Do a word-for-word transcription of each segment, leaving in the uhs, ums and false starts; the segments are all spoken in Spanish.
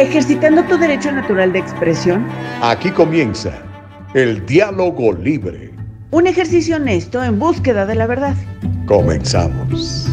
Ejercitando tu derecho natural de expresión. Aquí comienza el diálogo libre. Un ejercicio honesto en búsqueda de la verdad. Comenzamos.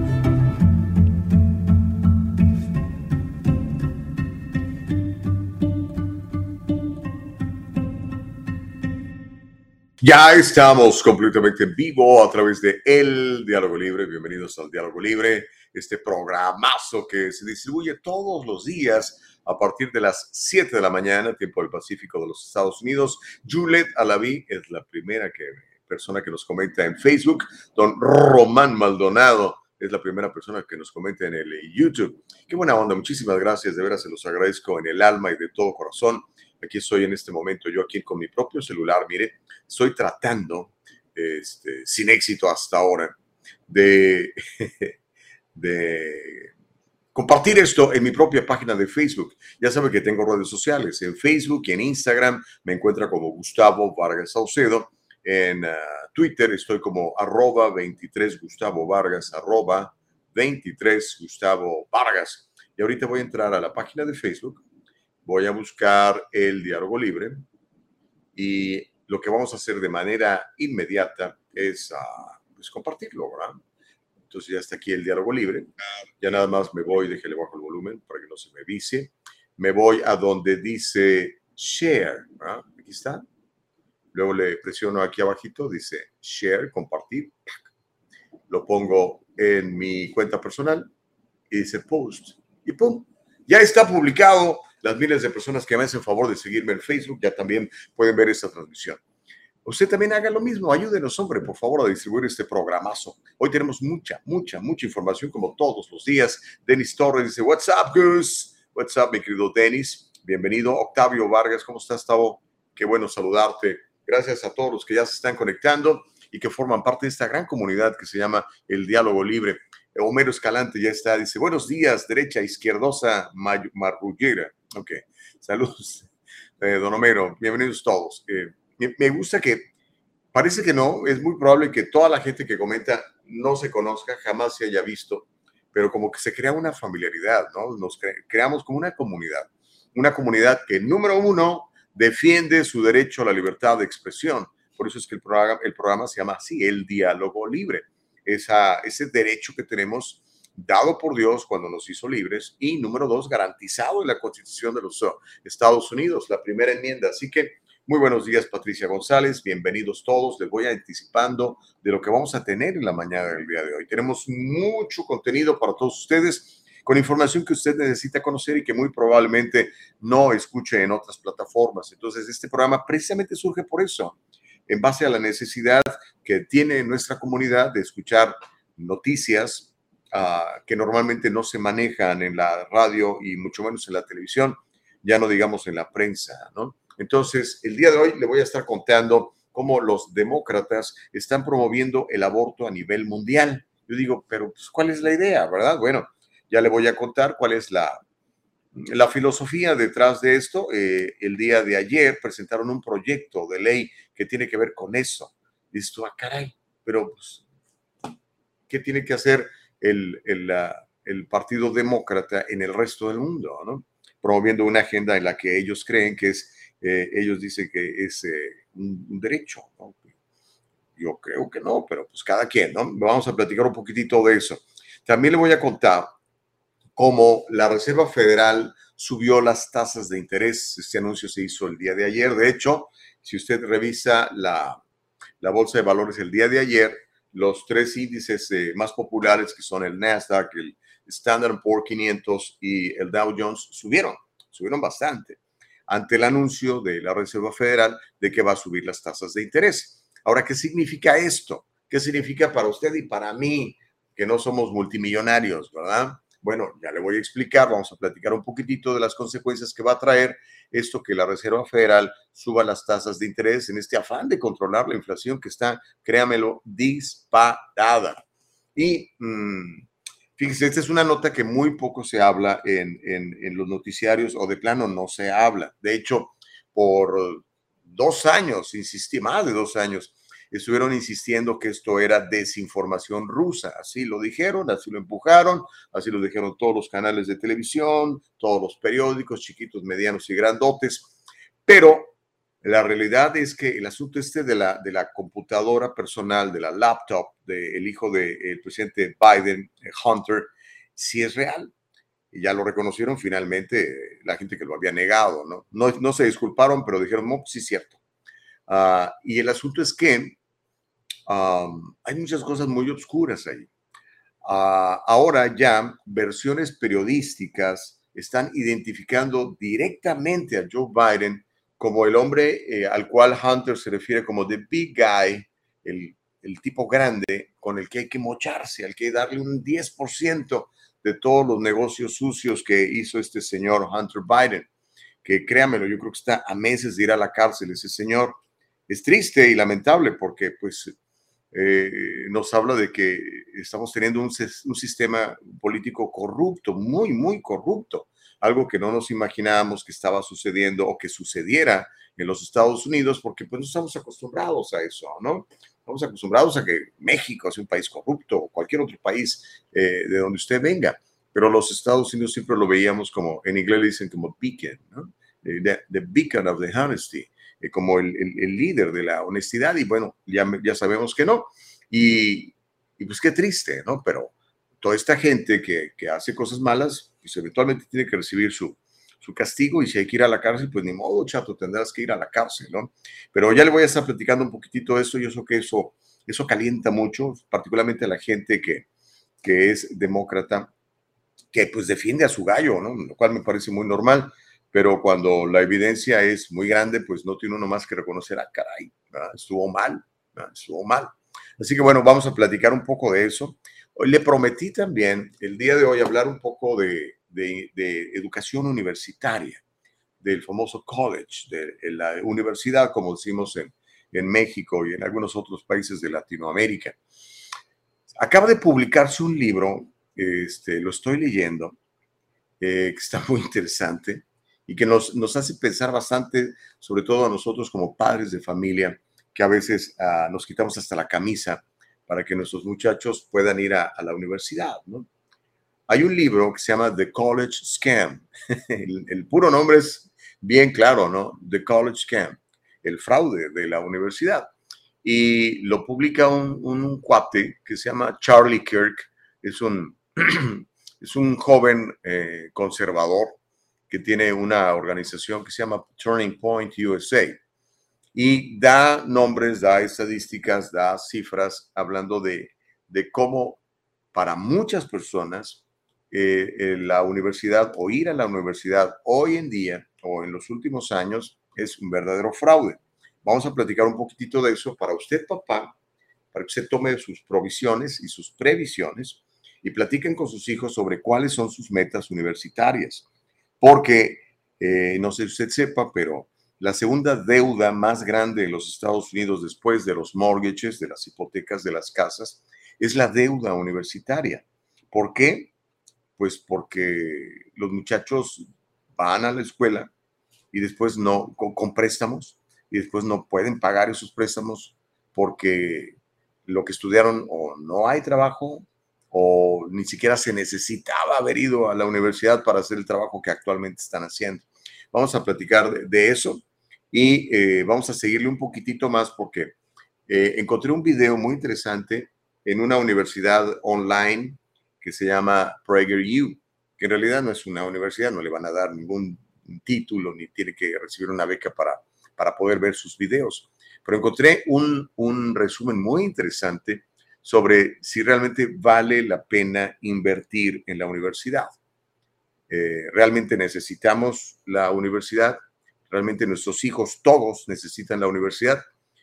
Ya estamos completamente en vivo a través de El Diálogo Libre. Bienvenidos al Diálogo Libre, este programazo que se distribuye todos los días a partir de las siete de la mañana, tiempo del Pacífico de los Estados Unidos. Juliet Alaví es la primera que, persona que nos comenta en Facebook. Don Román Maldonado es la primera persona que nos comenta en el YouTube. Qué buena onda, muchísimas gracias, de veras se los agradezco en el alma y de todo corazón. Aquí estoy en este momento, yo aquí con mi propio celular, mire, estoy tratando, este, sin éxito hasta ahora, de, de compartir esto en mi propia página de Facebook. Ya saben que tengo redes sociales, en Facebook y en Instagram me encuentra como Gustavo Vargas Saucedo. En uh, Twitter estoy como arroba veintitrés Gustavo Vargas, arroba veintitrés Gustavo Vargas. Y ahorita voy a entrar a la página de Facebook. Voy a buscar el Diálogo Libre y lo que vamos a hacer de manera inmediata es uh, pues compartirlo, ¿verdad? Entonces ya está aquí el Diálogo Libre. Ya nada más me voy, déjale bajo el volumen para que no se me vicie. Me voy a donde dice Share, ¿verdad? Aquí está. Luego le presiono aquí abajito, dice Share, compartir. Lo pongo en mi cuenta personal y dice Post. Y ¡pum! Ya está publicado. Las miles de personas que me hacen favor de seguirme en Facebook ya también pueden ver esta transmisión. Usted también haga lo mismo. Ayúdenos, hombre, por favor, a distribuir este programazo. Hoy tenemos mucha, mucha, mucha información como todos los días. Denis Torres dice, what's up, Gus? What's up, mi querido Denis? Bienvenido. Octavio Vargas, ¿cómo estás, Tavo? Qué bueno saludarte. Gracias a todos los que ya se están conectando y que forman parte de esta gran comunidad que se llama El Diálogo Libre. Homero Escalante ya está, dice, buenos días, derecha, izquierdosa, marrullera. Ok, saludos, eh, don Homero, bienvenidos todos. Eh, me, me gusta que, parece que no, es muy probable que toda la gente que comenta no se conozca, jamás se haya visto, pero como que se crea una familiaridad, ¿no? Nos cre creamos como una comunidad, una comunidad que, número uno, defiende su derecho a la libertad de expresión. Por eso es que el programa, el programa se llama así, El Diálogo Libre. Esa, ese derecho que tenemos dado por Dios cuando nos hizo libres y número dos, garantizado en la Constitución de los Estados Unidos, la primera enmienda. Así que muy buenos días, Patricia González, bienvenidos todos. Les voy anticipando de lo que vamos a tener en la mañana del día de hoy. Tenemos mucho contenido para todos ustedes con información que usted necesita conocer y que muy probablemente no escuche en otras plataformas. Entonces, este programa precisamente surge por eso, en base a la necesidad que tiene nuestra comunidad de escuchar noticias uh, que normalmente no se manejan en la radio y mucho menos en la televisión, ya no digamos en la prensa, ¿no? Entonces, el día de hoy le voy a estar contando cómo los demócratas están promoviendo el aborto a nivel mundial. Yo digo, pero pues, ¿cuál es la idea, verdad? Bueno, ya le voy a contar cuál es la, la filosofía detrás de esto. Eh, el día de ayer presentaron un proyecto de ley que tiene que ver con eso. Dices tú, ah, caray, pero pues, ¿qué tiene que hacer el, el, la, el Partido Demócrata en el resto del mundo, ¿no? Promoviendo una agenda en la que ellos creen que es, eh, ellos dicen que es eh, un, un derecho, ¿no? Yo creo que no, pero pues cada quien, ¿no? Vamos a platicar un poquitito de eso. También le voy a contar cómo la Reserva Federal subió las tasas de interés. Este anuncio se hizo el día de ayer. De hecho, si usted revisa la, la bolsa de valores el día de ayer, los tres índices eh, más populares, que son el Nasdaq, el Standard and Poor's quinientos y el Dow Jones, subieron, subieron bastante ante el anuncio de la Reserva Federal de que va a subir las tasas de interés. Ahora, ¿qué significa esto? ¿Qué significa para usted y para mí, que no somos multimillonarios, verdad? Bueno, ya le voy a explicar, vamos a platicar un poquitito de las consecuencias que va a traer esto que la Reserva Federal suba las tasas de interés en este afán de controlar la inflación que está, créamelo, disparada. Y mmm, fíjese, esta es una nota que muy poco se habla en, en, en los noticiarios o de plano no se habla. De hecho, por dos años, insistí, más de dos años, estuvieron insistiendo que esto era desinformación rusa. Así lo dijeron, así lo empujaron, así lo dijeron todos los canales de televisión, todos los periódicos, chiquitos, medianos y grandotes. Pero la realidad es que el asunto este de la, de la computadora personal, de la laptop del hijo del presidente Biden, Hunter, sí es real. Y ya lo reconocieron finalmente la gente que lo había negado, ¿no? No, no se disculparon, pero dijeron, no, sí es cierto. Uh, y el asunto es que um, hay muchas cosas muy oscuras ahí. Uh, ahora ya versiones periodísticas están identificando directamente a Joe Biden como el hombre eh, al cual Hunter se refiere como the big guy, el, el tipo grande con el que hay que mocharse, al que hay que darle un diez por ciento de todos los negocios sucios que hizo este señor Hunter Biden, que créamelo, yo creo que está a meses de ir a la cárcel ese señor. Es triste y lamentable porque pues eh, nos habla de que estamos teniendo un, un sistema político corrupto, muy, muy corrupto, algo que no nos imaginábamos que estaba sucediendo o que sucediera en los Estados Unidos, porque pues no estamos acostumbrados a eso, ¿no? Estamos acostumbrados a que México sea un país corrupto o cualquier otro país eh, de donde usted venga, pero los Estados Unidos siempre lo veíamos como, en inglés le dicen como beacon, ¿no? The, the beacon of the honesty, eh, como el, el, el líder de la honestidad, y bueno, ya, ya sabemos que no, y, y pues qué triste, ¿no? Pero toda esta gente que, que hace cosas malas, pues eventualmente tiene que recibir su, su castigo, y si hay que ir a la cárcel, pues ni modo, chato, tendrás que ir a la cárcel, ¿no? Pero ya le voy a estar platicando un poquitito de eso, y eso que eso, eso calienta mucho, particularmente a la gente que, que es demócrata, que pues defiende a su gallo, ¿no? Lo cual me parece muy normal, pero cuando la evidencia es muy grande, pues no tiene uno más que reconocer, ah, caray, ¿verdad? Estuvo mal, ¿verdad? Estuvo mal. Así que bueno, vamos a platicar un poco de eso. Hoy le prometí también el día de hoy hablar un poco de, de, de educación universitaria, del famoso college, de, de la universidad, como decimos en, en México y en algunos otros países de Latinoamérica. Acaba de publicarse un libro, este, lo estoy leyendo, eh, que está muy interesante y que nos, nos hace pensar bastante, sobre todo a nosotros como padres de familia, que a veces uh, nos quitamos hasta la camisa para que nuestros muchachos puedan ir a, a la universidad, ¿no? Hay un libro que se llama The College Scam. el, el puro nombre es bien claro, ¿no? The College Scam, el fraude de la universidad. Y lo publica un, un cuate que se llama Charlie Kirk. Es un, es un joven eh, conservador que tiene una organización que se llama Turning Point U S A. Y da nombres, da estadísticas, da cifras hablando de, de cómo para muchas personas eh, eh, la universidad o ir a la universidad hoy en día o en los últimos años es un verdadero fraude. Vamos a platicar un poquitito de eso para usted, papá, para que usted tome sus provisiones y sus previsiones y platiquen con sus hijos sobre cuáles son sus metas universitarias. Porque, eh, no sé si usted sepa, pero la segunda deuda más grande en los Estados Unidos después de los mortgages, de las hipotecas de las casas, es la deuda universitaria. ¿Por qué? Pues porque los muchachos van a la escuela y después no, con, con préstamos, y después no pueden pagar esos préstamos porque lo que estudiaron o no hay trabajo o ni siquiera se necesitaba haber ido a la universidad para hacer el trabajo que actualmente están haciendo. Vamos a platicar de, de eso y eh, vamos a seguirle un poquitito más porque eh, encontré un video muy interesante en una universidad online que se llama PragerU, que en realidad no es una universidad, no le van a dar ningún título ni tiene que recibir una beca para, para poder ver sus videos. Pero encontré un, un resumen muy interesante sobre si realmente vale la pena invertir en la universidad. Eh, ¿Realmente necesitamos la universidad? ¿Realmente nuestros hijos todos necesitan la universidad?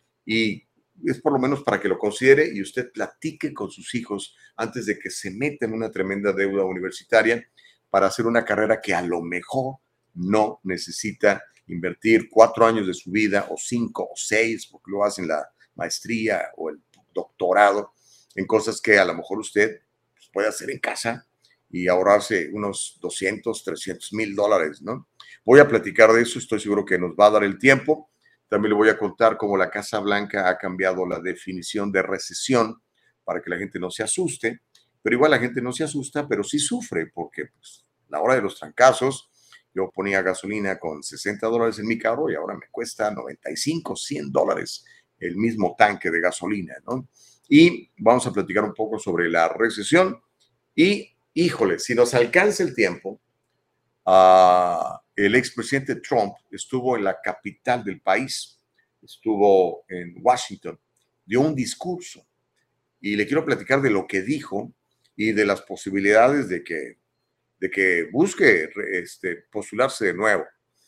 Y es por lo menos para que lo considere y usted platique con sus hijos antes de que se meta en una tremenda deuda universitaria para hacer una carrera que a lo mejor no necesita invertir cuatro años de su vida o cinco o seis, porque lo hacen la maestría o el doctorado, en cosas que a lo mejor usted puede hacer en casa y ahorrarse unos doscientos, trescientos mil dólares, ¿no? Voy a platicar de eso, estoy seguro que nos va a dar el tiempo. También le voy a contar cómo la Casa Blanca ha cambiado la definición de recesión para que la gente no se asuste, pero igual la gente no se asusta, pero sí sufre, porque pues, a la hora de los trancazos, yo ponía gasolina con sesenta dólares en mi carro y ahora me cuesta noventa y cinco, cien dólares el mismo tanque de gasolina, ¿no? Y vamos a platicar un poco sobre la recesión y, híjole, si nos alcanza el tiempo, uh, el expresidente Trump estuvo en la capital del país, estuvo en Washington, dio un discurso y le quiero platicar de lo que dijo y de las posibilidades de que, de que busque este, postularse de nuevo.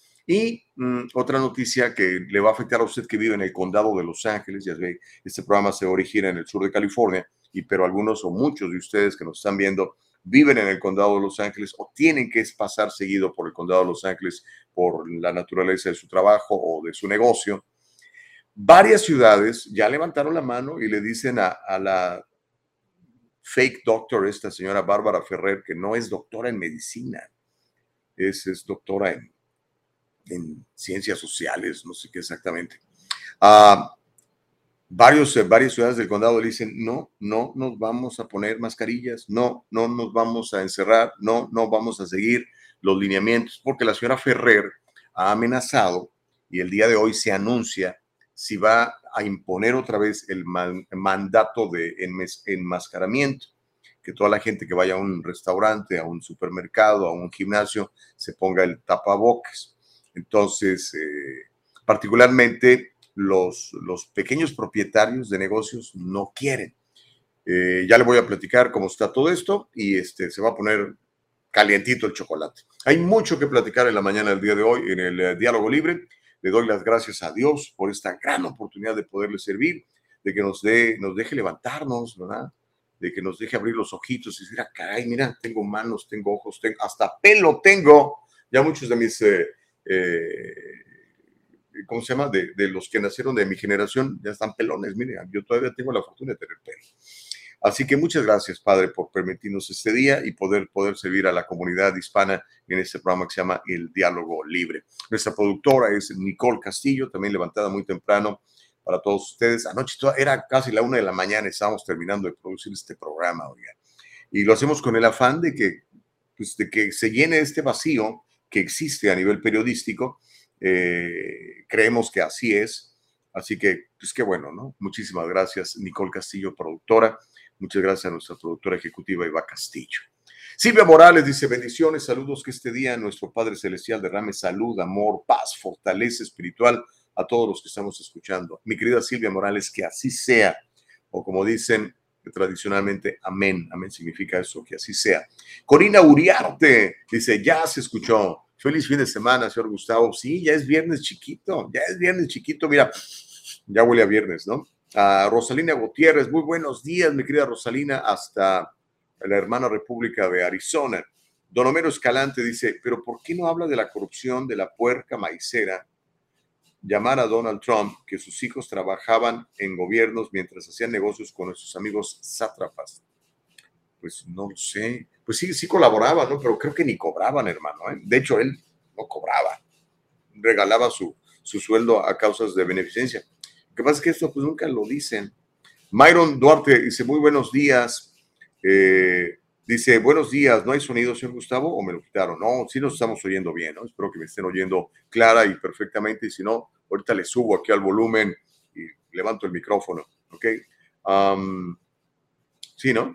Y mmm, otra noticia que le va a afectar a usted que vive en el condado de Los Ángeles, ya ve, este programa se origina en el sur de California, y pero algunos o muchos de ustedes que nos están viendo viven en el condado de Los Ángeles o tienen que pasar seguido por el condado de Los Ángeles por la naturaleza de su trabajo o de su negocio. Varias ciudades ya levantaron la mano y le dicen a, a la fake doctor, esta señora Bárbara Ferrer, que no es doctora en medicina, es, es doctora en en ciencias sociales, no sé qué exactamente. Uh, varios, eh, varias ciudades del condado le dicen, no, no nos vamos a poner mascarillas, no, no nos vamos a encerrar, no, no vamos a seguir los lineamientos, porque la señora Ferrer ha amenazado y el día de hoy se anuncia si va a imponer otra vez el man, mandato de enmes, enmascaramiento, que toda la gente que vaya a un restaurante, a un supermercado, a un gimnasio, se ponga el tapabocas. Entonces, eh, particularmente los, los pequeños propietarios de negocios no quieren. Eh, ya le voy a platicar cómo está todo esto y este, se va a poner calientito el chocolate. Hay mucho que platicar en la mañana del día de hoy en el eh, Diálogo Libre. Le doy las gracias a Dios por esta gran oportunidad de poderle servir, de que nos, dé, nos deje levantarnos, ¿verdad? De que nos deje abrir los ojitos y decir, ah, caray, mira, tengo manos, tengo ojos, tengo, hasta pelo tengo. Ya muchos de mis... Eh, Eh, ¿cómo se llama? De, de los que nacieron de mi generación, ya están pelones, mire, yo todavía tengo la fortuna de tener pelo. Así que muchas gracias, Padre, por permitirnos este día y poder, poder servir a la comunidad hispana en este programa que se llama El Diálogo Libre. Nuestra productora es Nicole Castillo, también levantada muy temprano para todos ustedes. Anoche era casi la una de la mañana, estábamos terminando de producir este programa, oiga. Y lo hacemos con el afán de que, pues, de que se llene este vacío que existe a nivel periodístico. Eh, creemos que así es. Así que, pues qué bueno, ¿no? Muchísimas gracias, Nicole Castillo, productora. Muchas gracias a nuestra productora ejecutiva, Eva Castillo. Silvia Morales dice, bendiciones, saludos, que este día nuestro Padre Celestial derrame salud, amor, paz, fortaleza espiritual a todos los que estamos escuchando. Mi querida Silvia Morales, que así sea. O como dicen tradicionalmente, amén. Amén significa eso, que así sea. Corina Uriarte dice, ya se escuchó. Feliz fin de semana, señor Gustavo. Sí, ya es viernes chiquito, ya es viernes chiquito. Mira, ya huele a viernes, ¿no? A Rosalina Gutiérrez, muy buenos días, mi querida Rosalina, hasta la hermana República de Arizona. Don Homero Escalante dice, pero ¿por qué no habla de la corrupción de la puerca maicera? Llamar a Donald Trump que sus hijos trabajaban en gobiernos mientras hacían negocios con nuestros amigos sátrapas. Pues no lo sé. Pues sí, sí colaboraban, ¿no? Pero creo que ni cobraban, hermano, ¿eh? De hecho, él no cobraba. Regalaba su, su sueldo a causas de beneficencia. Lo que pasa es que esto pues nunca lo dicen. Myron Duarte dice, muy buenos días. Eh, dice, buenos días, ¿no hay sonido, señor Gustavo? ¿O me lo quitaron? No, sí nos estamos oyendo bien, ¿no? Espero que me estén oyendo clara y perfectamente. Y si no, ahorita le subo aquí al volumen y levanto el micrófono, ¿ok? Um, sí, ¿no?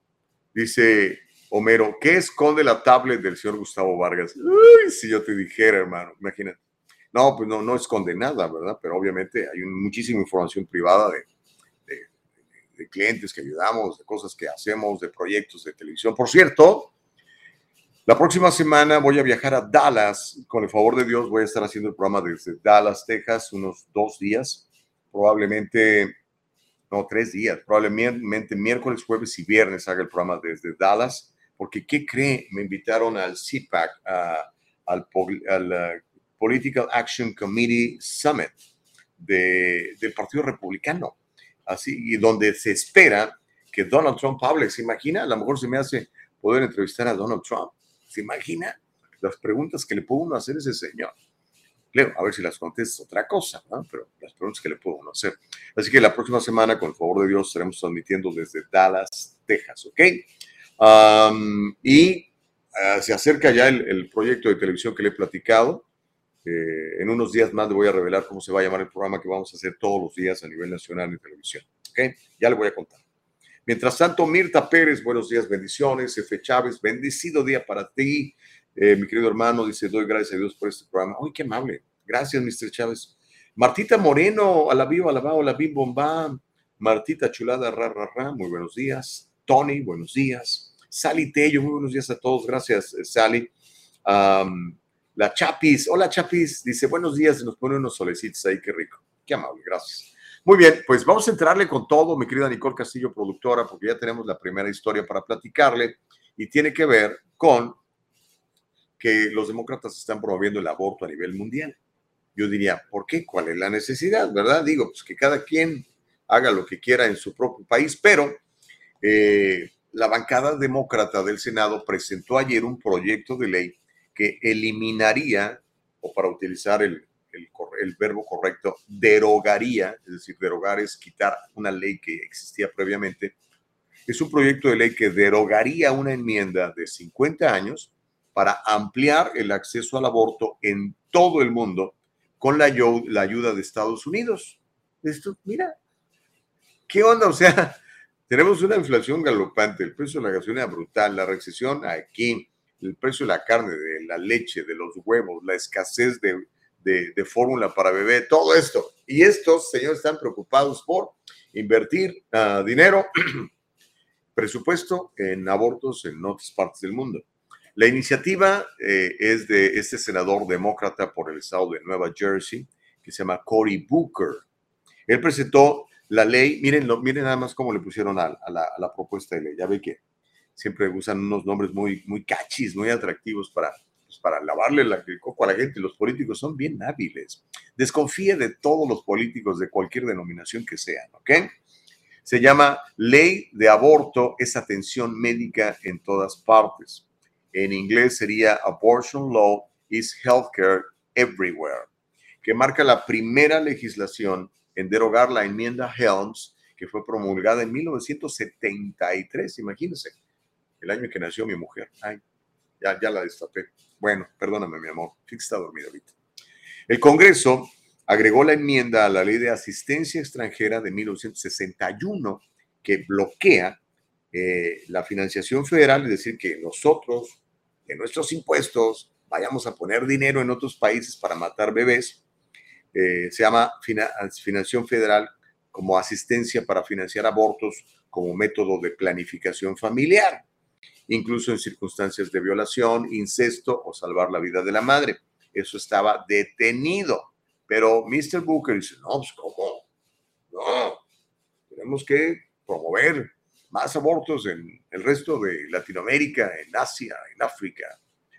Dice Homero, ¿qué esconde la tablet del señor Gustavo Vargas? Uy, si yo te dijera, hermano, imagínate. No, pues no, no esconde nada, ¿verdad? Pero obviamente hay un, muchísima información privada de, de, de clientes que ayudamos, de cosas que hacemos, de proyectos de televisión. Por cierto, la próxima semana voy a viajar a Dallas. Con el favor de Dios voy a estar haciendo el programa desde Dallas, Texas, unos dos días. Probablemente... no, tres días, probablemente miércoles, jueves y viernes haga el programa desde Dallas, porque ¿qué cree? Me invitaron al C PAC, uh, al, al uh, Political Action Committee Summit de, del Partido Republicano, así, y donde se espera que Donald Trump hable. ¿Se imagina? A lo mejor se me hace poder entrevistar a Donald Trump. ¿Se imagina las preguntas que le puede uno hacer a ese señor? Leo, a ver si las contestas otra cosa, ¿no? Pero las preguntas que le puedo uno hacer. Así que la próxima semana, con el favor de Dios, estaremos transmitiendo desde Dallas, Texas, ¿ok? Um, y uh, se acerca ya el, el proyecto de televisión que le he platicado. Eh, en unos días más le voy a revelar cómo se va a llamar el programa que vamos a hacer todos los días a nivel nacional en televisión, ¿ok? Ya le voy a contar. Mientras tanto, Mirta Pérez, buenos días, bendiciones. F. Chávez, bendecido día para ti. Eh, mi querido hermano dice, doy gracias a Dios por este programa. ¡Ay, qué amable! Gracias, mister Chávez. Martita Moreno, alabío, alabao, alabim, bomba. Martita chulada, ra, ra, ra, muy buenos días. Tony, buenos días. Sally Tello, muy buenos días a todos. Gracias, Sally. Um, la Chapis, hola Chapis, dice, buenos días, nos pone unos solecitos ahí, qué rico. Qué amable, gracias. Muy bien, pues vamos a entrarle con todo, mi querida Nicole Castillo, productora, porque ya tenemos la primera historia para platicarle y tiene que ver con que los demócratas están promoviendo el aborto a nivel mundial. Yo diría, ¿por qué? ¿Cuál es la necesidad? ¿Verdad? Digo, pues que cada quien haga lo que quiera en su propio país, pero eh, la bancada demócrata del Senado presentó ayer un proyecto de ley que eliminaría, o para utilizar el, el, el verbo correcto, derogaría, es decir, derogar es quitar una ley que existía previamente. Es un proyecto de ley que derogaría una enmienda de cincuenta años para ampliar el acceso al aborto en todo el mundo con la, la ayuda de Estados Unidos. Esto, mira, ¿qué onda? O sea, tenemos una inflación galopante, el precio de la gasolina brutal, la recesión aquí, el precio de la carne, de la leche, de los huevos, la escasez de, de, de fórmula para bebé, todo esto. Y estos señores están preocupados por invertir uh, dinero, presupuesto en abortos en otras partes del mundo. La iniciativa eh, es de este senador demócrata por el estado de Nueva Jersey, que se llama Cory Booker. Él presentó la ley, miren, miren nada más cómo le pusieron a, a, la, a la propuesta de ley. Ya ve que siempre usan unos nombres muy, muy cachis, muy atractivos para, pues para lavarle la, el coco a la gente. Los políticos son bien hábiles. Desconfíe de todos los políticos de cualquier denominación que sean, ¿ok? Se llama Ley de Aborto, es atención médica en todas partes. En inglés sería Abortion Law is Healthcare Everywhere, que marca la primera legislación en derogar la enmienda Helms, que fue promulgada en mil novecientos setenta y tres, imagínense, el año que nació mi mujer. Ay, ya, ya la destapé. Bueno, perdóname, mi amor, Fix está dormido ahorita. El Congreso agregó la enmienda a la Ley de Asistencia Extranjera de mil novecientos sesenta y uno, que bloquea eh, la financiación federal, es decir, que nosotros, de nuestros impuestos, vayamos a poner dinero en otros países para matar bebés. Eh, se llama financiación federal como asistencia para financiar abortos como método de planificación familiar, incluso en circunstancias de violación, incesto o salvar la vida de la madre. Eso estaba detenido. Pero mister Booker dice, no, pues ¿cómo? No, tenemos que promover más abortos en el resto de Latinoamérica, en Asia, en África.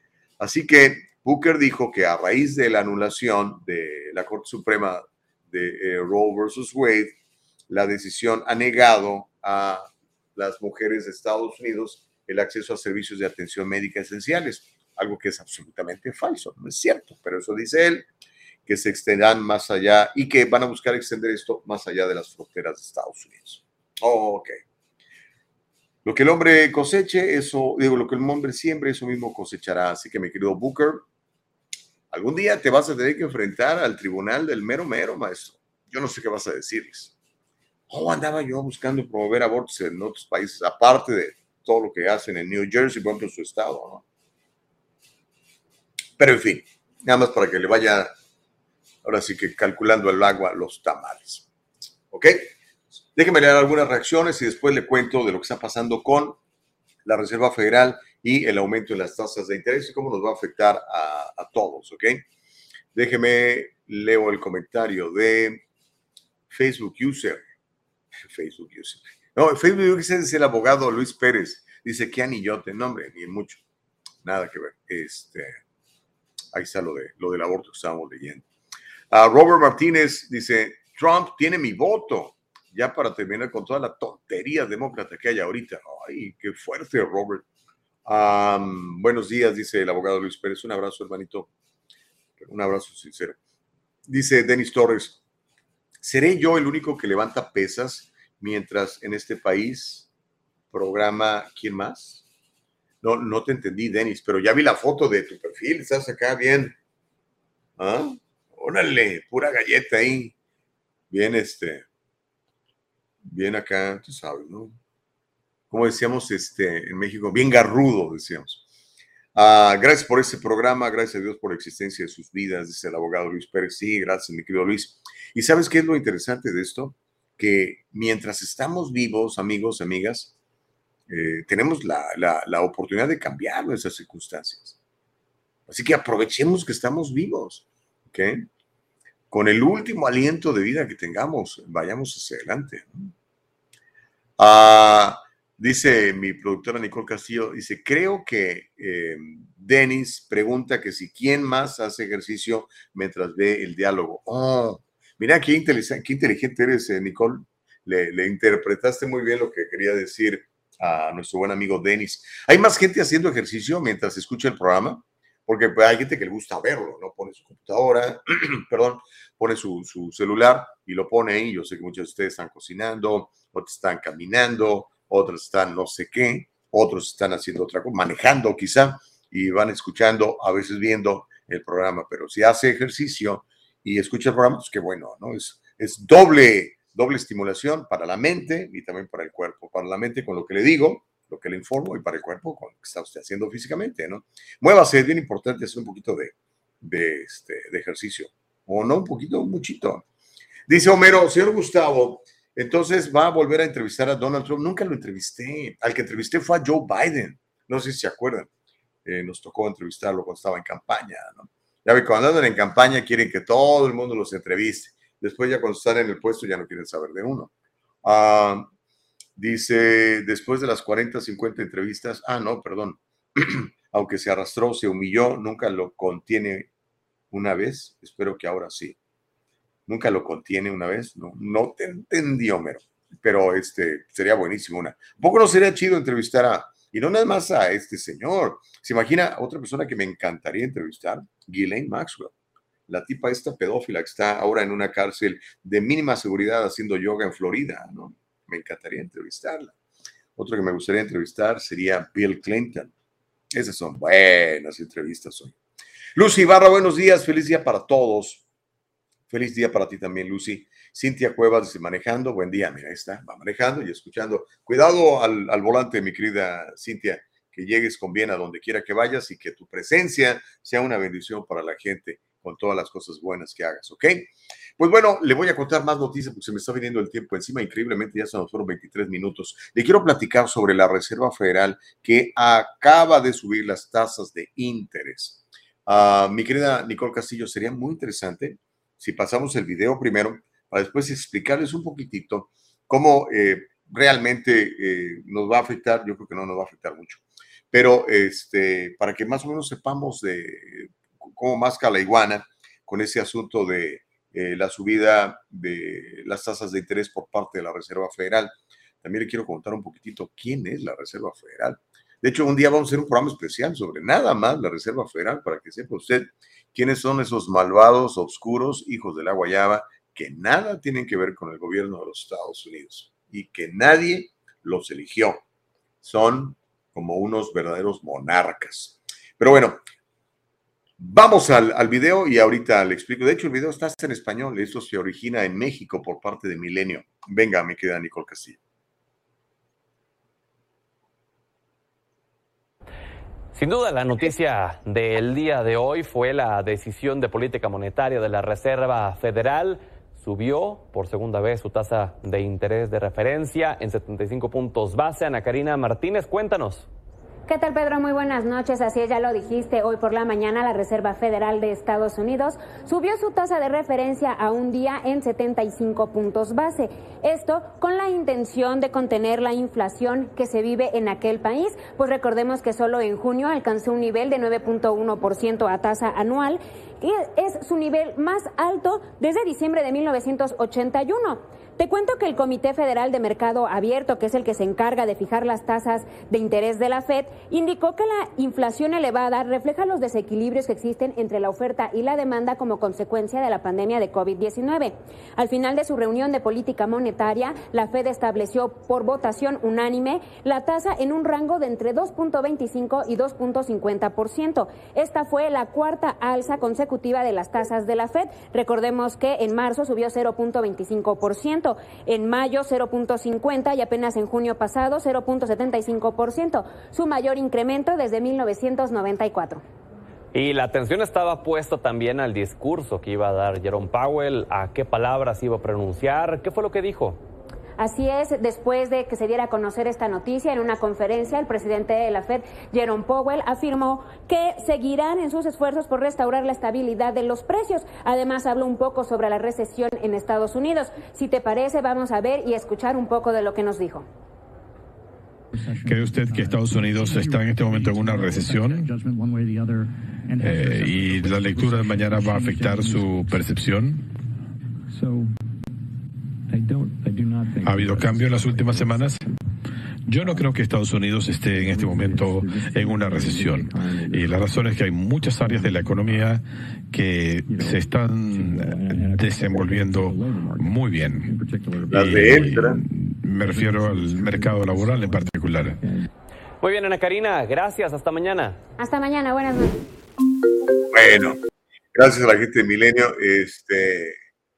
Así que Booker dijo que a raíz de la anulación de la Corte Suprema de eh, Roe versus Wade, la decisión ha negado a las mujeres de Estados Unidos el acceso a servicios de atención médica esenciales, algo que es absolutamente falso, no es cierto, pero eso dice él, que se extenderán más allá y que van a buscar extender esto más allá de las fronteras de Estados Unidos. Oh, ok. Lo que el hombre coseche, eso, digo, lo que el hombre siembre, eso mismo cosechará. Así que, mi querido Booker, algún día te vas a tener que enfrentar al tribunal del mero mero, maestro. Yo no sé qué vas a decirles. Oh, andaba yo buscando promover abortos en otros países, aparte de todo lo que hacen en New Jersey, por ejemplo, en su estado, ¿no? Pero, en fin, nada más para que le vaya, ahora sí que calculando el agua, los tamales. ¿Ok? Déjenme leer algunas reacciones y después le cuento de lo que está pasando con la Reserva Federal y el aumento en las tasas de interés y cómo nos va a afectar a, a todos, ¿ok? Déjeme, leo el comentario de Facebook User. Facebook User. No, Facebook User es el abogado Luis Pérez. Dice que anillote, no, hombre, ni mucho. Nada que ver. Este, ahí está lo, de, lo del aborto que estábamos leyendo. Uh, Robert Martínez dice, Trump tiene mi voto. Ya para terminar con toda la tontería demócrata que hay ahorita. Ay, qué fuerte, Robert. Um, buenos días, dice el abogado Luis Pérez. Un abrazo, hermanito. un abrazo sincero. Dice Denis Torres, ¿seré yo el único que levanta pesas mientras en este país programa quién más? No, no te entendí, Denis, pero ya vi la foto de tu perfil, estás acá bien. ¿Ah? Órale, pura galleta ahí. Bien, este, bien acá, tú sabes, ¿no? Como decíamos este, en México, bien garrudo, decíamos. Uh, gracias por este programa, gracias a Dios por la existencia de sus vidas, dice el abogado Luis Pérez. Sí, gracias, mi querido Luis. ¿Y sabes qué es lo interesante de esto? Que mientras estamos vivos, amigos, amigas, eh, tenemos la, la, la oportunidad de cambiar nuestras circunstancias. Así que aprovechemos que estamos vivos, ¿ok? Con el último aliento de vida que tengamos, vayamos hacia adelante, ¿no? Ah... Uh, Dice mi productora Nicole Castillo, dice, creo que eh, Denis pregunta que si quién más hace ejercicio mientras ve el diálogo. Oh, mira qué inteligente, qué inteligente eres, eh, Nicole. Le, le interpretaste muy bien lo que quería decir a nuestro buen amigo Denis. ¿Hay más gente haciendo ejercicio mientras escucha el programa? Porque pues, hay gente que le gusta verlo, ¿no? Pone su computadora, perdón, pone su, su celular y lo pone ahí. Yo sé que muchos de ustedes están cocinando, otros están caminando, otros están no sé qué, otros están haciendo otra cosa, manejando quizá, y van escuchando, a veces viendo el programa, pero si hace ejercicio y escucha el programa, pues qué bueno, ¿no? Es, es doble, doble estimulación para la mente y también para el cuerpo. Para la mente con lo que le digo, lo que le informo, y para el cuerpo con lo que está usted haciendo físicamente, ¿no? Muévase, es bien importante hacer un poquito de, de, este, de ejercicio, o no un poquito, un muchito. Dice Homero, señor Gustavo, entonces va a volver a entrevistar a Donald Trump. Nunca lo entrevisté. Al que entrevisté fue a Joe Biden. No sé si se acuerdan. Eh, nos tocó entrevistarlo cuando estaba en campaña, ¿no? Ya ve, cuando andan en campaña quieren que todo el mundo los entreviste. Después ya cuando están en el puesto ya no quieren saber de uno. Uh, dice, después de las cuarenta, cincuenta entrevistas, ah, no, perdón. Aunque se arrastró, se humilló, nunca lo contiene una vez. Espero que ahora sí. Nunca lo contiene una vez, no, no te entendí, Homero, pero este, sería buenísimo una. ¿Un poco no sería chido entrevistar a, y no nada más a este señor? ¿Se imagina a otra persona que me encantaría entrevistar? Ghislaine Maxwell, la tipa esta pedófila que está ahora en una cárcel de mínima seguridad haciendo yoga en Florida, ¿no? Me encantaría entrevistarla. Otro que me gustaría entrevistar sería Bill Clinton. Esas son buenas entrevistas hoy. Lucy Ibarra, buenos días, feliz día para todos. Feliz día para ti también, Lucy. Cintia Cuevas dice, manejando, buen día. Mira, ahí está, va manejando y escuchando. Cuidado al, al volante, mi querida Cintia, que llegues con bien a donde quiera que vayas y que tu presencia sea una bendición para la gente con todas las cosas buenas que hagas, ¿ok? Pues bueno, le voy a contar más noticias porque se me está viniendo el tiempo encima. Increíblemente ya se nos fueron veintitrés minutos. Le quiero platicar sobre la Reserva Federal que acaba de subir las tasas de interés. Uh, mi querida Nicole Castillo, sería muy interesante si pasamos el video primero, para después explicarles un poquitito cómo eh, realmente eh, nos va a afectar. Yo creo que no nos va a afectar mucho, pero este, para que más o menos sepamos de cómo masca la iguana con ese asunto de eh, la subida de las tasas de interés por parte de la Reserva Federal. También le quiero contar un poquitito quién es la Reserva Federal. De hecho, un día vamos a hacer un programa especial sobre nada más la Reserva Federal, para que sepa usted quiénes son esos malvados, oscuros, hijos de la guayaba, que nada tienen que ver con el gobierno de los Estados Unidos y que nadie los eligió. Son como unos verdaderos monarcas. Pero bueno, vamos al, al video y ahorita le explico. De hecho, el video está en español. Esto se origina en México por parte de Milenio. Venga, me queda Nicole Castillo. Sin duda, la noticia del día de hoy fue la decisión de política monetaria de la Reserva Federal. Subió por segunda vez su tasa de interés de referencia en setenta y cinco puntos base. Ana Karina Martínez, cuéntanos. ¿Qué tal, Pedro? Muy buenas noches. Así es, ya lo dijiste, hoy por la mañana la Reserva Federal de Estados Unidos subió su tasa de referencia a un día en setenta y cinco puntos base. Esto con la intención de contener la inflación que se vive en aquel país, pues recordemos que solo en junio alcanzó un nivel de nueve punto uno por ciento a tasa anual, y es su nivel más alto desde diciembre de mil novecientos ochenta y uno. Te cuento que el Comité Federal de Mercado Abierto, que es el que se encarga de fijar las tasas de interés de la Fed, indicó que la inflación elevada refleja los desequilibrios que existen entre la oferta y la demanda como consecuencia de la pandemia de COVID diecinueve. Al final de su reunión de política monetaria, la Fed estableció por votación unánime la tasa en un rango de entre dos punto veinticinco y dos punto cincuenta por ciento. Esta fue la cuarta alza consecutiva de las tasas de la Fed. Recordemos que en marzo subió cero punto veinticinco por ciento. En mayo cero punto cincuenta y apenas en junio pasado cero punto setenta y cinco por ciento, su mayor incremento desde mil novecientos noventa y cuatro. Y la atención estaba puesta también al discurso que iba a dar Jerome Powell, a qué palabras iba a pronunciar, qué fue lo que dijo. Así es, después de que se diera a conocer esta noticia en una conferencia, el presidente de la Fed, Jerome Powell, afirmó que seguirán en sus esfuerzos por restaurar la estabilidad de los precios. Además, habló un poco sobre la recesión en Estados Unidos. Si te parece, vamos a ver y escuchar un poco de lo que nos dijo. ¿Cree usted que Estados Unidos está en este momento en una recesión? Eh, ¿Y la lectura de mañana va a afectar su percepción? ¿Ha habido cambio en las últimas semanas? Yo no creo que Estados Unidos esté en este momento en una recesión. Y la razón es que hay muchas áreas de la economía que se están desenvolviendo muy bien. Las de extra. Me refiero al mercado laboral en particular. Muy bien, Ana Karina, gracias, hasta mañana. Hasta mañana, buenas noches. Bueno, gracias a la gente de Milenio. Este,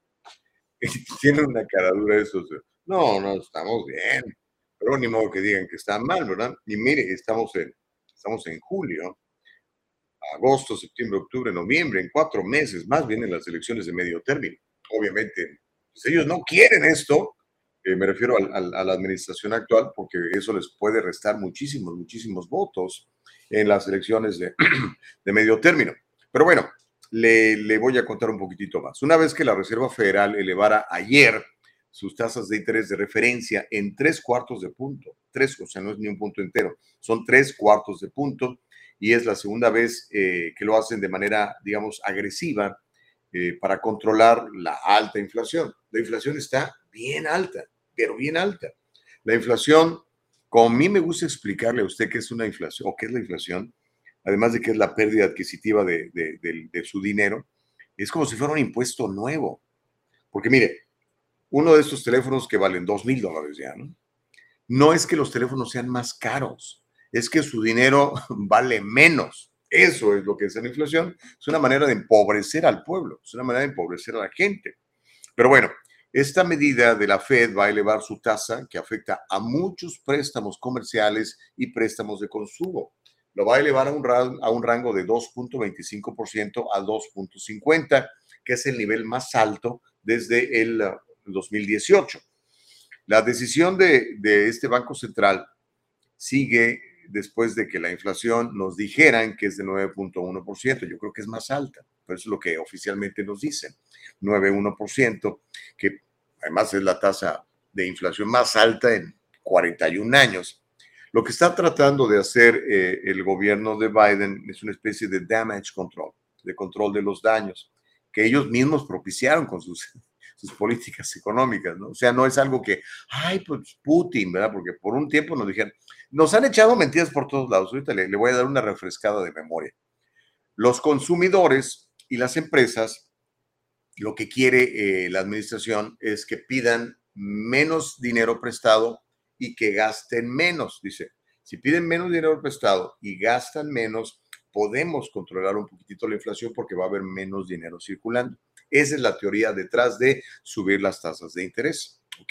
tienen una caradura esos. No, no, estamos bien. Pero ni modo que digan que están mal, ¿verdad? Y mire, estamos en, estamos en julio, agosto, septiembre, octubre, noviembre, en cuatro meses más vienen las elecciones de medio término. Obviamente, pues ellos no quieren esto, eh, me refiero al, al, a la administración actual, porque eso les puede restar muchísimos, muchísimos votos en las elecciones de, de medio término. Pero bueno, le, le voy a contar un poquitito más. Una vez que la Reserva Federal elevara ayer sus tasas de interés de referencia en tres cuartos de punto, tres, o sea, no es ni un punto entero, son tres cuartos de punto, y es la segunda vez eh, que lo hacen de manera, digamos, agresiva eh, para controlar la alta inflación. La inflación está bien alta, pero bien alta. La inflación, como a mí me gusta explicarle a usted qué es una inflación, o qué es la inflación, además de que es la pérdida adquisitiva de, de, de, de su dinero, es como si fuera un impuesto nuevo. Porque mire, uno de estos teléfonos que valen dos mil dólares ya, ¿no? No es que los teléfonos sean más caros, es que su dinero vale menos. Eso es lo que es la inflación. Es una manera de empobrecer al pueblo, es una manera de empobrecer a la gente. Pero bueno, esta medida de la Fed va a elevar su tasa, que afecta a muchos préstamos comerciales y préstamos de consumo. Lo va a elevar a un rango, a un rango de dos punto veinticinco por ciento a dos punto cincuenta por ciento, que es el nivel más alto desde el dos mil dieciocho. La decisión de, de este Banco Central sigue después de que la inflación nos dijeran que es de nueve punto uno por ciento. Yo creo que es más alta, pero eso es lo que oficialmente nos dicen, nueve punto uno por ciento, que además es la tasa de inflación más alta en cuarenta y un años. Lo que está tratando de hacer eh, el gobierno de Biden es una especie de damage control, de control de los daños, que ellos mismos propiciaron con sus sus políticas económicas, ¿no? O sea, no es algo que, ay, pues Putin, ¿verdad? Porque por un tiempo nos dijeron, nos han echado mentiras por todos lados. Ahorita le, le voy a dar una refrescada de memoria. Los consumidores y las empresas, lo que quiere eh, la administración es que pidan menos dinero prestado y que gasten menos. Dice, si piden menos dinero prestado y gastan menos, podemos controlar un poquitito la inflación porque va a haber menos dinero circulando. Esa es la teoría detrás de subir las tasas de interés, ¿ok?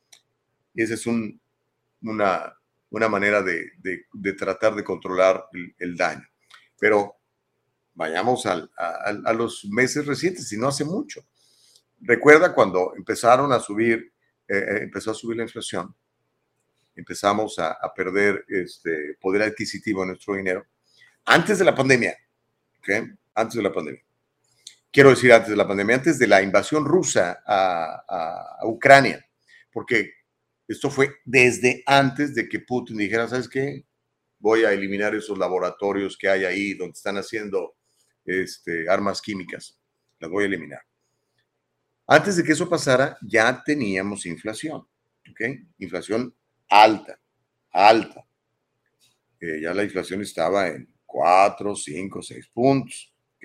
Esa es un, una, una manera de, de, de tratar de controlar el, el daño. Pero vayamos al, a, a los meses recientes, y no hace mucho. Recuerda cuando empezaron a subir, eh, empezó a subir la inflación, empezamos a, a perder este poder adquisitivo en nuestro dinero, antes de la pandemia, ¿ok? Antes de la pandemia. Quiero decir antes de la pandemia, antes de la invasión rusa a, a, a Ucrania, porque esto fue desde antes de que Putin dijera, ¿sabes qué? Voy a eliminar esos laboratorios que hay ahí donde están haciendo este, armas químicas. Las voy a eliminar. Antes de que eso pasara, ya teníamos inflación, ¿ok? Inflación alta, alta. Eh, ya la inflación estaba en cuatro, cinco, seis puntos, ¿ok?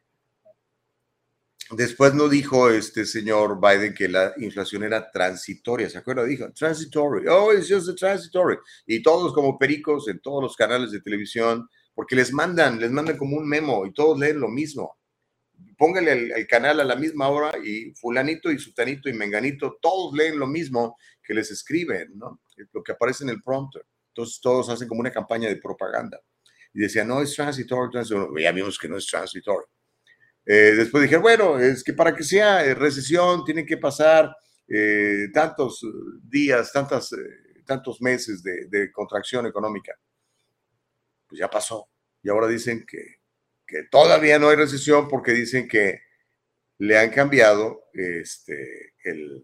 Después no dijo este señor Biden que la inflación era transitoria, ¿se acuerda? Dijo, transitory, oh, it's just a transitory. Y todos como pericos en todos los canales de televisión, porque les mandan, les mandan como un memo y todos leen lo mismo. Póngale el, el canal a la misma hora y fulanito y sutanito y menganito, todos leen lo mismo que les escriben, ¿no? Lo que aparece en el prompter. Entonces todos hacen como una campaña de propaganda. Y decían, no, es transitory, transitory. Ya vimos que no es transitory. Eh, después dije, bueno, es que para que sea eh, recesión tienen que pasar eh, tantos días, tantas, eh, tantos meses de, de contracción económica. Pues ya pasó. Y ahora dicen que, que todavía no hay recesión porque dicen que le han cambiado este, el,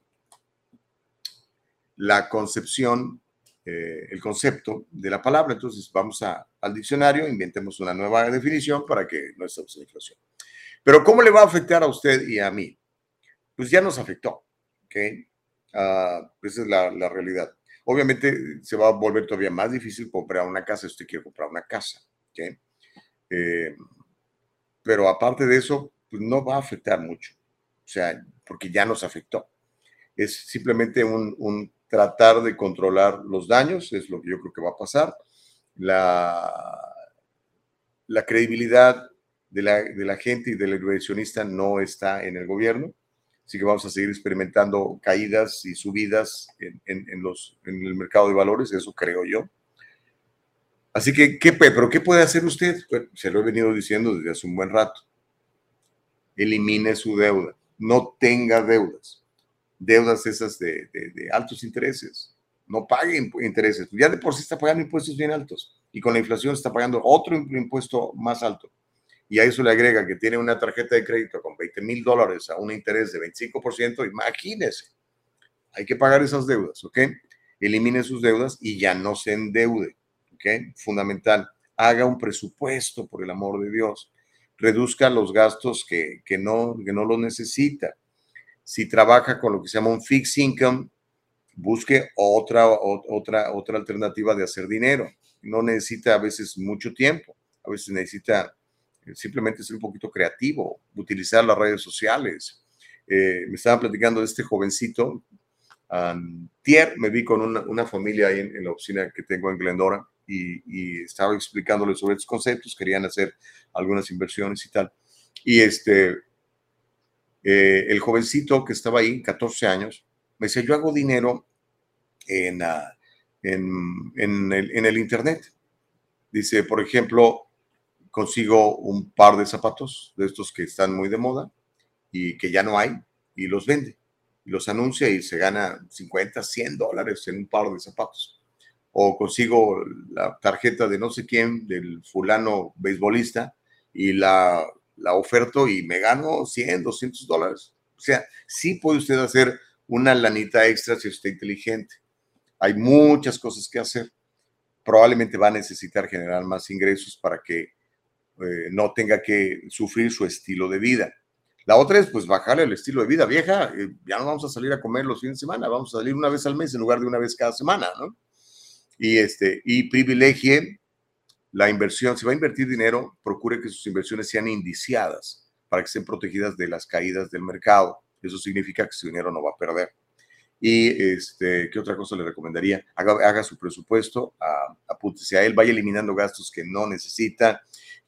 la concepción, eh, el concepto de la palabra. Entonces vamos a, al diccionario, inventemos una nueva definición para que no estemos en inflación. Pero ¿cómo le va a afectar a usted y a mí? Pues ya nos afectó, ¿ok? Uh, esa es la, la realidad. Obviamente se va a volver todavía más difícil comprar una casa si usted quiere comprar una casa, ¿ok? Eh, pero aparte de eso, pues no va a afectar mucho, o sea, porque ya nos afectó. Es simplemente un, un tratar de controlar los daños, es lo que yo creo que va a pasar. La, la credibilidad de la, de la gente y del inversionista no está en el gobierno, así que vamos a seguir experimentando caídas y subidas en, en, en, los, en el mercado de valores, eso creo yo. Así que, ¿qué, ¿pero qué puede hacer usted? Bueno, se lo he venido diciendo desde hace un buen rato. Elimine su deuda, no tenga deudas, deudas esas de, de, de altos intereses, no pague intereses, ya de por sí está pagando impuestos bien altos y con la inflación está pagando otro impuesto más alto. Y a eso le agrega que tiene una tarjeta de crédito con veinte mil dólares a un interés de veinticinco por ciento, imagínese, hay que pagar esas deudas, ¿ok? Elimine sus deudas y ya no se endeude, ¿ok? Fundamental, haga un presupuesto, por el amor de Dios, reduzca los gastos que, que, no, que no los necesita. Si trabaja con lo que se llama un fixed income, busque otra, otra, otra alternativa de hacer dinero. No necesita a veces mucho tiempo, a veces necesita simplemente ser un poquito creativo, utilizar las redes sociales. Eh, me estaban platicando de este jovencito. Antier me vi con una, una familia ahí en, en la oficina que tengo en Glendora y, y estaba explicándoles sobre estos conceptos. Querían hacer algunas inversiones y tal. Y este, eh, el jovencito que estaba ahí, catorce años, me decía, yo hago dinero en, uh, en, en, el, en el internet. Dice, por ejemplo, consigo un par de zapatos de estos que están muy de moda y que ya no hay y los vende y los anuncia y se gana cincuenta, cien dólares en un par de zapatos. O consigo la tarjeta de no sé quién, del fulano beisbolista y la, la oferto y me gano cien, doscientos dólares. O sea, sí puede usted hacer una lanita extra si usted es inteligente. Hay muchas cosas que hacer. Probablemente va a necesitar generar más ingresos para que Eh, no tenga que sufrir su estilo de vida. La otra es, pues, bajarle el estilo de vida. Vieja, eh, ya no vamos a salir a comer los fines de semana, vamos a salir una vez al mes en lugar de una vez cada semana, ¿no? Y, este, y privilegie la inversión. Si va a invertir dinero, procure que sus inversiones sean indiciadas para que estén protegidas de las caídas del mercado. Eso significa que su dinero no va a perder. Y, este, ¿qué otra cosa le recomendaría? Haga, haga su presupuesto, uh, apúntese a él, vaya eliminando gastos que no necesita,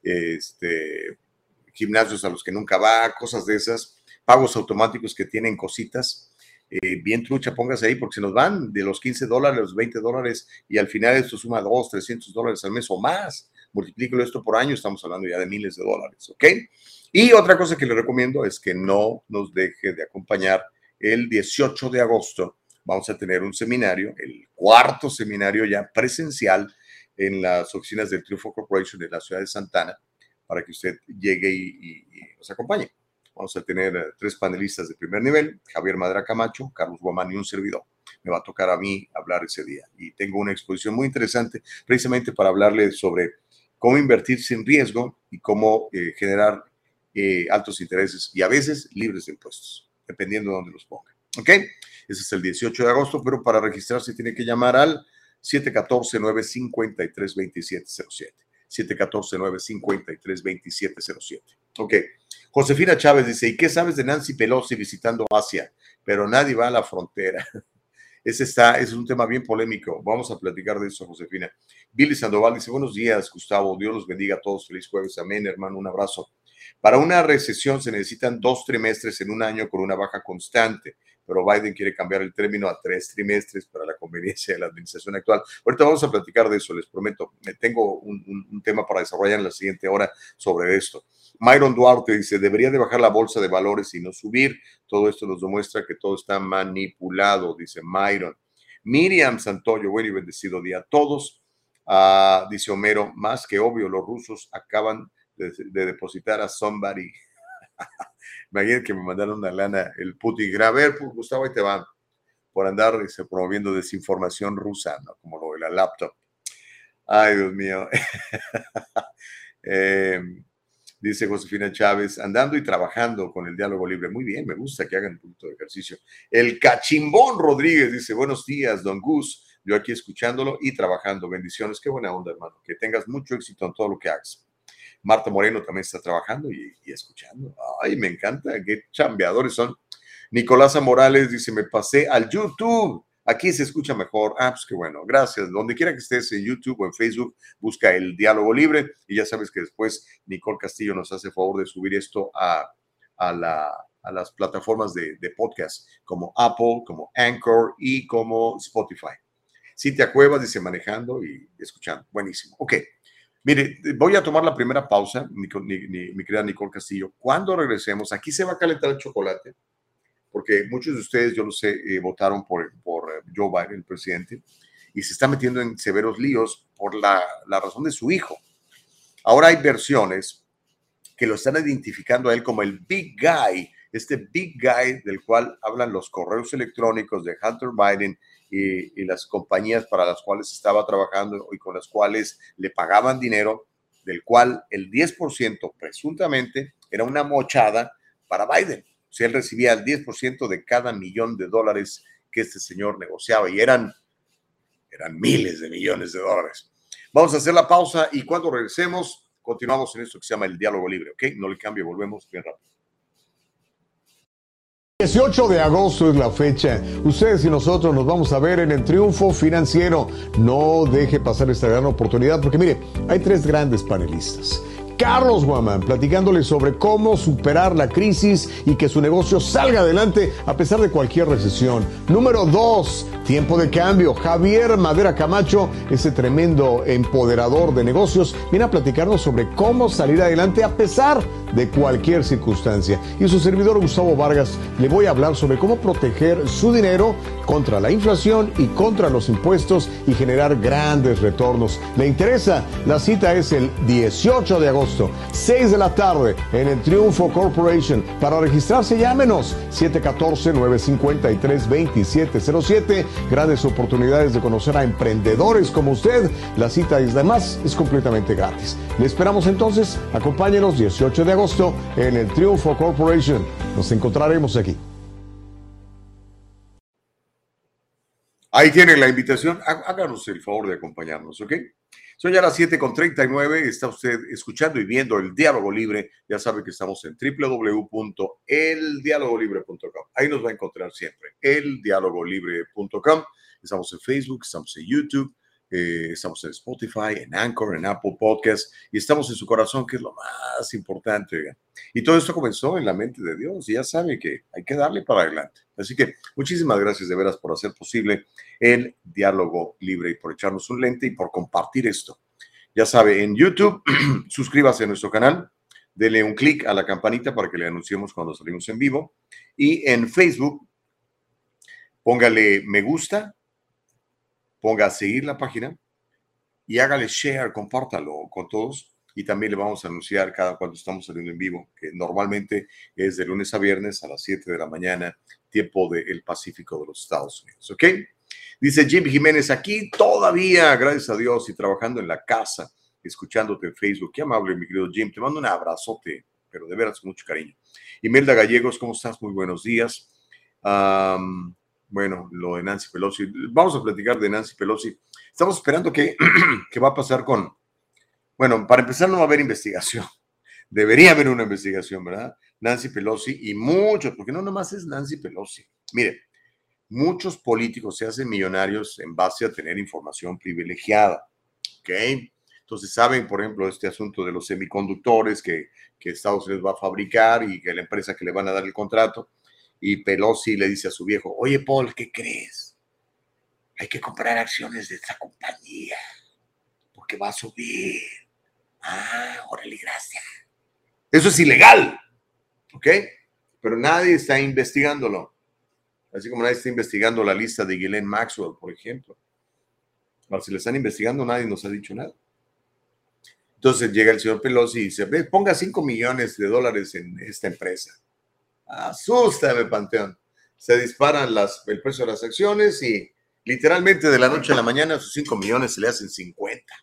este, gimnasios a los que nunca va, cosas de esas, pagos automáticos que tienen cositas, eh, bien trucha, póngase ahí, porque se nos van de los quince dólares, los veinte dólares, y al final esto suma dos, trescientos dólares al mes o más. Multiplíquelo esto por año, estamos hablando ya de miles de dólares, ¿ok? Y otra cosa que le recomiendo es que no nos deje de acompañar. El dieciocho de agosto vamos a tener un seminario, el cuarto seminario ya presencial en las oficinas del Triunfo Corporation de la ciudad de Santa Ana, para que usted llegue y, y, y nos acompañe. Vamos a tener uh, tres panelistas de primer nivel, Javier Madera Camacho, Carlos Guamán y un servidor. Me va a tocar a mí hablar ese día. Y tengo una exposición muy interesante precisamente para hablarle sobre cómo invertir sin riesgo y cómo eh, generar eh, altos intereses y a veces libres de impuestos. dependiendo de dónde los ponga. ¿Ok? Ese es el dieciocho de agosto, pero para registrarse tiene que llamar al siete uno cuatro, nueve cinco tres, dos siete cero siete. siete uno cuatro, nueve cinco tres, dos siete cero siete. Ok. Josefina Chávez dice, ¿y qué sabes de Nancy Pelosi visitando Asia? Pero nadie va a la frontera. Ese, está, ese es un tema bien polémico. Vamos a platicar de eso, Josefina. Billy Sandoval dice, buenos días, Gustavo. Dios los bendiga a todos. Feliz jueves. Amén, hermano. Un abrazo. Para una recesión se necesitan dos trimestres en un año con una baja constante, pero Biden quiere cambiar el término a tres trimestres para la conveniencia de la administración actual. Ahorita vamos a platicar de eso, les prometo. Me tengo un, un, un tema para desarrollar en la siguiente hora sobre esto. Myron Duarte dice, debería de bajar la bolsa de valores y no subir. Todo esto nos demuestra que todo está manipulado, dice Myron. Miriam Santoyo, buen y bendecido día a todos. Uh, dice Homero, más que obvio, los rusos acaban de, de depositar a somebody. Imagínate que me mandaron una lana el Putin. A ver, pues, Gustavo, ahí te van por andar dice, promoviendo desinformación rusa, ¿no? Como lo de la laptop. Ay, Dios mío. eh, Dice Josefina Chávez, andando y trabajando con el diálogo libre. Muy bien, me gusta que hagan un poquito de ejercicio. El Cachimbón Rodríguez dice, buenos días, don Gus. Yo aquí escuchándolo y trabajando. Bendiciones. Qué buena onda, hermano. Que tengas mucho éxito en todo lo que hagas. Marta Moreno también está trabajando y, y escuchando. Ay, me encanta. Qué chambeadores son. Nicolasa Morales dice, me pasé al YouTube. Aquí se escucha mejor. Ah, pues qué bueno. Gracias. Donde quiera que estés, en YouTube o en Facebook, busca el Diálogo Libre. Y ya sabes que después Nicole Castillo nos hace favor de subir esto a, a, la, a las plataformas de, de podcast, como Apple, como Anchor y como Spotify. Cintia Cuevas dice, manejando y escuchando. Buenísimo. Ok. Mire, voy a tomar la primera pausa, mi, mi, mi, mi querida Nicole Castillo. Cuando regresemos, aquí se va a calentar el chocolate. Porque muchos de ustedes, yo lo sé, eh, votaron por, por Joe Biden, el presidente, y se está metiendo en severos líos por la, la razón de su hijo. Ahora hay versiones que lo están identificando a él como el Big Guy, este Big Guy del cual hablan los correos electrónicos de Hunter Biden y, y las compañías para las cuales estaba trabajando y con las cuales le pagaban dinero, del cual el diez por ciento presuntamente era una mochada para Biden. O sea, él recibía el diez por ciento de cada millón de dólares que este señor negociaba y eran, eran miles de millones de dólares. Vamos a hacer la pausa y cuando regresemos, continuamos en esto que se llama el Diálogo Libre, ¿ok? No le cambie, volvemos bien rápido. dieciocho de agosto es la fecha. Ustedes y nosotros nos vamos a ver en el Triunfo Financiero. No deje pasar esta gran oportunidad porque mire, hay tres grandes panelistas. Carlos Guamán, platicándole sobre cómo superar la crisis y que su negocio salga adelante a pesar de cualquier recesión. Número dos, Tiempo de Cambio. Javier Madera Camacho, ese tremendo empoderador de negocios, viene a platicarnos sobre cómo salir adelante a pesar de cualquier circunstancia. Y su servidor Gustavo Vargas, le voy a hablar sobre cómo proteger su dinero contra la inflación y contra los impuestos y generar grandes retornos. ¿Le interesa? La cita es el dieciocho de agosto, seis de la tarde, en el Triunfo Corporation. Para registrarse, llámenos siete uno cuatro, nueve cinco tres, dos siete cero siete. Grandes oportunidades de conocer a emprendedores como usted. La cita es además es completamente gratis. Le esperamos entonces. Acompáñenos dieciocho de agosto en el Triunfo Corporation. Nos encontraremos aquí. Ahí tienen la invitación. Háganos el favor de acompañarnos, ¿ok? Son ya las siete con treinta y nueve. Está usted escuchando y viendo el Diálogo Libre. Ya sabe que estamos en doble u doble u doble u punto el diálogo libre punto com. Ahí nos va a encontrar siempre. el diálogo libre punto com. Estamos en Facebook, estamos en YouTube, eh, estamos en Spotify, en Anchor, en Apple Podcasts y estamos en su corazón, que es lo más importante. ¿Vean? Y todo esto comenzó en la mente de Dios y ya sabe que hay que darle para adelante. Así que muchísimas gracias de veras por hacer posible el Diálogo Libre y por echarnos un lente y por compartir esto. Ya sabe, en YouTube, suscríbase a nuestro canal, dele un clic a la campanita para que le anunciemos cuando salimos en vivo. Y en Facebook, póngale me gusta, ponga a seguir la página y hágale share, compártalo con todos. Y también le vamos a anunciar cada cuando estamos saliendo en vivo, que normalmente es de lunes a viernes a las siete de la mañana, tiempo del Pacífico de los Estados Unidos, ¿ok? Dice Jim Jiménez, aquí todavía, gracias a Dios, y trabajando en la casa, escuchándote en Facebook. Qué amable, mi querido Jim. Te mando un abrazote, pero de veras con mucho cariño. Imelda Gallegos, ¿cómo estás? Muy buenos días. Um, bueno, lo de Nancy Pelosi. Vamos a platicar de Nancy Pelosi. Estamos esperando que, qué va a pasar con... Bueno, para empezar no va a haber investigación. Debería haber una investigación, ¿verdad? Nancy Pelosi y muchos, porque no nomás es Nancy Pelosi. Mire, muchos políticos se hacen millonarios en base a tener información privilegiada, ¿ok? Entonces saben, por ejemplo, este asunto de los semiconductores que, que Estados Unidos va a fabricar y que la empresa que le van a dar el contrato, y Pelosi le dice a su viejo, oye, Paul, ¿qué crees? Hay que comprar acciones de esta compañía porque va a subir. Ah, órale, gracias. Eso es ilegal, ¿ok? Pero nadie está investigándolo. Así como nadie está investigando la lista de Ghislaine Maxwell, por ejemplo. Ahora, si le están investigando, nadie nos ha dicho nada. Entonces llega el señor Pelosi y dice, ve, ponga cinco millones de dólares en esta empresa. Asústame, Panteón. Se disparan las, el precio de las acciones y literalmente de la noche a la mañana sus cinco millones se le hacen cincuenta.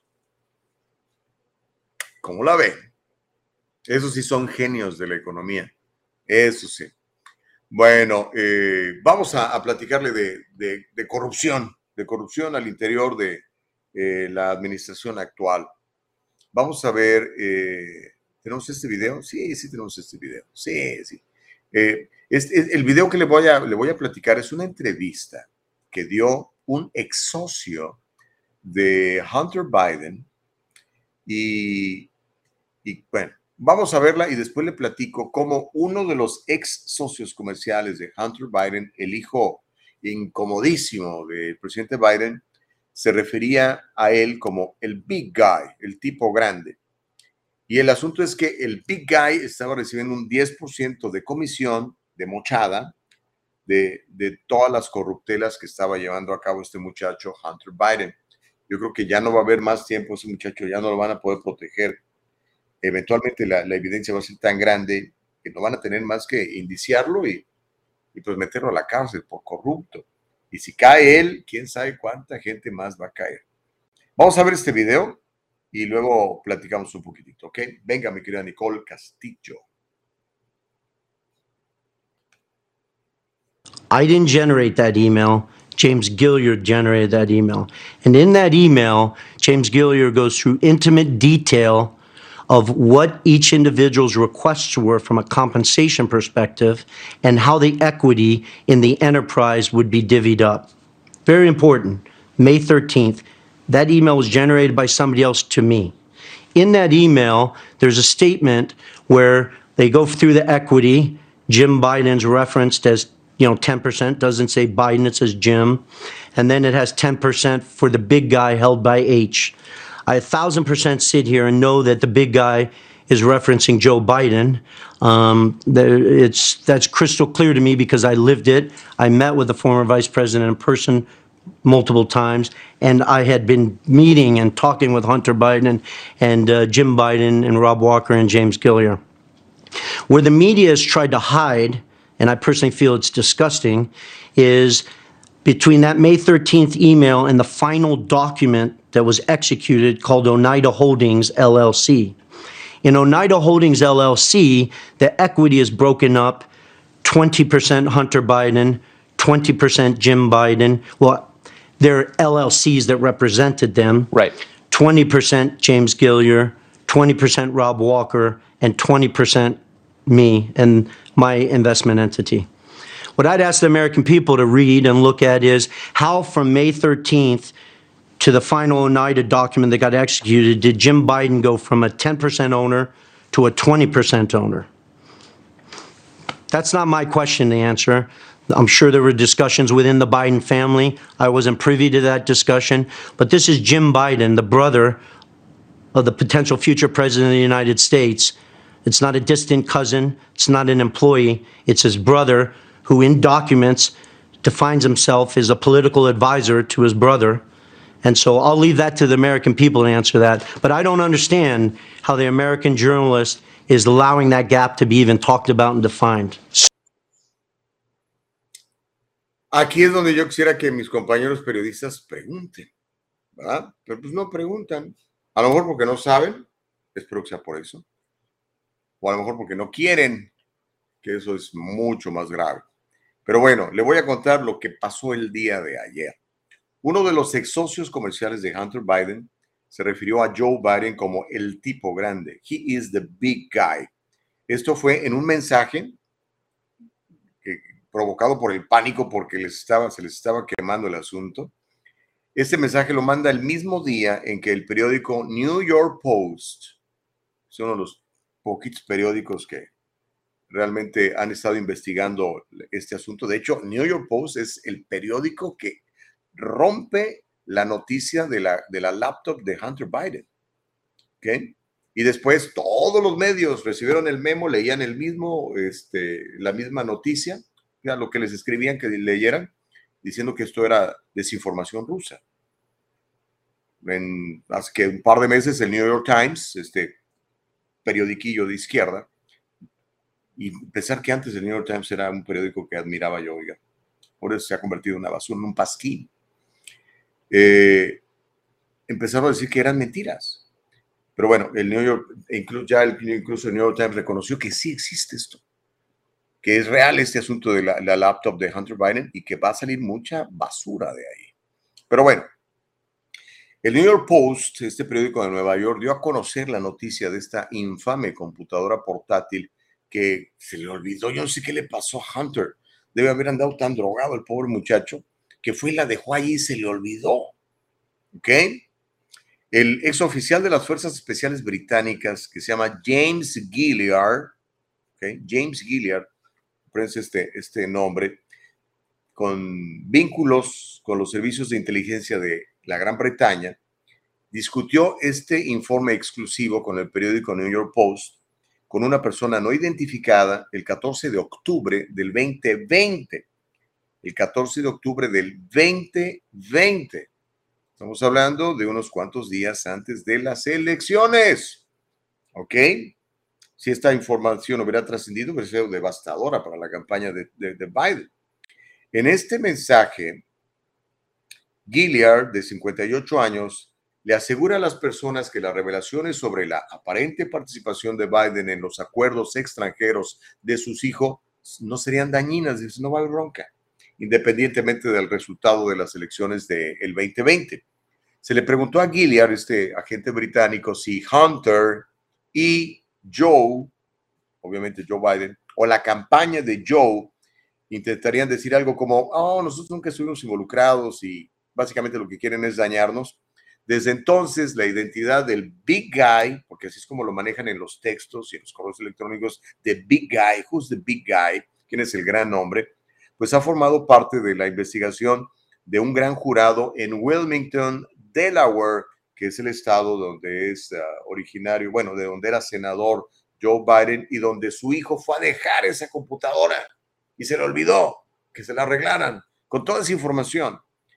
¿Cómo la ven? Esos sí son genios de la economía. Eso sí. Bueno, eh, vamos a, a platicarle de, de, de corrupción, de corrupción al interior de eh, la administración actual. Vamos a ver, eh, ¿tenemos este video? Sí, sí tenemos este video. Sí, sí. Eh, este, el video que le voy, a, le voy a platicar es una entrevista que dio un ex socio de Hunter Biden y, y bueno, vamos a verla y después le platico cómo uno de los ex socios comerciales de Hunter Biden, el hijo incomodísimo del presidente Biden, se refería a él como el big guy, el tipo grande. Y el asunto es que el big guy estaba recibiendo un diez por ciento de comisión, de mochada, de, de todas las corruptelas que estaba llevando a cabo este muchacho Hunter Biden. Yo creo que ya no va a haber más tiempo, ese muchacho ya no lo van a poder proteger. Eventualmente la, la evidencia va a ser tan grande que no van a tener más que indiciarlo y, y pues meterlo a la cárcel por corrupto. Y si cae él, quién sabe cuánta gente más va a caer. Vamos a ver este video y luego platicamos un poquitito, ¿ok? Venga, mi querida Nicole Castillo. I didn't generate that email. James Gilliard generated that email. And in that email, James Gilliard goes through intimate detail of what each individual's requests were from a compensation perspective and how the equity in the enterprise would be divvied up. Very important. May thirteenth, that email was generated by somebody else to me. In that email, there's a statement where they go through the equity. Jim Biden's referenced as, you know, ten percent, doesn't say Biden, it says Jim. And then it has ten percent for the big guy held by H. I a thousand percent sit here and know that the big guy is referencing Joe Biden. Um, it's that's crystal clear to me because I lived it. I met with the former vice president in person multiple times, and I had been meeting and talking with Hunter Biden and, and uh, Jim Biden and Rob Walker and James Gilliard. Where the media has tried to hide, and I personally feel it's disgusting, is between that May thirteenth email and the final document that was executed called Oneida Holdings, L L C. In Oneida Holdings, L L C, the equity is broken up twenty percent Hunter Biden, twenty percent Jim Biden. Well, there are L L Cs that represented them. Right. twenty percent James Gilliard, twenty percent Rob Walker, and twenty percent me and my investment entity. What I'd ask the American people to read and look at is how from May thirteenth to the final Oneida document that got executed, did Jim Biden go from a ten percent owner to a twenty percent owner? That's not my question to answer. I'm sure there were discussions within the Biden family. I wasn't privy to that discussion. But this is Jim Biden, the brother of the potential future president of the United States. It's not a distant cousin. It's not an employee. It's his brother who in documents defines himself as a political advisor to his brother. And so I'll leave that to the American people to answer that. But I don't understand how the American journalist is allowing that gap to be even talked about and defined. Aquí es donde yo quisiera que mis compañeros periodistas pregunten, ¿verdad? Pero pues no preguntan. A lo mejor porque no saben, espero que sea por eso. O a lo mejor porque no quieren. que eso es mucho más grave. Pero bueno, le voy a contar lo que pasó el día de ayer. Uno de los ex socios comerciales de Hunter Biden se refirió a Joe Biden como el tipo grande. He is the big guy. Esto fue en un mensaje que, provocado por el pánico porque les estaba, se les estaba quemando el asunto. Este mensaje lo manda el mismo día en que el periódico New York Post, es uno de los poquitos periódicos que realmente han estado investigando este asunto. De hecho, New York Post es el periódico que rompe la noticia de la, de la laptop de Hunter Biden. ¿Okay? Y después todos los medios recibieron el memo, leían el mismo, este, la misma noticia, ya lo que les escribían que leyeran, diciendo que esto era desinformación rusa. En, hace que un par de meses el New York Times, este periodiquillo de izquierda, y pensar que antes el New York Times era un periódico que admiraba yo, oiga, por eso se ha convertido en una basura, en un pasquín. Eh, empezaron a decir que eran mentiras. Pero bueno, el New York, incluso, ya el, incluso el New York Times reconoció que sí existe esto, que es real este asunto de la, la laptop de Hunter Biden y que va a salir mucha basura de ahí. Pero bueno, el New York Post, este periódico de Nueva York, dio a conocer la noticia de esta infame computadora portátil que se le olvidó. Yo no sé qué le pasó a Hunter. Debe haber andado tan drogado el pobre muchacho que fue y la dejó allí y se le olvidó. ¿Ok? El ex oficial de las Fuerzas Especiales Británicas, que se llama James Gilliard, ¿okay? James Gilliard, prensa este, este nombre, con vínculos con los servicios de inteligencia de la Gran Bretaña, discutió este informe exclusivo con el periódico New York Post con una persona no identificada el catorce de octubre del veinte veinte. El catorce de octubre del veinte veinte. Estamos hablando de unos cuantos días antes de las elecciones. ¿Ok? Si esta información hubiera trascendido, hubiera sido devastadora para la campaña de, de, de Biden. En este mensaje, Gilliard, de cincuenta y ocho años, le asegura a las personas que las revelaciones sobre la aparente participación de Biden en los acuerdos extranjeros de sus hijos no serían dañinas, dice, no va a haber bronca, independientemente del resultado de las elecciones del veinte veinte. Se le preguntó a Gilliard, este agente británico, si Hunter y Joe, obviamente Joe Biden, o la campaña de Joe intentarían decir algo como, oh, nosotros nunca estuvimos involucrados y básicamente lo que quieren es dañarnos. Desde entonces, la identidad del Big Guy, porque así es como lo manejan en los textos y en los correos electrónicos, de Big Guy, who's the Big Guy, quién es el gran hombre, pues ha formado parte de la investigación de un gran jurado en Wilmington, Delaware, que es el estado donde es uh, originario, bueno, de donde era senador Joe Biden y donde su hijo fue a dejar esa computadora y se le olvidó que se la arreglaran con toda esa información.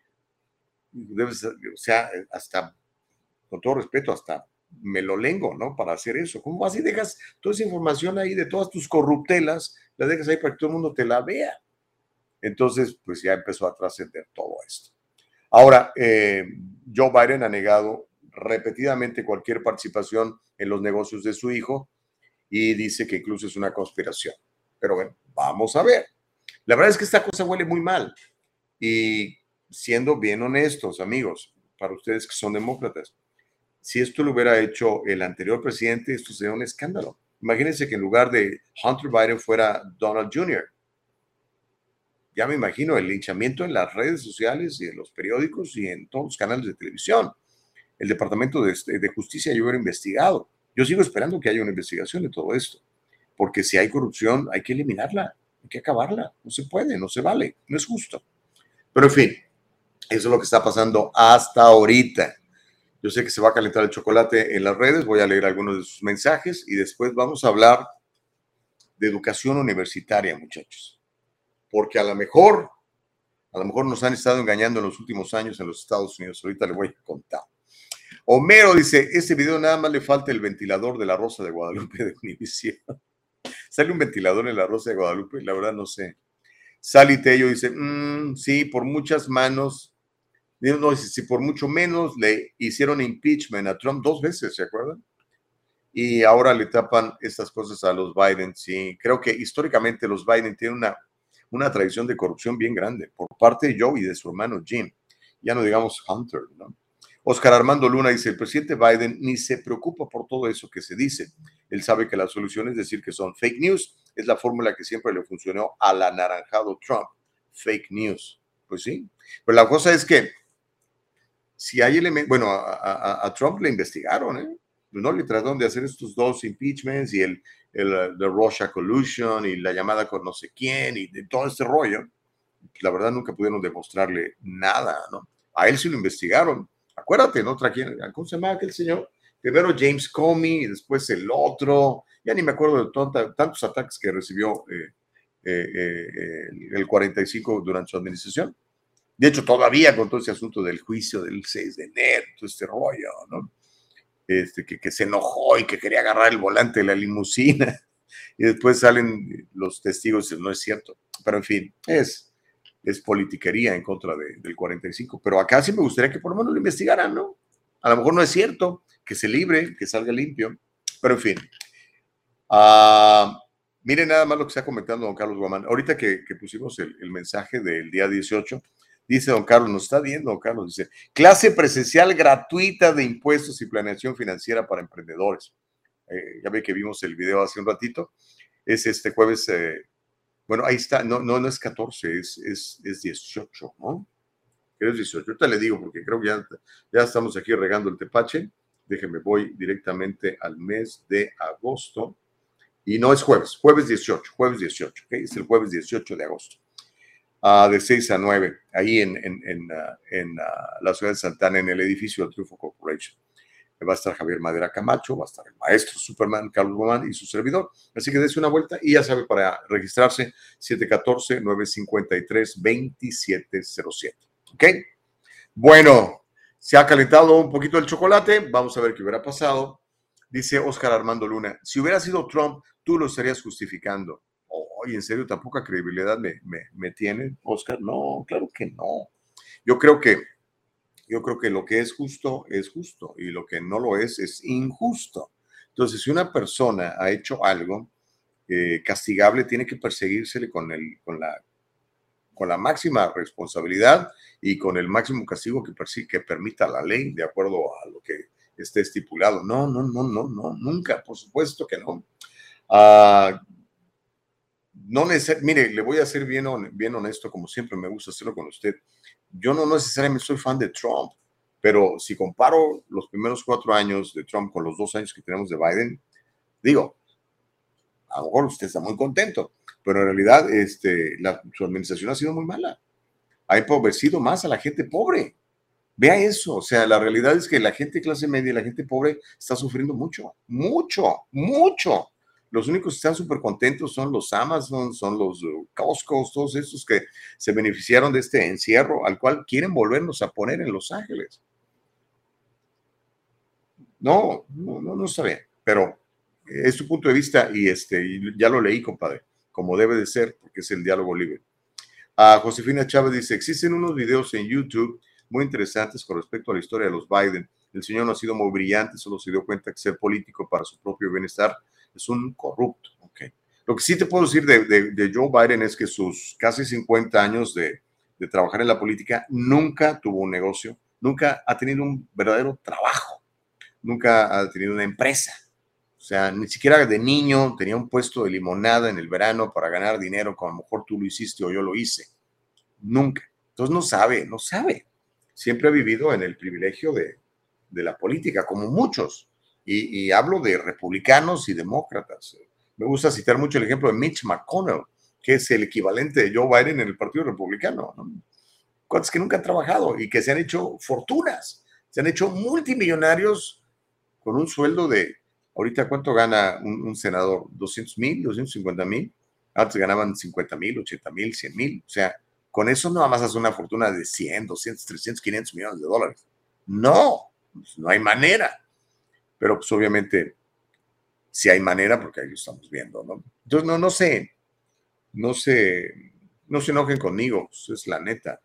Debe ser, o sea, hasta, con todo respeto, hasta me lo lengo, ¿no? Para hacer eso. ¿Cómo así dejas toda esa información ahí de todas tus corruptelas, la dejas ahí para que todo el mundo te la vea? Entonces, pues ya empezó a trascender todo esto. Ahora, eh, Joe Biden ha negado repetidamente cualquier participación en los negocios de su hijo y dice que incluso es una conspiración. Pero bueno, vamos a ver. La verdad es que esta cosa huele muy mal. Y siendo bien honestos, amigos, para ustedes que son demócratas, si esto lo hubiera hecho el anterior presidente, esto sería un escándalo. Imagínense que en lugar de Hunter Biden fuera Donald junior Ya me imagino el linchamiento en las redes sociales y en los periódicos y en todos los canales de televisión. El Departamento de, de Justicia ya hubiera investigado. Yo sigo esperando que haya una investigación de todo esto, porque si hay corrupción hay que eliminarla, hay que acabarla. No se puede, no se vale, no es justo. Pero en fin, eso es lo que está pasando hasta ahorita. Yo sé que se va a calentar el chocolate en las redes, voy a leer algunos de sus mensajes y después vamos a hablar de educación universitaria, muchachos. Porque a lo mejor, a lo mejor nos han estado engañando en los últimos años en los Estados Unidos. Ahorita le voy a contar. Homero dice, este video nada más le falta el ventilador de la Rosa de Guadalupe de Univision. ¿Sale un ventilador en la Rosa de Guadalupe? La verdad no sé. Sally Tello dice, mmm, sí, por muchas manos, no, si por mucho menos le hicieron impeachment a Trump dos veces, ¿se acuerdan? y ahora le tapan estas cosas a los Biden. Sí, creo que históricamente los Biden tienen una, una tradición de corrupción bien grande por parte de Joe y de su hermano Jim. Ya no digamos Hunter, ¿no? Oscar Armando Luna dice, el presidente Biden ni se preocupa por todo eso que se dice. Él sabe que la solución es decir que son fake news. Es la fórmula que siempre le funcionó al anaranjado Trump. Fake news. Pues sí. Pero la cosa es que si hay elementos, bueno, a, a, a Trump le investigaron, ¿eh? No le trataron de hacer estos dos impeachments y el, el the Russia collusion y la llamada con no sé quién y de todo este rollo. La verdad nunca pudieron demostrarle nada, ¿no? A él sí lo investigaron. Acuérdate, ¿no? ¿Cómo se llama aquel señor? Primero James Comey y después el otro. Ya ni me acuerdo de tonta, tantos ataques que recibió eh, eh, eh, el cuarenta y cinco durante su administración. De hecho, todavía con todo ese asunto del juicio del seis de enero, todo este rollo, ¿no? Este, que, que se enojó y que quería agarrar el volante de la limusina. Y después salen los testigos y dicen, no es cierto. Pero en fin, es... es politiquería en contra de, del cuarenta y cinco, pero acá sí me gustaría que por lo menos lo investigaran, ¿no? A lo mejor no es cierto, que se libre, que salga limpio, pero en fin. Uh, miren nada más lo que está comentando don Carlos Guamán. Ahorita que, que pusimos el, el mensaje del día dieciocho, dice don Carlos, nos está viendo don Carlos, dice, clase presencial gratuita de impuestos y planeación financiera para emprendedores. Eh, ya ve que vimos el video hace un ratito, es este jueves... Eh, Bueno, ahí está, no, no, no es catorce, es, es, es dieciocho, ¿no? Creo es dieciocho, ahorita le digo porque creo que ya, ya estamos aquí regando el tepache. Déjenme, voy directamente al mes de agosto. Y no es jueves, jueves dieciocho, jueves dieciocho, ¿ok? Es el jueves dieciocho de agosto, uh, de seis a nueve, ahí en, en, en, uh, en uh, la ciudad de Santana, en el edificio de Triunfo Corporation. Va a estar Javier Madera Camacho, va a estar el maestro Superman, Carlos Guamán y su servidor. Así que dése una vuelta y ya sabe, para registrarse, siete uno cuatro, nueve cinco tres, dos siete cero siete. ¿Ok? Bueno, se ha calentado un poquito el chocolate. Vamos a ver qué hubiera pasado. Dice Oscar Armando Luna, si hubiera sido Trump, tú lo estarías justificando. Oye, ¿en serio tan poca credibilidad me, me, me tiene, Oscar? No, claro que no. Yo creo que Yo creo que lo que es justo es justo y lo que no lo es es injusto. Entonces, si una persona ha hecho algo eh, castigable, tiene que perseguírsele con, el, con, la, con la máxima responsabilidad y con el máximo castigo que, que permita la ley, de acuerdo a lo que esté estipulado. No, no, no, no, no, nunca, por supuesto que no. Uh, no mire, le voy a ser bien, bien honesto, como siempre me gusta hacerlo con usted. Yo no necesariamente soy fan de Trump, pero si comparo los primeros cuatro años de Trump con los dos años que tenemos de Biden, digo, a lo mejor usted está muy contento, pero en realidad este, la, su administración ha sido muy mala. Ha empobrecido más a la gente pobre. Vea eso, o sea, la realidad es que la gente de clase media y la gente pobre está sufriendo mucho, mucho, mucho. Los únicos que están súper contentos son los Amazon, son los Costco, todos esos que se beneficiaron de este encierro al cual quieren volvernos a poner en Los Ángeles. No, no, no, no está bien, pero es tu punto de vista y, este, y ya lo leí, compadre, como debe de ser, porque es el diálogo libre. Uh, Josefina Chávez dice, existen unos videos en YouTube muy interesantes con respecto a la historia de los Biden. El señor no ha sido muy brillante, solo se dio cuenta que ser político para su propio bienestar es un corrupto. Okay. Lo que sí te puedo decir de, de, de Joe Biden es que sus casi cincuenta años de, de trabajar en la política, nunca tuvo un negocio, nunca ha tenido un verdadero trabajo, nunca ha tenido una empresa. O sea, ni siquiera de niño tenía un puesto de limonada en el verano para ganar dinero, como a lo mejor tú lo hiciste o yo lo hice. Nunca. Entonces no sabe, no sabe. Siempre ha vivido en el privilegio de, de la política, como muchos. Y, y hablo de republicanos y demócratas. Me gusta citar mucho el ejemplo de Mitch McConnell, que es el equivalente de Joe Biden en el Partido Republicano, ¿no? Cuantos que nunca han trabajado y que se han hecho fortunas, se han hecho multimillonarios con un sueldo de, ahorita ¿cuánto gana un, un senador? ¿doscientos mil? ¿doscientos cincuenta mil? Antes ganaban cincuenta mil, ochenta mil, cien mil. O sea, con eso no más hace una fortuna de cien, doscientos, trescientos, quinientos millones de dólares. No, pues no hay manera. Pero pues obviamente sí hay manera porque ahí lo estamos viendo, ¿no? Entonces no, no sé, no sé, no se enojen conmigo, eso es la neta.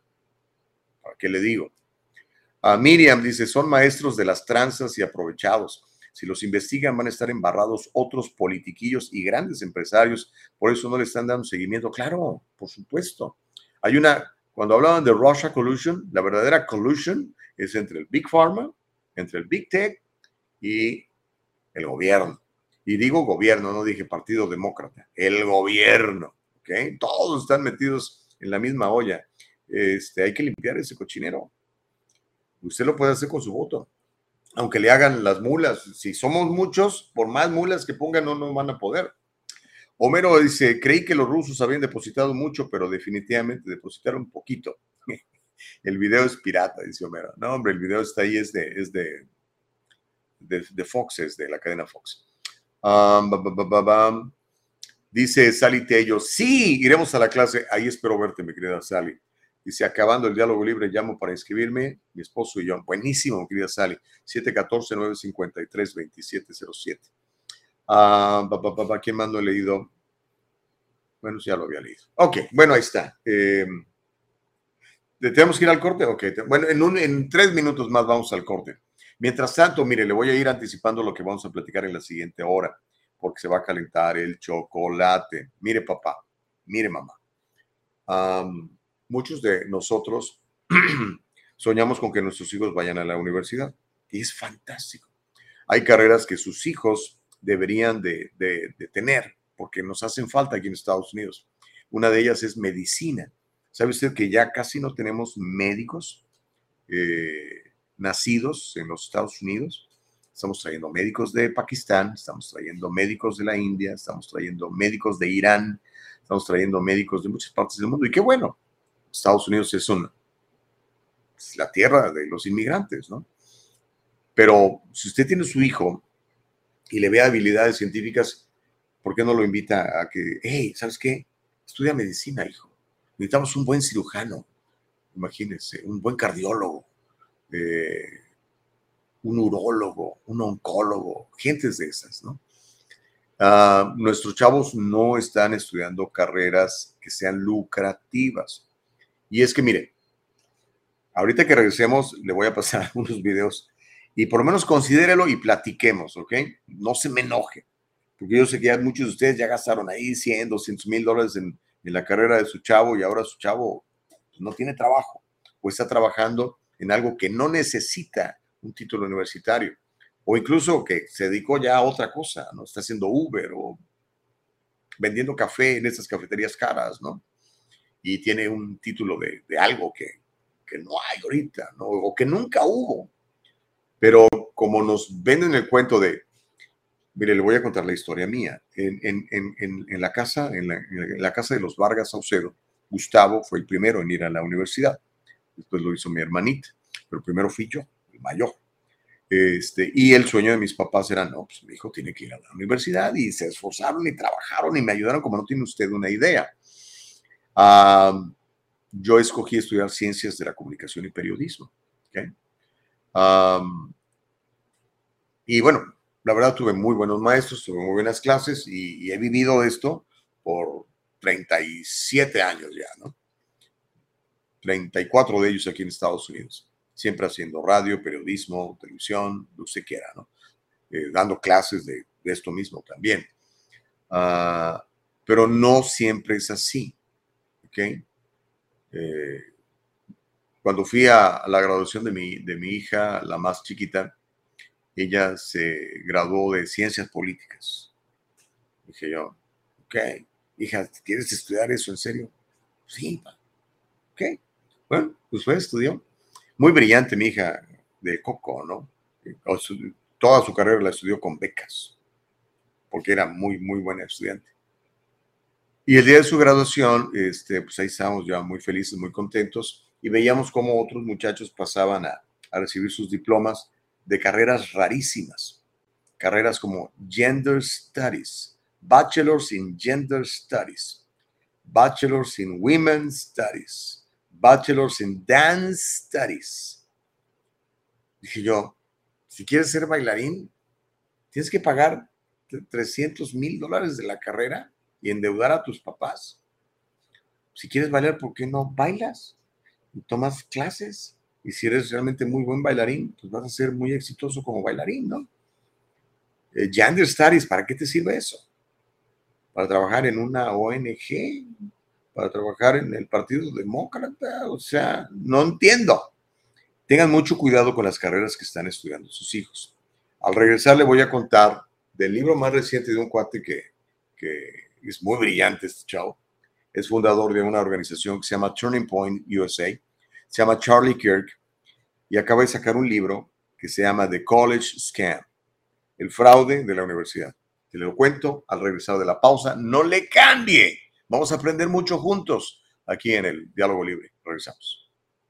¿Para qué le digo? A Miriam dice, son maestros de las tranzas y aprovechados. Si los investigan, van a estar embarrados otros politiquillos y grandes empresarios. Por eso no le están dando seguimiento. Claro, por supuesto. Hay una, cuando hablaban de Russia Collusion, la verdadera collusion es entre el Big Pharma, entre el Big Tech y el gobierno. Y digo gobierno, no dije Partido Demócrata. El gobierno, ¿ok? Todos están metidos en la misma olla. Este, hay que limpiar ese cochinero. Usted lo puede hacer con su voto. Aunque le hagan las mulas. Si somos muchos, por más mulas que pongan, no nos van a poder. Homero dice, creí que los rusos habían depositado mucho, pero definitivamente depositaron poquito. El video es pirata, dice Homero. No, hombre, el video está ahí, es de, es de, de, de Fox, es de la cadena Fox. Um, ba, ba, ba, ba, ba. Dice Sally Tello, sí, iremos a la clase. Ahí espero verte, mi querida Sally. Dice, acabando el diálogo libre, llamo para inscribirme, mi esposo y yo. Buenísimo, mi querida Sally. siete uno cuatro, nueve cinco tres, dos siete cero siete. Uh, ba, ba, ba, ba, ¿Quién más no he leído? Bueno, ya lo había leído. Ok, bueno, ahí está. Eh, ¿Tenemos que ir al corte? Ok, bueno, en, un, en tres minutos más vamos al corte. Mientras tanto, mire, le voy a ir anticipando lo que vamos a platicar en la siguiente hora, porque se va a calentar el chocolate. Mire, papá, mire, mamá. Um, muchos de nosotros soñamos con que nuestros hijos vayan a la universidad y es fantástico. Hay carreras que sus hijos deberían de, de, de tener porque nos hacen falta aquí en Estados Unidos. Una de ellas es medicina. ¿Sabe usted que ya casi no tenemos médicos eh, nacidos en los Estados Unidos? Estamos trayendo médicos de Pakistán, estamos trayendo médicos de la India, estamos trayendo médicos de Irán, estamos trayendo médicos de muchas partes del mundo. Y qué bueno, Estados Unidos es, una, es la tierra de los inmigrantes, ¿no? Pero si usted tiene su hijo y le ve habilidades científicas, ¿por qué no lo invita a que, hey, ¿sabes qué? Estudia medicina, hijo. Necesitamos un buen cirujano, imagínense, un buen cardiólogo, eh, un urólogo, un oncólogo, gentes de esas, ¿no? Uh, nuestros chavos no están estudiando carreras que sean lucrativas. Y es que, mire, ahorita que regresemos, le voy a pasar unos videos y por lo menos considérelo y platiquemos, ¿ok? No se me enoje, porque yo sé que ya muchos de ustedes ya gastaron ahí cien, doscientos mil dólares en, en la carrera de su chavo y ahora su chavo pues, no tiene trabajo o está trabajando en algo que no necesita un título universitario o incluso que se dedicó ya a otra cosa, ¿no? Está haciendo Uber o vendiendo café en estas cafeterías caras, ¿no? Y tiene un título de, de algo que, que no hay ahorita, ¿no? O que nunca hubo. Pero como nos venden el cuento de, mire, le voy a contar la historia mía. En, en, en, en, la, casa, en, la, en la casa de los Vargas Saucedo, Gustavo fue el primero en ir a la universidad. Después lo hizo mi hermanita, pero primero fui yo, el mayor. Este, y el sueño de mis papás era, no, pues mi hijo tiene que ir a la universidad y se esforzaron y trabajaron y me ayudaron como no tiene usted una idea. Um, yo escogí estudiar ciencias de la comunicación y periodismo. ¿Okay? Um, y bueno, la verdad tuve muy buenos maestros, tuve muy buenas clases y, y he vivido esto por treinta y siete años ya, ¿no? treinta y cuatro de ellos aquí en Estados Unidos, siempre haciendo radio, periodismo, televisión, lo que usted quiera, ¿no? Eh, dando clases de, de esto mismo también. Uh, pero no siempre es así, ¿ok? Eh, cuando fui a, a la graduación de mi, de mi hija, la más chiquita, ella se graduó de ciencias políticas. Dije yo, ok, hija, ¿quieres estudiar eso en serio? Sí, ok. Bueno, pues fue, estudió. Muy brillante mi hija de Coco, ¿no? Toda su carrera la estudió con becas, porque era muy, muy buena estudiante. Y el día de su graduación, este, pues ahí estábamos ya muy felices, muy contentos, y veíamos cómo otros muchachos pasaban a, a recibir sus diplomas de carreras rarísimas, carreras como Gender Studies, Bachelors in Gender Studies, Bachelors in Women's Studies, Bachelors in Dance Studies. Dije yo, si quieres ser bailarín, tienes que pagar trescientos mil dólares de la carrera y endeudar a tus papás. Si quieres bailar, ¿por qué no bailas? Y tomas clases. Y si eres realmente muy buen bailarín, pues vas a ser muy exitoso como bailarín, ¿no? Eh, Gender Studies, ¿para qué te sirve eso? ¿Para trabajar en una O N G? ¿Para trabajar en el Partido Demócrata? O sea, no entiendo. Tengan mucho cuidado con las carreras que están estudiando sus hijos. Al regresar le voy a contar del libro más reciente de un cuate que, que es muy brillante, este chavo. Es fundador de una organización que se llama Turning Point U S A. Se llama Charlie Kirk y acaba de sacar un libro que se llama The College Scam, el fraude de la universidad. Te lo cuento al regresar de la pausa. No le cambie. Vamos a aprender mucho juntos aquí en el Diálogo Libre. Regresamos.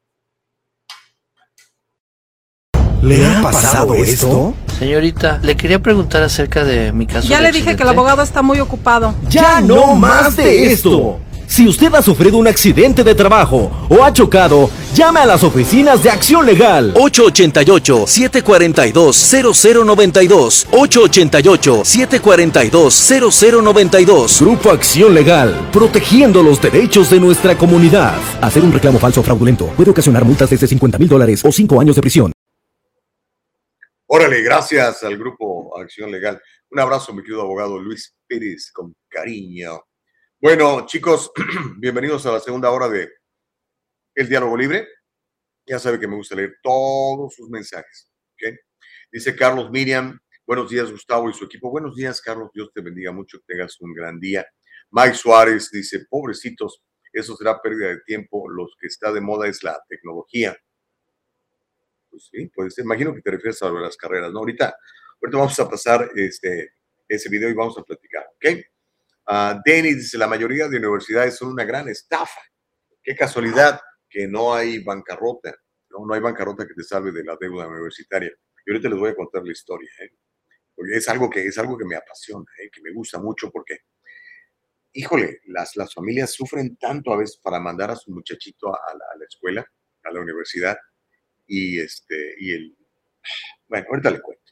¿Le ha pasado esto? Señorita, le quería preguntar acerca de mi caso. Ya le dije que el abogado está muy ocupado. ¡Ya no más de esto! Si usted ha sufrido un accidente de trabajo o ha chocado, llame a las oficinas de Acción Legal. ocho ocho ocho, siete cuatro dos, cero cero nueve dos. ocho ocho ocho, siete cuatro dos, cero cero nueve dos. Grupo Acción Legal, protegiendo los derechos de nuestra comunidad. Hacer un reclamo falso o fraudulento puede ocasionar multas desde cincuenta mil dólares o cinco años de prisión. Órale, gracias al Grupo Acción Legal. Un abrazo, mi querido abogado Luis Pérez, con cariño. Bueno, chicos, bienvenidos a la segunda hora de El Diálogo Libre. Ya sabe que me gusta leer todos sus mensajes. ¿Okay? Dice Carlos Miriam, buenos días Gustavo y su equipo. Buenos días, Carlos, Dios te bendiga mucho, que tengas un gran día. Mike Suárez dice, pobrecitos, eso será pérdida de tiempo, los que está de moda es la tecnología. Pues sí, pues imagino que te refieres a las carreras, ¿no? Ahorita, ahorita vamos a pasar este, ese video y vamos a platicar, ¿ok? Uh, Denny dice, la mayoría de universidades son una gran estafa. Qué casualidad que no hay bancarrota, ¿no? No hay bancarrota que te salve de la deuda universitaria. Y ahorita les voy a contar la historia, ¿eh? Porque es algo que, es algo que me apasiona, ¿eh? Que me gusta mucho porque, híjole, las, las familias sufren tanto a veces para mandar a su muchachito a, a, la, a la escuela, a la universidad, y, este, y el... Bueno, ahorita le cuento.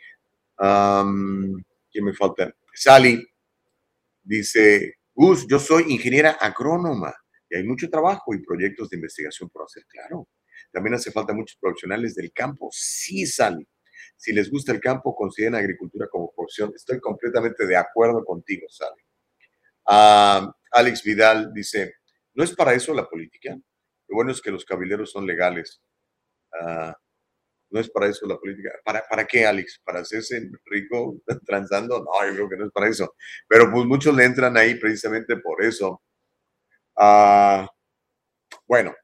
Um, ¿Quién me falta? Sally. Dice, Gus, yo soy ingeniera agrónoma y hay mucho trabajo y proyectos de investigación por hacer, claro. También hace falta muchos profesionales del campo. Sí, Sally. Si les gusta el campo, consideren agricultura como profesión. Estoy completamente de acuerdo contigo, Sally. Uh, Alex Vidal dice, ¿no es para eso la política? Lo bueno es que los cabilderos son legales. Uh, ¿No es para eso la política? ¿Para, ¿Para qué, Alex? ¿Para hacerse rico transando? No, yo creo que no es para eso. Pero pues muchos le entran ahí precisamente por eso. Uh, bueno.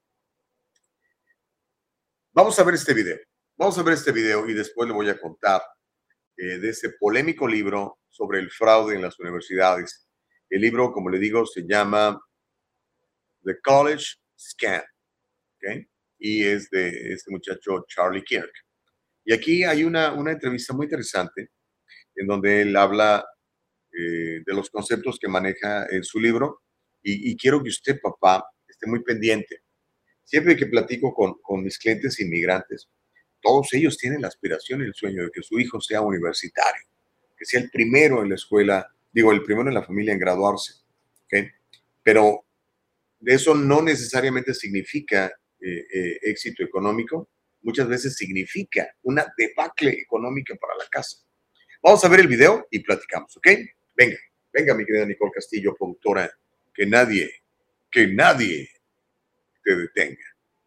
Vamos a ver este video. Vamos a ver este video y después le voy a contar eh, de ese polémico libro sobre el fraude en las universidades. El libro, como le digo, se llama The College Scam. ¿Ok? Y es de este muchacho Charlie Kirk. Y aquí hay una, una entrevista muy interesante en donde él habla eh, de los conceptos que maneja en su libro y, y quiero que usted, papá, esté muy pendiente. Siempre que platico con, con mis clientes inmigrantes, todos ellos tienen la aspiración y el sueño de que su hijo sea universitario, que sea el primero en la escuela, digo, el primero en la familia en graduarse. ¿Okay? Pero eso no necesariamente significa Eh, eh, éxito económico, muchas veces significa una debacle económica para la casa. Vamos a ver el video y platicamos, ¿ok? Venga, venga mi querida Nicole Castillo, productora, que nadie, que nadie te detenga.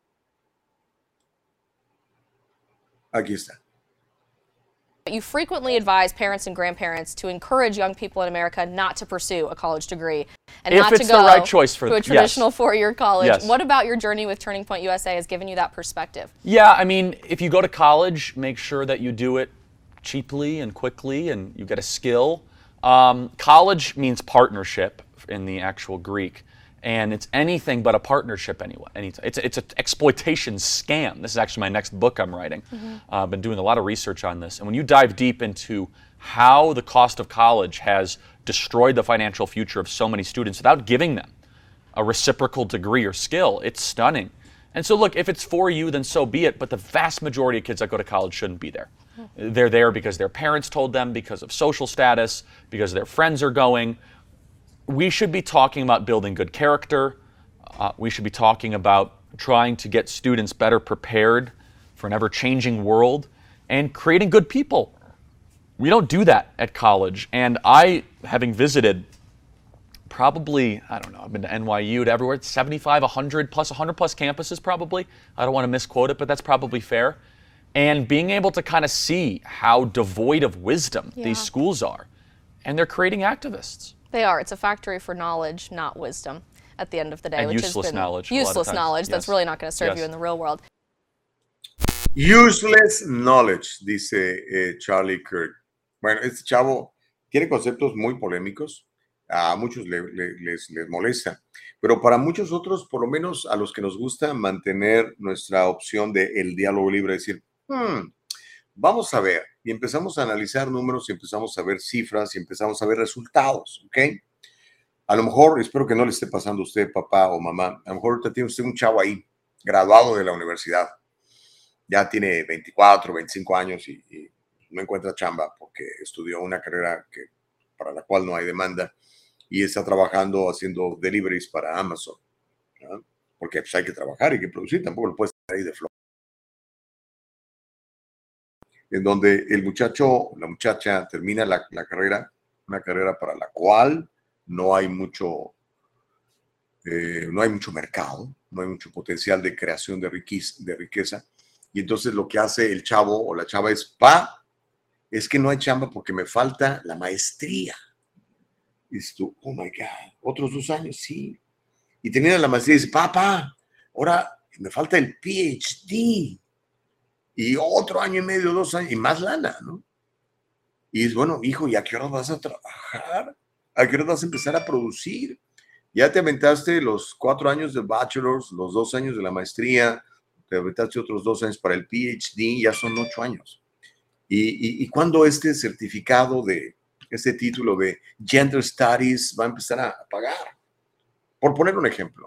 Aquí está. You frequently advise parents and grandparents to encourage young people in America not to pursue a college degree and if not it's to go the right choice for to a traditional yes. four-year college. Yes. What about your journey with Turning Point U S A has given you that perspective? Yeah, I mean, if you go to college, make sure that you do it cheaply and quickly and you get a skill. Um, college means partnership in the actual Greek. And it's anything but a partnership anyway. It's, it's an exploitation scam. This is actually my next book I'm writing. Mm-hmm. uh, I've been doing a lot of research on this. And when you dive deep into how the cost of college has destroyed the financial future of so many students without giving them a reciprocal degree or skill, it's stunning. And so look, if it's for you, then so be it. But the vast majority of kids that go to college shouldn't be there. Mm-hmm. They're there because their parents told them, because of social status, because their friends are going. We should be talking about building good character. Uh, we should be talking about trying to get students better prepared for an ever-changing world and creating good people. We don't do that at college. And I, having visited probably, I don't know, I've been to N Y U, to everywhere, seventy-five, one hundred plus, one hundred plus campuses probably. I don't want to misquote it, but that's probably fair. And being able to kind of see how devoid of wisdom yeah. these schools are. And they're creating activists. They are. It's a factory for knowledge, not wisdom at the end of the day. And which useless has been knowledge. Useless knowledge yes. that's really not going to serve yes. you in the real world. Useless knowledge, dice eh, Charlie Kirk. Bueno, este chavo tiene conceptos muy polémicos. A muchos le, le, les, les molesta. Pero para muchos otros, por lo menos a los que nos gusta mantener nuestra opción de el diálogo libre, decir, hmm, vamos a ver. Y empezamos a analizar números y empezamos a ver cifras y empezamos a ver resultados, ¿ok? A lo mejor, espero que no le esté pasando a usted, papá o mamá, a lo mejor ahorita tiene usted un chavo ahí, graduado de la universidad. Ya tiene veinticuatro, veinticinco años y, y no encuentra chamba porque estudió una carrera que, para la cual no hay demanda y está trabajando haciendo deliveries para Amazon, ¿no? Porque pues, hay que trabajar y que producir, tampoco lo puedes estar ahí de flor. En donde el muchacho, la muchacha termina la, la carrera, una carrera para la cual no hay mucho, eh, no hay mucho mercado, no hay mucho potencial de creación de riqueza, de riqueza. Y entonces lo que hace el chavo o la chava es, pa, es que no hay chamba porque me falta la maestría. Y dices tú, oh my God, otros dos años, sí. Y termina la maestría y dice, papá, ahora me falta el P H D. Y otro año y medio, dos años, y más lana, ¿no? Y es bueno, hijo, ¿y a qué hora vas a trabajar? ¿A qué hora vas a empezar a producir? Ya te aventaste los cuatro años de bachelor's, los dos años de la maestría, te aventaste otros dos años para el P H D, ya son ocho años. ¿Y, y, y cuándo este certificado de, este título de Gender Studies va a empezar a pagar? Por poner un ejemplo.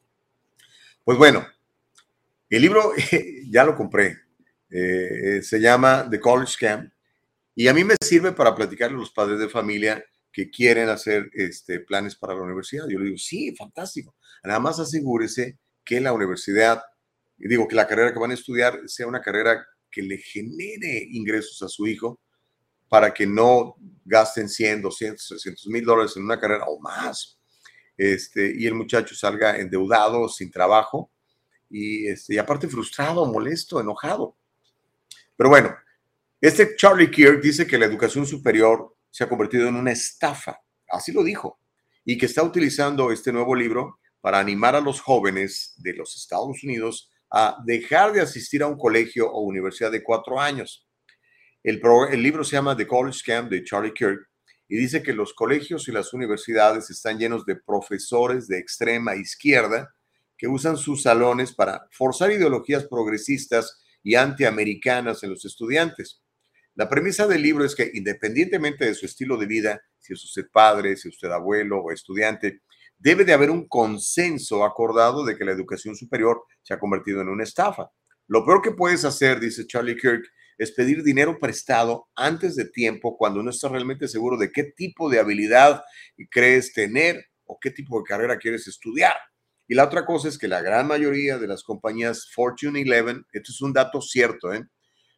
Pues bueno, el libro ya lo compré. Eh, se llama The College Scam y a mí me sirve para platicarle a los padres de familia que quieren hacer este, planes para la universidad. Yo le digo, sí, fantástico. Nada más asegúrese que la universidad, digo, que la carrera que van a estudiar sea una carrera que le genere ingresos a su hijo para que no gasten cien, doscientos, trescientos mil dólares en una carrera o más. Este, y el muchacho salga endeudado, sin trabajo y, este, y aparte frustrado, molesto, enojado. Pero bueno, este Charlie Kirk dice que la educación superior se ha convertido en una estafa, así lo dijo, y que está utilizando este nuevo libro para animar a los jóvenes de los Estados Unidos a dejar de asistir a un colegio o universidad de cuatro años. El, pro, el libro se llama The College Scam de Charlie Kirk y dice que los colegios y las universidades están llenos de profesores de extrema izquierda que usan sus salones para forzar ideologías progresistas y antiamericanas en los estudiantes. La premisa del libro es que independientemente de su estilo de vida, si es usted padre, si es usted abuelo o estudiante, debe de haber un consenso acordado de que la educación superior se ha convertido en una estafa. Lo peor que puedes hacer, dice Charlie Kirk, es pedir dinero prestado antes de tiempo cuando no estás realmente seguro de qué tipo de habilidad crees tener o qué tipo de carrera quieres estudiar. Y la otra cosa es que la gran mayoría de las compañías Fortune once, esto es un dato cierto, ¿eh?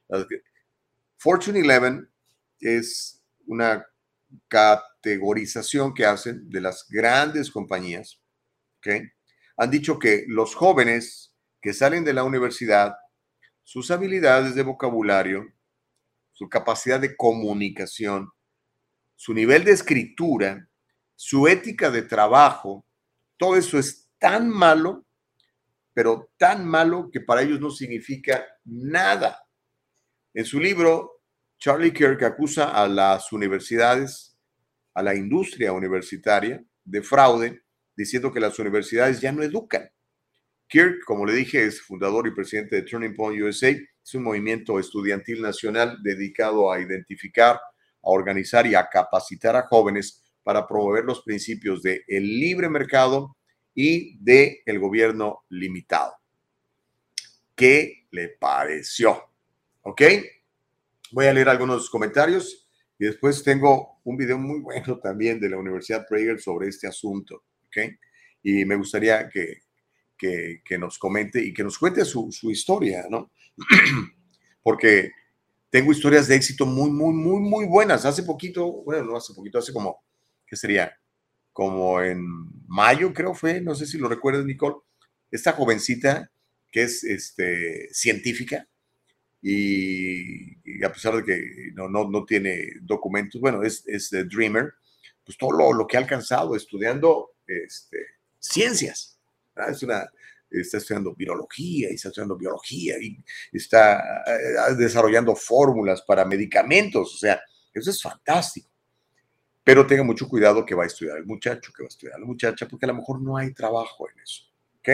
Fortune once es una categorización que hacen de las grandes compañías, ¿ok? Han dicho que los jóvenes que salen de la universidad, sus habilidades de vocabulario, su capacidad de comunicación, su nivel de escritura, su ética de trabajo, todo eso es tan malo, pero tan malo que para ellos no significa nada. En su libro, Charlie Kirk acusa a las universidades, a la industria universitaria, de fraude, diciendo que las universidades ya no educan. Kirk, como le dije, es fundador y presidente de Turning Point U S A. Es un movimiento estudiantil nacional dedicado a identificar, a organizar y a capacitar a jóvenes para promover los principios del libre mercado y del gobierno limitado. ¿Qué le pareció? ¿Ok? Voy a leer algunos comentarios y después tengo un video muy bueno también de la Universidad Prager sobre este asunto. ¿Ok? Y me gustaría que, que, que nos comente y que nos cuente su, su historia, ¿no? Porque tengo historias de éxito muy, muy, muy, muy buenas. Hace poquito, bueno, no hace poquito, hace como, ¿qué sería? Como en mayo, creo fue, no sé si lo recuerdas, Nicole, esta jovencita que es este, científica y, y a pesar de que no, no, no tiene documentos, bueno, es, es de Dreamer, pues todo lo, lo que ha alcanzado estudiando este, ciencias, ¿verdad? Es una, está estudiando virología y está estudiando biología y está eh, desarrollando fórmulas para medicamentos, o sea, eso es fantástico. Pero tenga mucho cuidado que va a estudiar el muchacho, que va a estudiar la muchacha, porque a lo mejor no hay trabajo en eso, ¿ok?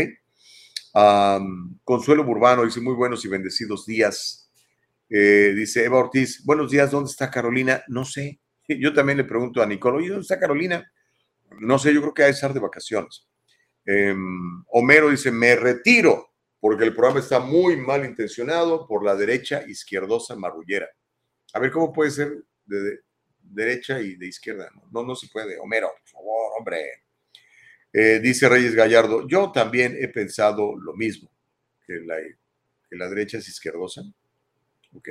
Um, Consuelo Burbano dice, muy buenos y bendecidos días. Eh, dice Eva Ortiz, buenos días, ¿dónde está Carolina? No sé. Yo también le pregunto a Nicole, oye, ¿dónde está Carolina? No sé, yo creo que ha de estar de vacaciones. Eh, Homero dice, me retiro, porque el programa está muy mal intencionado por la derecha izquierdosa marrullera. A ver, ¿cómo puede ser de, de derecha y de izquierda? No, no, no se puede. Homero, por favor, hombre. Eh, dice Reyes Gallardo, yo también he pensado lo mismo, que la, que la derecha es izquierdosa. Ok.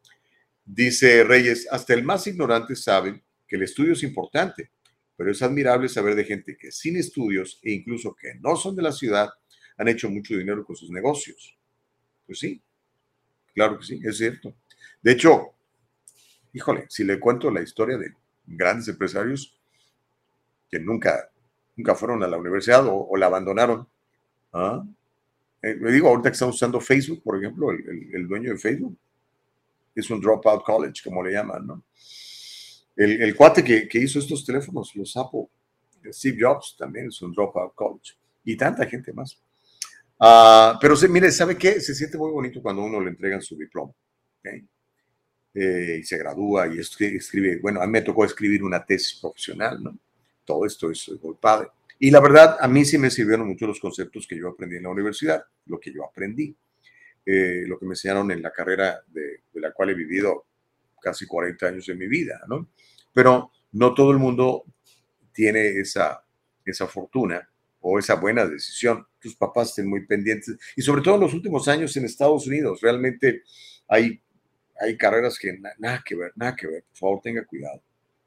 Dice Reyes, hasta el más ignorante sabe que el estudio es importante, pero es admirable saber de gente que sin estudios e incluso que no son de la ciudad han hecho mucho dinero con sus negocios. Pues sí, claro que sí, es cierto. De hecho, híjole, si le cuento la historia de grandes empresarios que nunca, nunca fueron a la universidad o, o la abandonaron. ¿Ah? Eh, me digo, ahorita que estamos usando Facebook, por ejemplo, el, el, el dueño de Facebook es un dropout college, como le llaman, ¿no? El, el cuate que, que hizo estos teléfonos, los Apple, Steve Jobs, también es un dropout college. Y tanta gente más. Uh, pero se, mire, ¿sabe qué? Se siente muy bonito cuando uno le entregan su diploma. ¿Okay? Eh, y se gradúa y escribe, escribe, bueno, a mí me tocó escribir una tesis profesional, ¿no? Todo esto es muy padre. Y la verdad, a mí sí me sirvieron mucho los conceptos que yo aprendí en la universidad, lo que yo aprendí, eh, lo que me enseñaron en la carrera de, de la cual he vivido casi cuarenta años de mi vida, ¿no? Pero no todo el mundo tiene esa, esa fortuna o esa buena decisión. Tus papás estén muy pendientes. Y sobre todo en los últimos años en Estados Unidos, realmente hay, hay carreras que na, nada que ver, nada que ver. Por favor, tenga cuidado.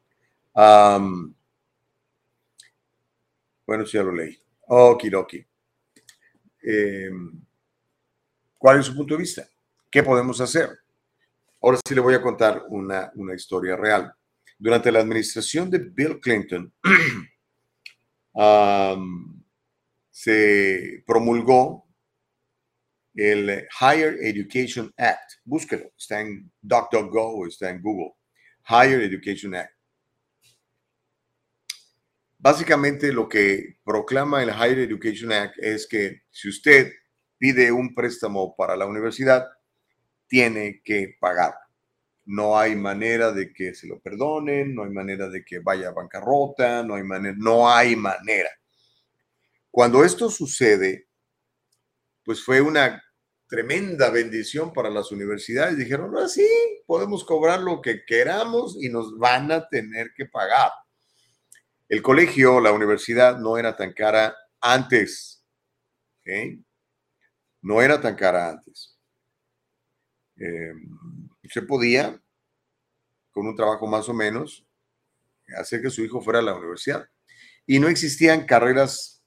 Um, bueno, eso ya lo leí. Okidoki. Eh, ¿Cuál es su punto de vista? ¿Qué podemos hacer? Ahora sí le voy a contar una, una historia real. Durante la administración de Bill Clinton, um, se promulgó el Higher Education Act. Búsquelo, está en DuckDuckGo o está en Google. Higher Education Act. Básicamente lo que proclama el Higher Education Act es que si usted pide un préstamo para la universidad, tiene que pagar. No hay manera de que se lo perdonen, no hay manera de que vaya a bancarrota, no hay manera, no hay manera. Cuando esto sucede, pues fue una tremenda bendición para las universidades. Dijeron, ahora sí, podemos cobrar lo que queramos y nos van a tener que pagar. El colegio, la universidad, no era tan cara antes. ¿Okay? No era tan cara antes. Eh, se podía, con un trabajo más o menos, hacer que su hijo fuera a la universidad. Y no existían carreras,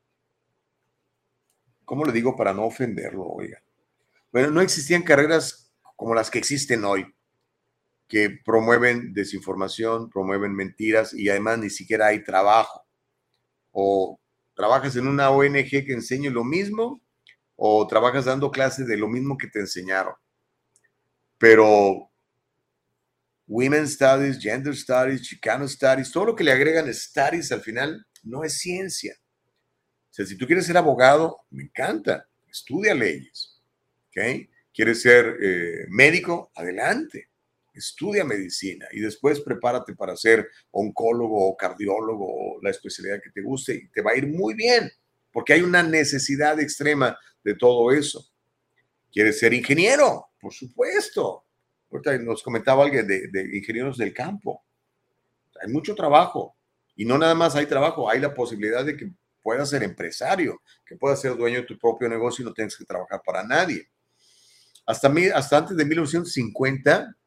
¿cómo le digo para no ofenderlo? Oiga. Bueno, no existían carreras como las que existen hoy, que promueven desinformación, promueven mentiras y además ni siquiera hay trabajo. O trabajas en una O N G que enseñe lo mismo o trabajas dando clases de lo mismo que te enseñaron. Pero Women Studies, Gender Studies, Chicano Studies, todo lo que le agregan Studies al final no es ciencia. O sea, si tú quieres ser abogado, me encanta, estudia leyes. ¿Okay? ¿Quieres ser eh, médico? Adelante, estudia medicina y después prepárate para ser oncólogo o cardiólogo o la especialidad que te guste y te va a ir muy bien, porque hay una necesidad extrema de todo eso. ¿Quieres ser ingeniero? Por supuesto. Ahorita nos comentaba alguien de, de ingenieros del campo. Hay mucho trabajo y no nada más hay trabajo, hay la posibilidad de que puedas ser empresario, que puedas ser dueño de tu propio negocio y no tengas que trabajar para nadie. Hasta, hasta antes de mil novecientos cincuenta,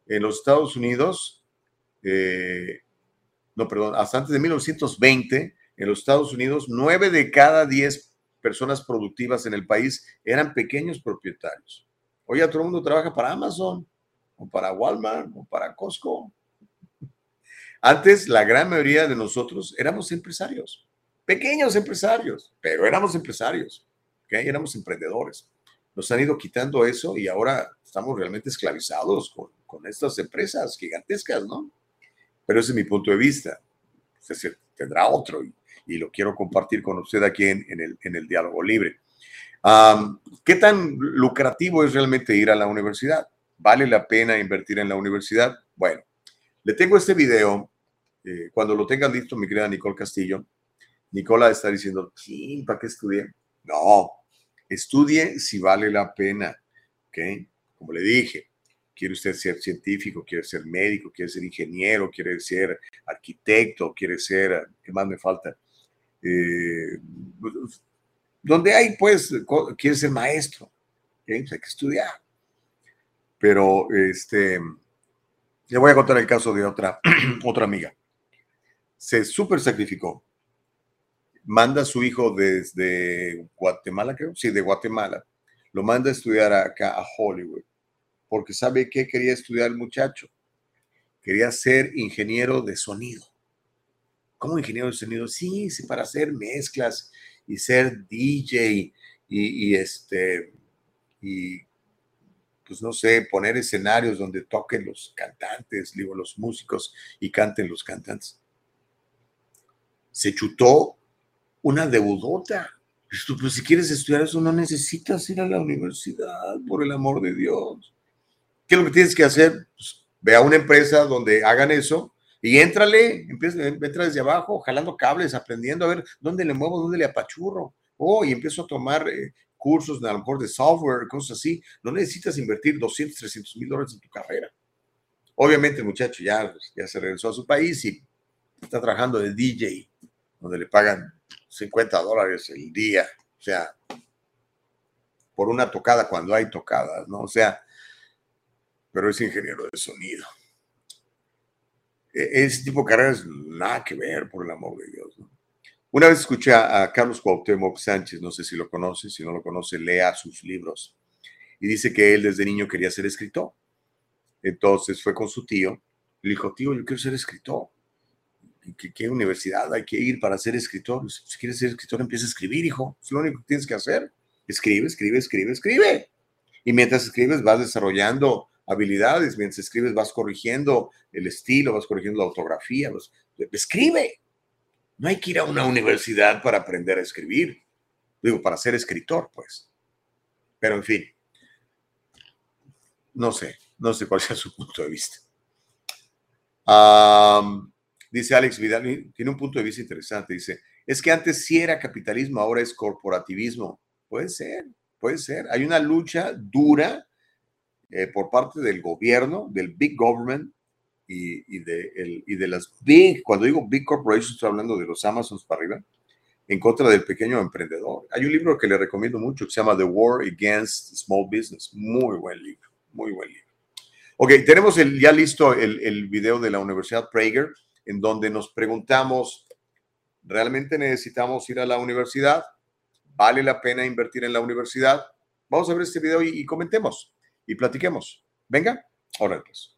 en los Estados Unidos, eh, no, perdón, hasta antes de mil novecientos veinte, en los Estados Unidos, nueve de cada diez personas productivas en el país eran pequeños propietarios. Hoy ya todo el mundo trabaja para Amazon, o para Walmart, o para Costco. Antes, la gran mayoría de nosotros éramos empresarios, pequeños empresarios, pero éramos empresarios, ¿okay? Éramos emprendedores. Nos han ido quitando eso y ahora estamos realmente esclavizados con, con estas empresas gigantescas, ¿no? Pero ese es mi punto de vista. Usted tendrá otro y, y lo quiero compartir con usted aquí en, en, el, en el diálogo libre. Um, ¿Qué tan lucrativo es realmente ir a la universidad? ¿Vale la pena invertir en la universidad? Bueno, le tengo este video. Eh, cuando lo tengan listo, mi querida Nicole Castillo, Nicola está diciendo, sí, ¿para qué estudié? No, estudie si vale la pena, ¿ok? Como le dije, quiere usted ser científico, quiere ser médico, quiere ser ingeniero, quiere ser arquitecto, quiere ser, ¿qué más me falta? Eh, donde hay, pues, quiere ser maestro, ¿okay? Pues hay que estudiar. Pero, este, le voy a contar el caso de otra, otra amiga. Se súper sacrificó. Manda a su hijo desde Guatemala, creo, sí, de Guatemala. Lo manda a estudiar acá a Hollywood. Porque ¿sabe qué quería estudiar el muchacho? Quería ser ingeniero de sonido. ¿Cómo ingeniero de sonido? Sí, sí, para hacer mezclas y ser D J y, y este, y pues no sé, poner escenarios donde toquen los cantantes, digo, los músicos y canten los cantantes. Se chutó una deudota. Pues si quieres estudiar eso, no necesitas ir a la universidad, por el amor de Dios. ¿Qué es lo que tienes que hacer? Pues, ve a una empresa donde hagan eso y éntrale, empieza, entra desde abajo, jalando cables, aprendiendo a ver dónde le muevo, dónde le apachurro. Oh, y empiezo a tomar eh, cursos, a lo mejor de software, cosas así. No necesitas invertir doscientos, trescientos mil dólares en tu carrera. Obviamente el muchacho ya, ya se regresó a su país y está trabajando de D J, donde le pagan cincuenta dólares el día. O sea, por una tocada cuando hay tocadas, ¿no? O sea, pero es ingeniero de sonido. Ese tipo de carreras, nada que ver, por el amor de Dios, ¿no? Una vez escuché a Carlos Cuauhtémoc Sánchez, no sé si lo conoce, si no lo conoce, lea sus libros. Y dice que él desde niño quería ser escritor. Entonces fue con su tío, le dijo, tío, yo quiero ser escritor. ¿Qué, qué universidad hay que ir para ser escritor? Si quieres ser escritor, empieza a escribir, hijo. Es lo único que tienes que hacer. Escribe, escribe, escribe, escribe. Y mientras escribes vas desarrollando habilidades, mientras escribes vas corrigiendo el estilo, vas corrigiendo la ortografía, vas, escribe. No hay que ir a una universidad para aprender a escribir, digo, para ser escritor, pues. Pero en fin, no sé, no sé cuál sea su punto de vista. Um, dice Alex Vidal, tiene un punto de vista interesante, dice, es que antes sí era capitalismo, ahora es corporativismo. Puede ser, puede ser. Hay una lucha dura Eh, por parte del gobierno, del big government y, y, de, el, y de las big, cuando digo big corporations, estoy hablando de los Amazons para arriba, en contra del pequeño emprendedor. Hay un libro que le recomiendo mucho que se llama The War Against Small Business. Muy buen libro, muy buen libro. Ok, tenemos el, ya listo el, el video de la Universidad Prager, en donde nos preguntamos, ¿realmente necesitamos ir a la universidad? ¿Vale la pena invertir en la universidad? Vamos a ver este video y, y comentemos. Y platiquemos. Venga, ahora pues.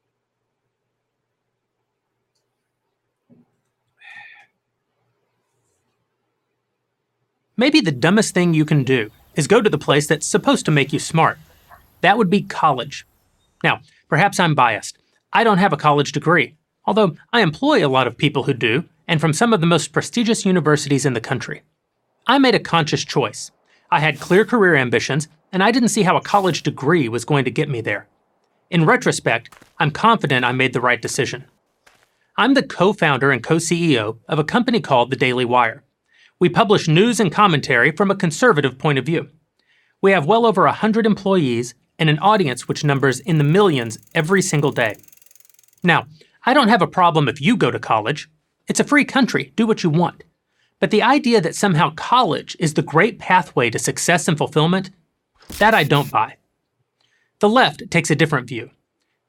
Maybe the dumbest thing you can do is go to the place that's supposed to make you smart. That would be college. Now, perhaps I'm biased. I don't have a college degree, although I employ a lot of people who do, and from some of the most prestigious universities in the country. I made a conscious choice. I had clear career ambitions, and I didn't see how a college degree was going to get me there. In retrospect, I'm confident I made the right decision. I'm the co-founder and co-C E O of a company called The Daily Wire. We publish news and commentary from a conservative point of view. We have well over one hundred employees and an audience which numbers in the millions every single day. Now, I don't have a problem if you go to college. It's a free country, do what you want. But the idea that somehow college is the great pathway to success and fulfillment, that I don't buy. The left takes a different view.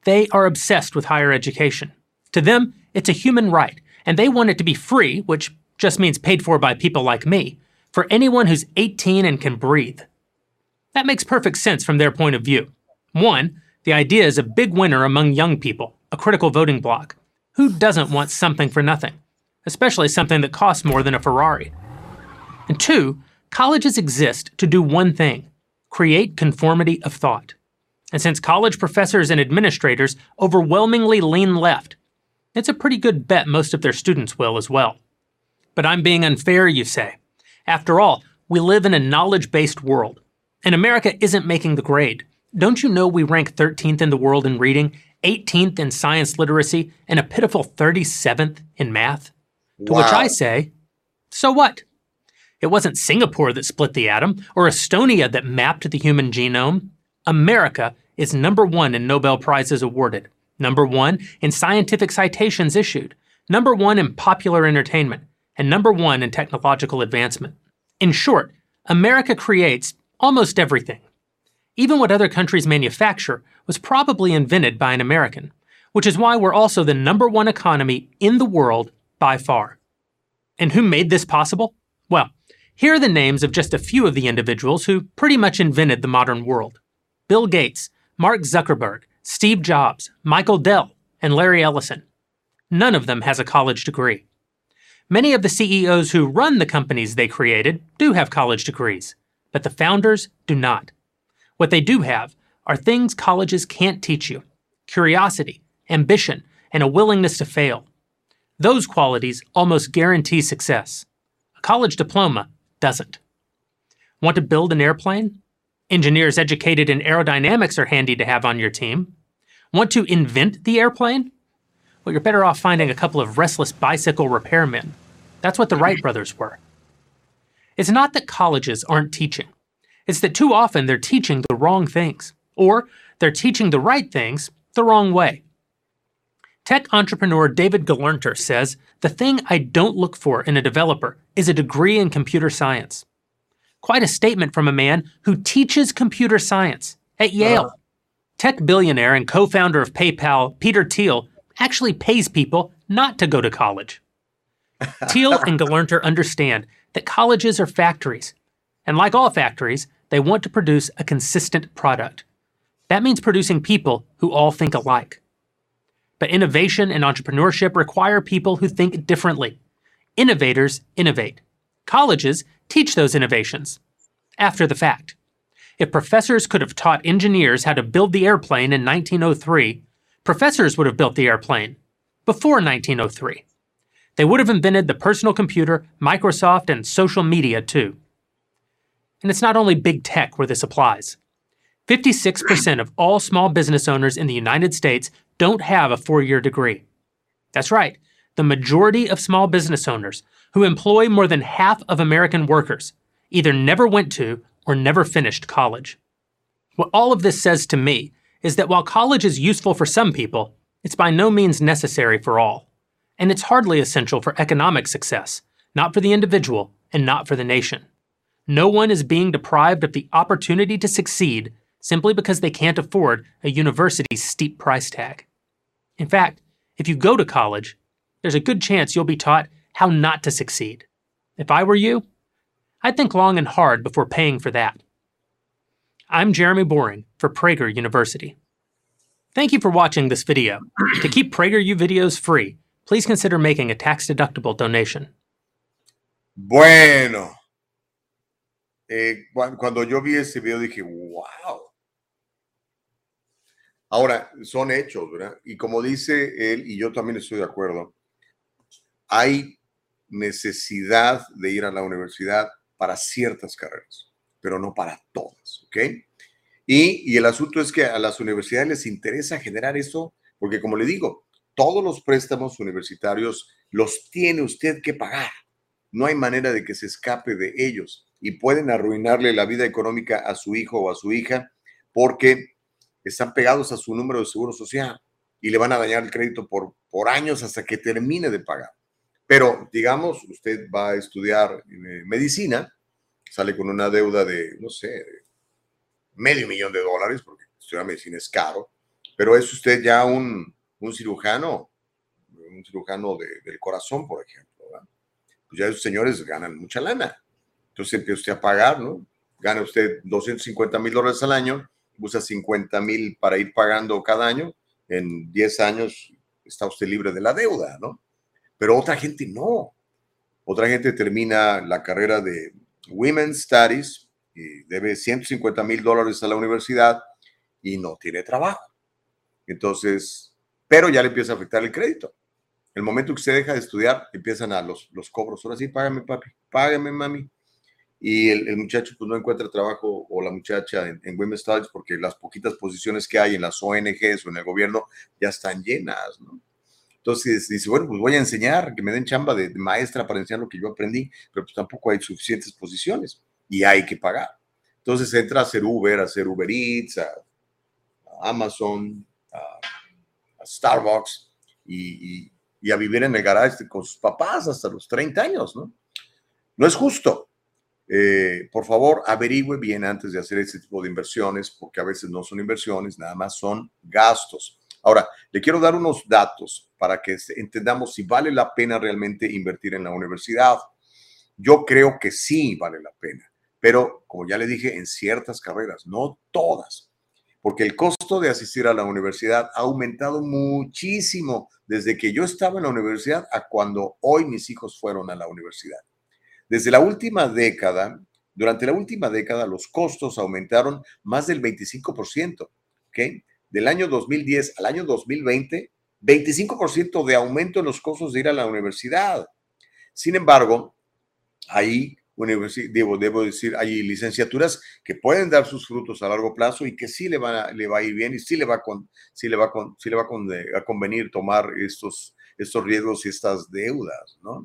They are obsessed with higher education. To them, it's a human right, and they want it to be free, which just means paid for by people like me, for anyone who's eighteen and can breathe. That makes perfect sense from their point of view. One, the idea is a big winner among young people, a critical voting bloc. Who doesn't want something for nothing, especially something that costs more than a Ferrari? And two, colleges exist to do one thing: create conformity of thought. And since college professors and administrators overwhelmingly lean left, it's a pretty good bet most of their students will as well. But I'm being unfair, you say. After all, we live in a knowledge-based world, and America isn't making the grade. Don't you know we rank thirteenth in the world in reading, eighteenth in science literacy, and a pitiful thirty-seventh in math? To Wow. which I say, so what? It wasn't Singapore that split the atom, or Estonia that mapped the human genome. America is number one in Nobel Prizes awarded, number one in scientific citations issued, number one in popular entertainment, and number one in technological advancement. In short, America creates almost everything. Even what other countries manufacture was probably invented by an American, which is why we're also the number one economy in the world by far. And who made this possible? Well, here are the names of just a few of the individuals who pretty much invented the modern world. Bill Gates, Mark Zuckerberg, Steve Jobs, Michael Dell, and Larry Ellison. None of them has a college degree. Many of the C E Os who run the companies they created do have college degrees, but the founders do not. What they do have are things colleges can't teach you: curiosity, ambition, and a willingness to fail. Those qualities almost guarantee success. A college diploma doesn't. Want to build an airplane? Engineers educated in aerodynamics are handy to have on your team. Want to invent the airplane? Well, you're better off finding a couple of restless bicycle repairmen. That's what the Wright brothers were. It's not that colleges aren't teaching. It's that too often they're teaching the wrong things, or they're teaching the right things the wrong way. Tech entrepreneur David Gelernter says, "The thing I don't look for in a developer is a degree in computer science." Quite a statement from a man who teaches computer science at Yale. Uh. Tech billionaire and co-founder of PayPal, Peter Thiel, actually pays people not to go to college. Thiel and Gelernter understand that colleges are factories, and like all factories, they want to produce a consistent product. That means producing people who all think alike. But innovation and entrepreneurship require people who think differently. Innovators innovate. Colleges teach those innovations after the fact. If professors could have taught engineers how to build the airplane in nineteen oh three, professors would have built the airplane before nineteen oh three. They would have invented the personal computer, Microsoft, and social media too. And it's not only big tech where this applies. fifty-six percent of all small business owners in the United States don't have a four-year degree. That's right, the majority of small business owners who employ more than half of American workers either never went to or never finished college. What all of this says to me is that while college is useful for some people, it's by no means necessary for all. And it's hardly essential for economic success, not for the individual and not for the nation. No one is being deprived of the opportunity to succeed simply because they can't afford a university's steep price tag. In fact, if you go to college, there's a good chance you'll be taught how not to succeed. If I were you, I'd think long and hard before paying for that. I'm Jeremy Boring for Prager University. Thank you for watching this video. To keep PragerU videos free, please consider making a tax-deductible donation. Bueno, eh, cuando yo vi ese video dije, wow. Ahora, son hechos, ¿verdad? Y como dice él, y yo también estoy de acuerdo, hay necesidad de ir a la universidad para ciertas carreras, pero no para todas, ¿ok? Y, y el asunto es que a las universidades les interesa generar eso, porque como le digo, todos los préstamos universitarios los tiene usted que pagar. No hay manera de que se escape de ellos y pueden arruinarle la vida económica a su hijo o a su hija porque están pegados a su número de seguro social y le van a dañar el crédito por, por años hasta que termine de pagar. Pero, digamos, usted va a estudiar eh, medicina, sale con una deuda de, no sé, de medio millón de dólares, porque estudiar medicina es caro, pero es usted ya un, un cirujano, un cirujano de, del corazón, por ejemplo, ¿verdad? Pues ya esos señores ganan mucha lana. Entonces empieza usted a pagar, ¿no? Gana usted doscientos cincuenta mil dólares al año, usa cincuenta mil para ir pagando cada año. En diez años está usted libre de la deuda, ¿no? Pero otra gente no. Otra gente termina la carrera de Women's Studies y debe ciento cincuenta mil dólares a la universidad y no tiene trabajo. Entonces, pero ya le empieza a afectar el crédito. El momento que usted deja de estudiar, empiezan a los, los cobros. Ahora sí, págame, papi, págame, mami. Y el, el muchacho pues no encuentra trabajo o la muchacha en, en Women's Studies porque las poquitas posiciones que hay en las O N Ges o en el gobierno ya están llenas, ¿no? Entonces dice, bueno, pues voy a enseñar, que me den chamba de, de maestra para enseñar lo que yo aprendí, pero pues tampoco hay suficientes posiciones y hay que pagar. Entonces entra a hacer Uber, a hacer Uber Eats, a, a Amazon, a, a Starbucks y, y, y a vivir en el garage con sus papás hasta los treinta años, ¿no? No es justo. Eh, por favor, averigüe bien antes de hacer este tipo de inversiones, porque a veces no son inversiones, nada más son gastos. Ahora, le quiero dar unos datos para que entendamos si vale la pena realmente invertir en la universidad. Yo creo que sí vale la pena, pero como ya le dije, en ciertas carreras, no todas, porque el costo de asistir a la universidad ha aumentado muchísimo desde que yo estaba en la universidad a cuando hoy mis hijos fueron a la universidad. Desde la última década, durante la última década, los costos aumentaron más del veinticinco por ciento, ¿ok? Del año dos mil diez al año dos mil veinte, veinticinco por ciento de aumento en los costos de ir a la universidad. Sin embargo, hay, debo, debo decir, hay licenciaturas que pueden dar sus frutos a largo plazo y que sí le, van a, le va a ir bien y sí le va, con, sí le va, con, sí le va con, a convenir tomar estos, estos riesgos y estas deudas, ¿no?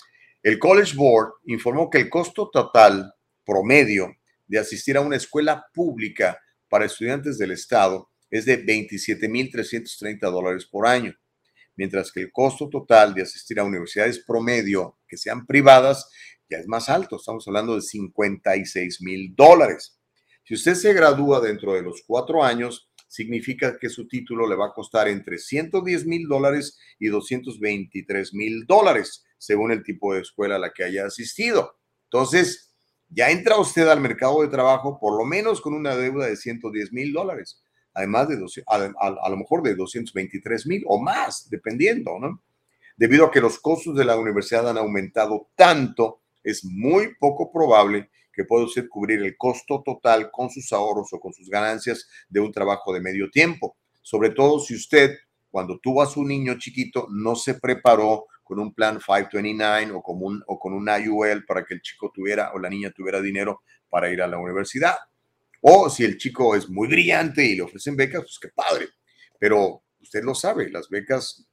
El College Board informó que el costo total promedio de asistir a una escuela pública para estudiantes del estado es de veintisiete mil trescientos treinta dólares por año, mientras que el costo total de asistir a universidades promedio que sean privadas ya es más alto, estamos hablando de cincuenta y seis mil dólares. Si usted se gradúa dentro de los cuatro años, significa que su título le va a costar entre ciento diez mil dólares y doscientos veintitrés mil dólares, según el tipo de escuela a la que haya asistido. Entonces, ya entra usted al mercado de trabajo por lo menos con una deuda de ciento diez mil dólares. Además de, a, a, a lo mejor de doscientos veintitrés mil o más, dependiendo, ¿no? Debido a que los costos de la universidad han aumentado tanto, es muy poco probable que pueda usted cubrir el costo total con sus ahorros o con sus ganancias de un trabajo de medio tiempo. Sobre todo si usted, cuando tuvo a su niño chiquito, no se preparó con un plan quinientos veintinueve o con un, o con un I U L para que el chico tuviera o la niña tuviera dinero para ir a la universidad. O si el chico es muy brillante y le ofrecen becas, pues qué padre. Pero usted lo sabe, las becas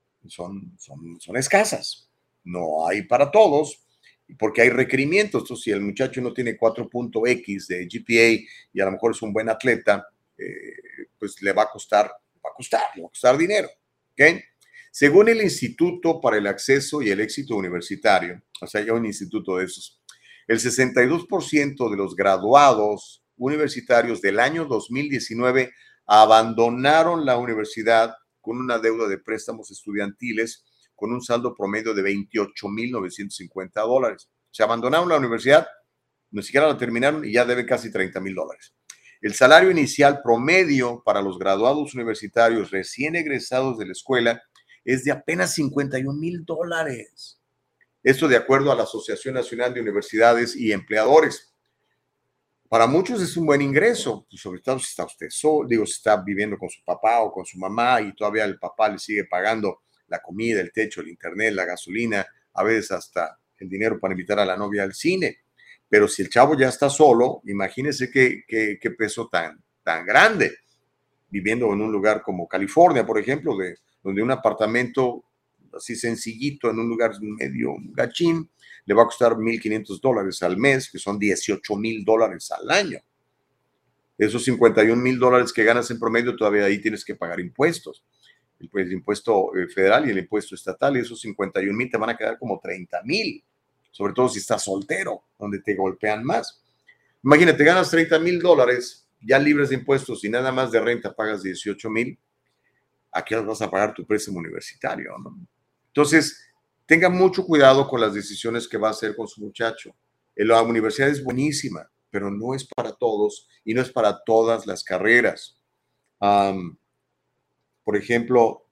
son, son, son escasas. No hay para todos porque hay requerimientos. Entonces, si el muchacho no tiene cuatro punto equis de G P A y a lo mejor es un buen atleta, eh, pues le va a costar, va a costar, le va a costar dinero. ¿Okay? Según el Instituto para el Acceso y el Éxito Universitario, o sea, ya un instituto de esos, el sesenta y dos por ciento de los graduados universitarios del año dos mil diecinueve abandonaron la universidad con una deuda de préstamos estudiantiles con un saldo promedio de veintiocho mil novecientos cincuenta dólares. Se abandonaron la universidad, ni siquiera la terminaron y ya deben casi treinta mil dólares. El salario inicial promedio para los graduados universitarios recién egresados de la escuela es de apenas cincuenta y un mil dólares. Esto de acuerdo a la Asociación Nacional de Universidades y Empleadores. Para muchos es un buen ingreso, sobre todo si está usted solo, digo, si está viviendo con su papá o con su mamá y todavía el papá le sigue pagando la comida, el techo, el internet, la gasolina, a veces hasta el dinero para invitar a la novia al cine. Pero si el chavo ya está solo, imagínese qué, qué, qué peso tan, tan grande, viviendo en un lugar como California, por ejemplo, de, donde un apartamento así sencillito en un lugar medio gachín le va a costar mil quinientos dólares al mes, que son dieciocho mil dólares al año. Esos cincuenta y un mil dólares que ganas en promedio, todavía ahí tienes que pagar impuestos. El, pues, el impuesto federal y el impuesto estatal, y esos cincuenta y un mil te van a quedar como treinta mil, sobre todo si estás soltero, donde te golpean más. Imagínate, ganas treinta mil dólares, ya libres de impuestos y nada más de renta pagas dieciocho mil, ¿a qué hora vas a pagar tu préstamo universitario, no? Entonces, tenga mucho cuidado con las decisiones que va a hacer con su muchacho. La universidad es buenísima, pero no es para todos y no es para todas las carreras. Um, por ejemplo,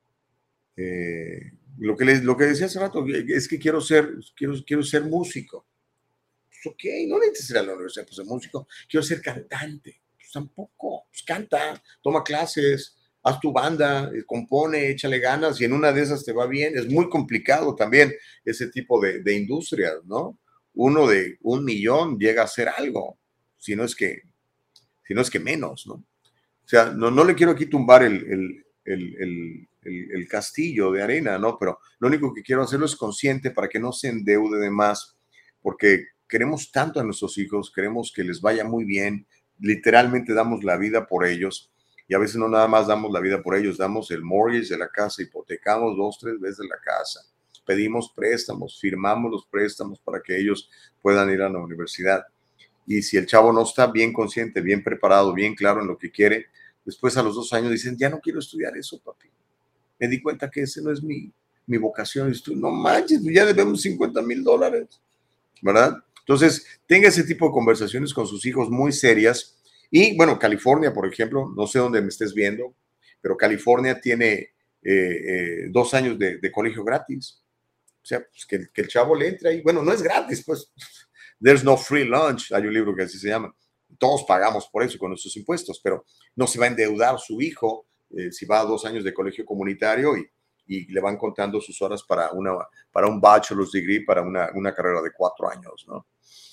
eh, lo, que les, lo que decía hace rato es que quiero ser, quiero, quiero ser músico. Pues ok, no necesitas ir a la universidad para ser músico. Quiero ser cantante. Pues tampoco. Pues canta, toma clases, haz tu banda, compone, échale ganas y en una de esas te va bien. Es muy complicado también ese tipo de, de industrias, ¿no? Uno de un millón llega a hacer algo, si no es que, si no es que menos, ¿no? O sea, no, no le quiero aquí tumbar el, el, el, el, el, el castillo de arena, ¿no? Pero lo único que quiero hacerlo es consciente para que no se endeude de más, porque queremos tanto a nuestros hijos, queremos que les vaya muy bien, literalmente damos la vida por ellos, y a veces no nada más damos la vida por ellos, damos el mortgage de la casa, hipotecamos dos, tres veces la casa, pedimos préstamos, firmamos los préstamos para que ellos puedan ir a la universidad. Y si el chavo no está bien consciente, bien preparado, bien claro en lo que quiere, después a los dos años dicen, ya no quiero estudiar eso, papi. Me di cuenta que ese no es mi, mi vocación. Y tú, no manches, ya debemos cincuenta mil dólares, ¿verdad? Entonces, tenga ese tipo de conversaciones con sus hijos muy serias. Y, bueno, California, por ejemplo, no sé dónde me estés viendo, pero California tiene eh, eh, dos años de, de colegio gratis. O sea, pues que, que el chavo le entre ahí. Bueno, no es gratis, pues. There's no free lunch. Hay un libro que así se llama. Todos pagamos por eso con nuestros impuestos, pero no se va a endeudar su hijo eh, si va a dos años de colegio comunitario y, y le van contando sus horas para, una, para un bachelor's degree, para una, una carrera de cuatro años, ¿no?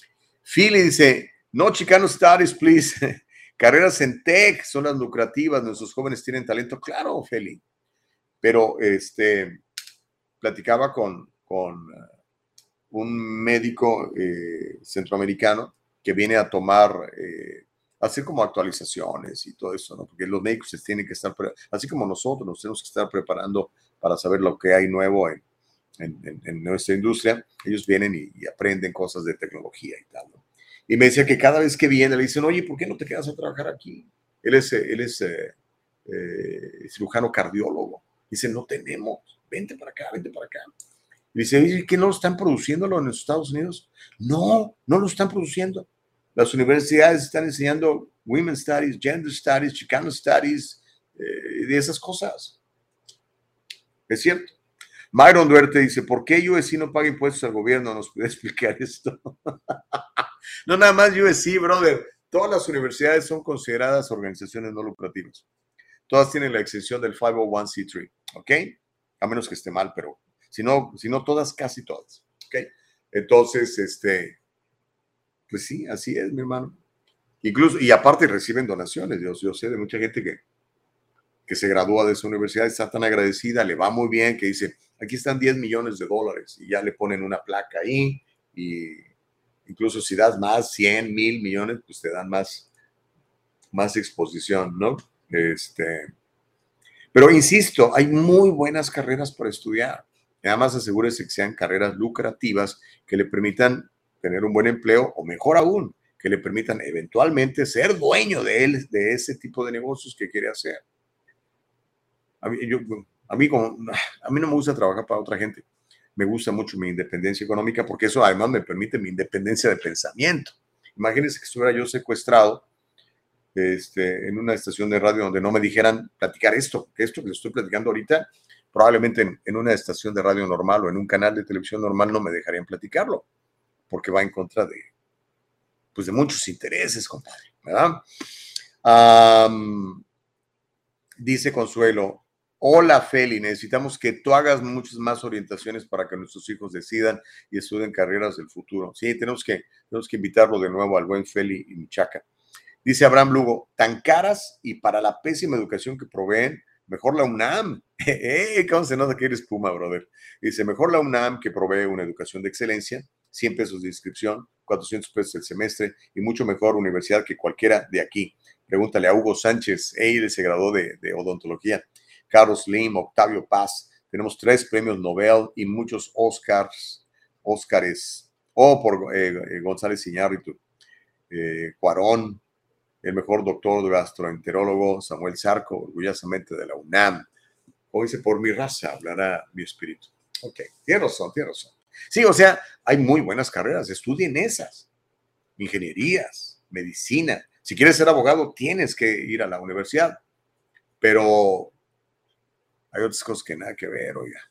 Philly dice, no Chicano Studies, please. Carreras en tech son las lucrativas. Nuestros jóvenes tienen talento. Claro, Philly. Pero este, platicaba con... con uh, un médico eh, centroamericano que viene a tomar, eh, hacer como actualizaciones y todo eso, ¿no? Porque los médicos se tienen que estar, así como nosotros, nos tenemos que estar preparando para saber lo que hay nuevo en, en, en nuestra industria. Ellos vienen y, y aprenden cosas de tecnología y tal, ¿no? Y me decía que cada vez que viene le dicen, oye, ¿por qué no te quedas a trabajar aquí? Él es, él es eh, eh, cirujano cardiólogo. Dice, no tenemos, vente para acá, vente para acá. Y dice, ¿qué no lo están produciéndolo en los Estados Unidos? No, no lo están produciendo. Las universidades están enseñando Women's Studies, Gender Studies, Chicano Studies, eh, de esas cosas. Es cierto. Myron Duerte dice, ¿por qué U S C no paga impuestos al gobierno? ¿Nos puede explicar esto? No, nada más U S C, brother. Todas las universidades son consideradas organizaciones no lucrativas. Todas tienen la exención del cinco oh uno c tres, ¿ok? A menos que esté mal, pero Si no, si no todas, casi todas. ¿Okay? Entonces, este, pues sí, así es, mi hermano. Incluso, y aparte reciben donaciones. Yo, yo sé de mucha gente que, que se gradúa de esa universidad, está tan agradecida, le va muy bien, que dice, aquí están diez millones de dólares y ya le ponen una placa ahí. Y incluso si das más, cien, mil millones, pues te dan más, más exposición, ¿no? Este, pero insisto, hay muy buenas carreras para estudiar. Nada más asegúrese que sean carreras lucrativas que le permitan tener un buen empleo o mejor aún, que le permitan eventualmente ser dueño de él, de ese tipo de negocios que quiere hacer. A mí, yo, a, mí como, a mí no me gusta trabajar para otra gente. Me gusta mucho mi independencia económica porque eso además me permite mi independencia de pensamiento. Imagínense que estuviera yo secuestrado este, en una estación de radio donde no me dijeran platicar esto, que esto que le estoy platicando ahorita, probablemente en, en una estación de radio normal o en un canal de televisión normal no me dejarían platicarlo, porque va en contra de, pues de muchos intereses, compadre, ¿verdad? Um, dice Consuelo, hola Feli, necesitamos que tú hagas muchas más orientaciones para que nuestros hijos decidan y estudien carreras del futuro. Sí, tenemos que, tenemos que invitarlo de nuevo al buen Feli y Michaca. Dice Abraham Lugo, tan caras y para la pésima educación que proveen, mejor la UNAM. Eh, ¿Cómo se nota que eres Puma, brother? Dice, mejor la UNAM que provee una educación de excelencia, cien pesos de inscripción, cuatrocientos pesos el semestre y mucho mejor universidad que cualquiera de aquí. Pregúntale a Hugo Sánchez, él se graduó de, de odontología. Carlos Lim, Octavio Paz. Tenemos tres premios Nobel y muchos Oscars, Óscares. O oh, por eh, González Iñárritu, eh, Cuarón, el mejor doctor gastroenterólogo, Samuel Zarco, orgullosamente de la UNAM. Como dice, por mi raza hablará mi espíritu. Ok, tiene razón, tiene razón. Sí, o sea, hay muy buenas carreras, estudien esas. Ingenierías, medicina. Si quieres ser abogado, tienes que ir a la universidad. Pero hay otras cosas que nada que ver, oiga.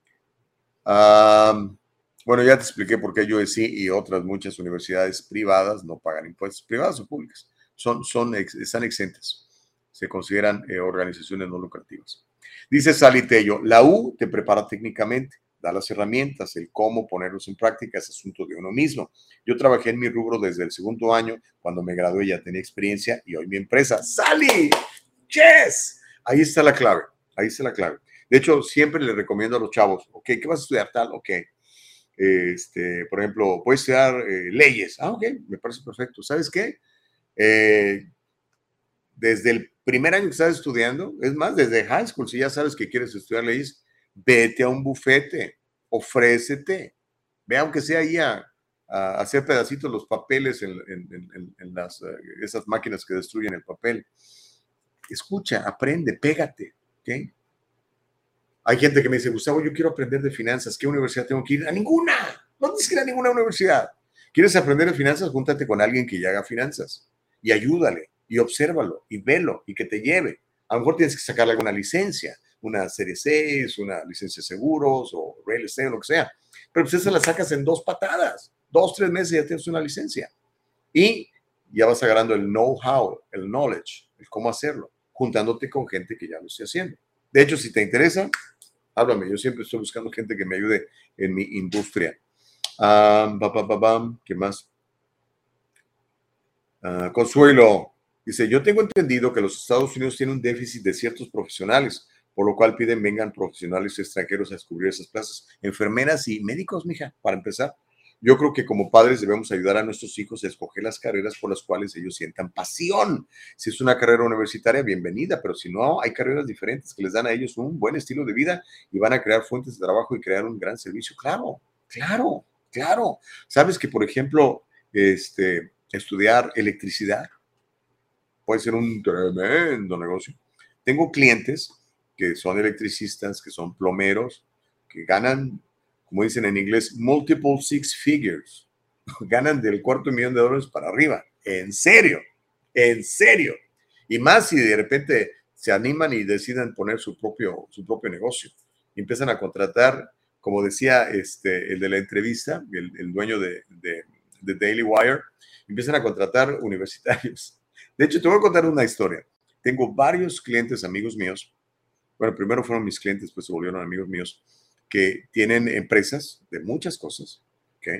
Um, bueno, ya te expliqué por qué U S C y otras muchas universidades privadas no pagan impuestos, privadas o públicas. Son, son, están exentas. Se consideran eh, organizaciones no lucrativas. Dice Sally Tello, la U te prepara técnicamente, da las herramientas, el cómo ponerlos en práctica es asunto de uno mismo. Yo trabajé en mi rubro desde el segundo año, cuando me gradué ya tenía experiencia y hoy mi empresa, ¡Sally! ¡Yes! Ahí está la clave, ahí está la clave. De hecho, siempre le recomiendo a los chavos, ok, ¿qué vas a estudiar tal? Ok, este, por ejemplo, voy a estudiar eh, leyes. Ah, ok, me parece perfecto. ¿Sabes qué? Eh, desde el primer año que estás estudiando, es más, desde high school, si ya sabes que quieres estudiar leyes, vete a un bufete, ofrécete, ve aunque sea ahí a, a hacer pedacitos los papeles en, en, en, en las, uh, esas máquinas que destruyen el papel. Escucha, aprende, pégate, ¿ok? Hay gente que me dice, Gustavo, yo quiero aprender de finanzas, ¿qué universidad tengo que ir? A ninguna, no tienes que ir a ninguna universidad. ¿Quieres aprender de finanzas? Júntate con alguien que ya haga finanzas y ayúdale y obsérvalo y velo y que te lleve. A lo mejor tienes que sacarle alguna licencia, una serie seis, una licencia de seguros o real estate o lo que sea. Pero pues esa la sacas en dos patadas, dos, tres meses y ya tienes una licencia. Y ya vas agarrando el know-how, el knowledge, el cómo hacerlo, juntándote con gente que ya lo esté haciendo. De hecho, si te interesa, háblame. Yo siempre estoy buscando gente que me ayude en mi industria. Um, ba, ba, ba, bam. ¿Qué más? Uh, Consuelo dice, yo tengo entendido que los Estados Unidos tienen un déficit de ciertos profesionales, por lo cual piden vengan profesionales extranjeros a descubrir esas plazas. Enfermeras y médicos, mija, para empezar. Yo creo que como padres debemos ayudar a nuestros hijos a escoger las carreras por las cuales ellos sientan pasión. Si es una carrera universitaria, bienvenida, pero si no, hay carreras diferentes que les dan a ellos un buen estilo de vida y van a crear fuentes de trabajo y crear un gran servicio. Claro, claro, claro. ¿Sabes que, por ejemplo, este, estudiar electricidad puede ser un tremendo negocio? Tengo clientes que son electricistas, que son plomeros, que ganan, como dicen en inglés, multiple six figures. Ganan del cuarto millón de dólares para arriba. En serio, en serio. Y más si de repente se animan y deciden poner su propio, su propio negocio. Y empiezan a contratar, como decía este, el de la entrevista, el, el dueño de, de, de Daily Wire, empiezan a contratar universitarios. De hecho, te voy a contar una historia. Tengo varios clientes, amigos míos. Bueno, primero fueron mis clientes, después se volvieron amigos míos, que tienen empresas de muchas cosas, ¿okay?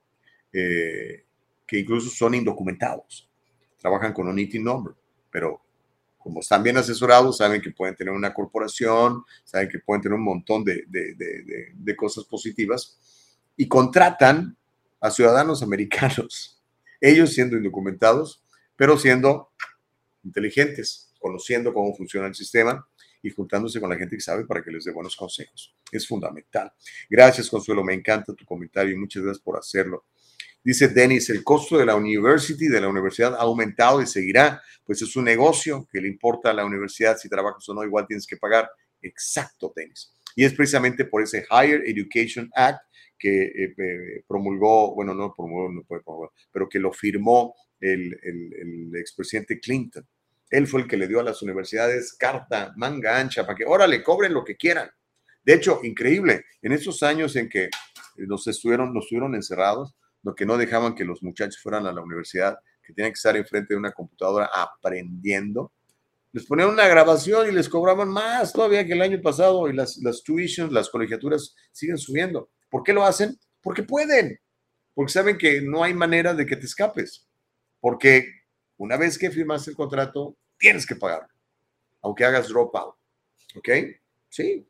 eh, que incluso son indocumentados. Trabajan con un I T number, pero como están bien asesorados, saben que pueden tener una corporación, saben que pueden tener un montón de, de, de, de, de cosas positivas y contratan a ciudadanos americanos, ellos siendo indocumentados, pero siendo inteligentes, conociendo cómo funciona el sistema y juntándose con la gente que sabe para que les dé buenos consejos. Es fundamental. Gracias, Consuelo. Me encanta tu comentario y muchas gracias por hacerlo. Dice Dennis, el costo de la university, de la universidad, ha aumentado y seguirá. Pues es un negocio que le importa a la universidad si trabajas o no, igual tienes que pagar. Exacto, Dennis. Y es precisamente por ese Higher Education Act que eh, eh, promulgó, bueno, no promulgó, no puede promulgar, pero que lo firmó el, el, el expresidente Clinton. Él fue el que le dio a las universidades carta, manga ancha, para que, órale, cobren lo que quieran. De hecho, increíble, en esos años en que nos estuvieron, nos estuvieron encerrados, lo que no dejaban que los muchachos fueran a la universidad, que tenían que estar enfrente de una computadora aprendiendo, les ponían una grabación y les cobraban más todavía que el año pasado, y las, las tuitions, las colegiaturas siguen subiendo. ¿Por qué lo hacen? Porque pueden, porque saben que no hay manera de que te escapes, porque una vez que firmaste el contrato, tienes que pagar, aunque hagas dropout. ¿Ok? Sí.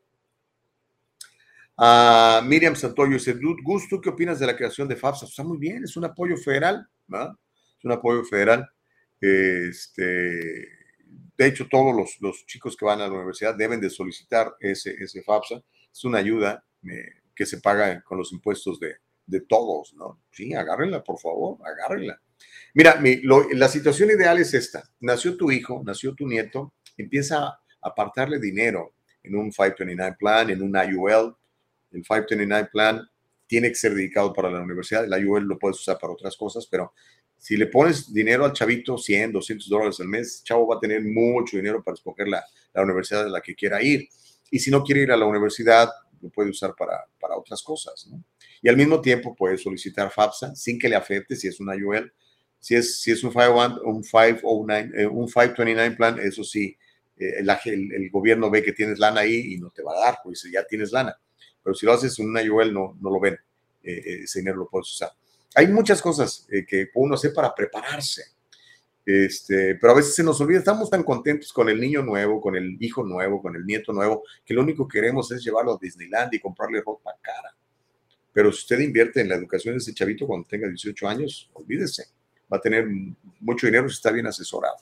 Uh, Miriam Santoyo dice, Gus, ¿tú qué opinas de la creación de FAFSA? Está muy bien, es un apoyo federal, ¿no? Es un apoyo federal. Este, de hecho, todos los, los chicos que van a la universidad deben de solicitar ese, ese FAFSA. Es una ayuda eh, que se paga con los impuestos de, de todos, ¿no? Sí, agárrenla, por favor, agárrenla. Mira, mi, lo, la situación ideal es esta. Nació tu hijo, nació tu nieto, empieza a apartarle dinero en un cinco veinte y nueve plan, en un I U L. El cinco veinte y nueve plan tiene que ser dedicado para la universidad. El I U L lo puedes usar para otras cosas, pero si le pones dinero al chavito, cien, doscientos dólares al mes, el chavo va a tener mucho dinero para escoger la, la universidad a la que quiera ir. Y si no quiere ir a la universidad, lo puede usar para, para otras cosas, ¿no? Y al mismo tiempo puede solicitar FAFSA sin que le afecte si es un I U L. Si es, si es un, un, cinco veinte y nueve plan, eso sí, eh, el, el, el gobierno ve que tienes lana ahí y no te va a dar, pues ya tienes lana. Pero si lo haces en un I U L, no, no lo ven. Eh, ese dinero lo puedes usar. Hay muchas cosas eh, que uno hace para prepararse. Este, pero a veces se nos olvida, estamos tan contentos con el niño nuevo, con el hijo nuevo, con el nieto nuevo, que lo único que queremos es llevarlo a Disneyland y comprarle ropa cara. Pero si usted invierte en la educación de ese chavito cuando tenga dieciocho años, olvídese, va a tener mucho dinero si está bien asesorado.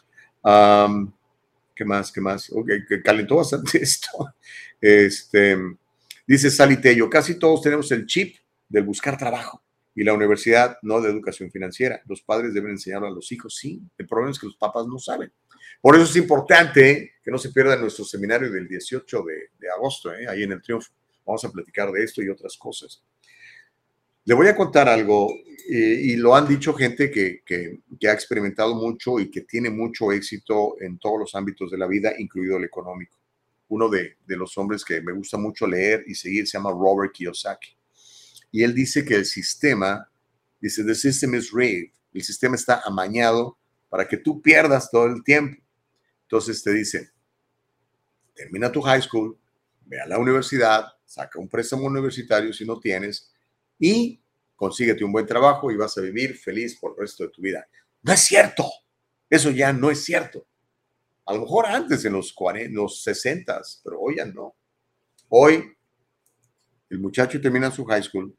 Um, ¿Qué más? ¿Qué más? Okay, que calentó bastante esto. Este, dice Salitello, casi todos tenemos el chip del buscar trabajo. Y la universidad no de educación financiera. Los padres deben enseñarlo a los hijos, sí. El problema es que los papás no saben. Por eso es importante que no se pierda nuestro seminario del dieciocho de, de agosto, ¿eh? Ahí en el Triunfo. Vamos a platicar de esto y otras cosas. Le voy a contar algo, eh, y lo han dicho gente que, que, que ha experimentado mucho y que tiene mucho éxito en todos los ámbitos de la vida, incluido el económico. Uno de, de los hombres que me gusta mucho leer y seguir se llama Robert Kiyosaki. Y él dice que el sistema, dice, the system is rigged, el sistema está amañado para que tú pierdas todo el tiempo. Entonces te dice, termina tu high school, ve a la universidad, saca un préstamo universitario si no tienes y consíguete un buen trabajo y vas a vivir feliz por el resto de tu vida. No es cierto, eso ya no es cierto. A lo mejor antes en los, cuarenta, los sesenta, pero hoy ya no. Hoy el muchacho termina su high school,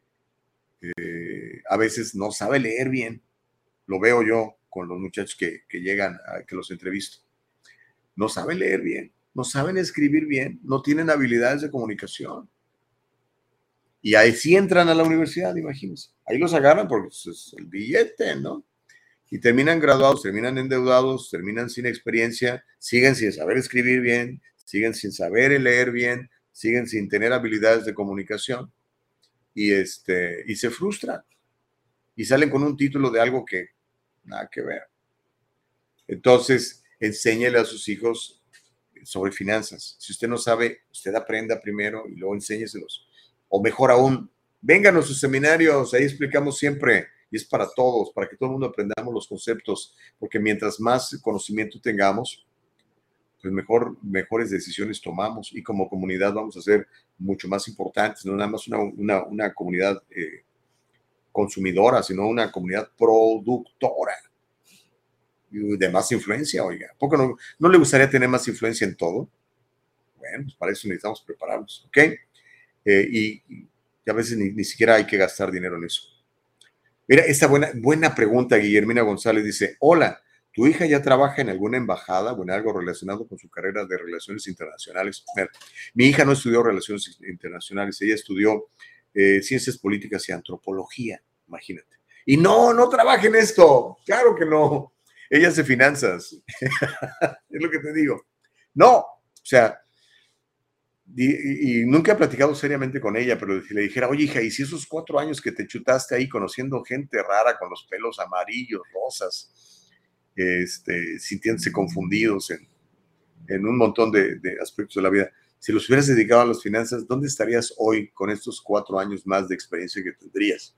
eh, a veces no sabe leer bien, lo veo yo con los muchachos que, que llegan, a, que los entrevisto, no saben leer bien, no saben escribir bien, no tienen habilidades de comunicación. Y ahí sí entran a la universidad, imagínense. Ahí los agarran porque es el billete, ¿no? Y terminan graduados, terminan endeudados, terminan sin experiencia, siguen sin saber escribir bien, siguen sin saber leer bien, siguen sin tener habilidades de comunicación y, este, y se frustran y salen con un título de algo que nada que ver. Entonces, enséñele a sus hijos sobre finanzas. Si usted no sabe, usted aprenda primero y luego enséñeselos. O mejor aún, vengan a sus seminarios, ahí explicamos siempre, y es para todos, para que todo el mundo aprendamos los conceptos, porque mientras más conocimiento tengamos, pues mejor, mejores decisiones tomamos y como comunidad vamos a ser mucho más importantes, no nada más una, una, una comunidad eh, consumidora, sino una comunidad productora y de más influencia, oiga. ¿Por qué no, no le gustaría tener más influencia en todo? Bueno, pues para eso necesitamos prepararnos, ¿ok? Eh, y, y a veces ni, ni siquiera hay que gastar dinero en eso. Mira, esta buena, buena pregunta, Guillermina González dice, hola, ¿tu hija ya trabaja en alguna embajada o en algo relacionado con su carrera de relaciones internacionales? Mira, mi hija no estudió relaciones internacionales, ella estudió eh, ciencias políticas y antropología, imagínate. Y no, no trabaja en esto, claro que no. Ella hace finanzas, es lo que te digo. No, o sea, y, y nunca he platicado seriamente con ella, pero si le dijera, oye hija, ¿y si esos cuatro años que te chutaste ahí conociendo gente rara con los pelos amarillos, rosas, este, sintiéndose confundidos en, en un montón de, de aspectos de la vida, si los hubieras dedicado a las finanzas, ¿dónde estarías hoy con estos cuatro años más de experiencia que tendrías?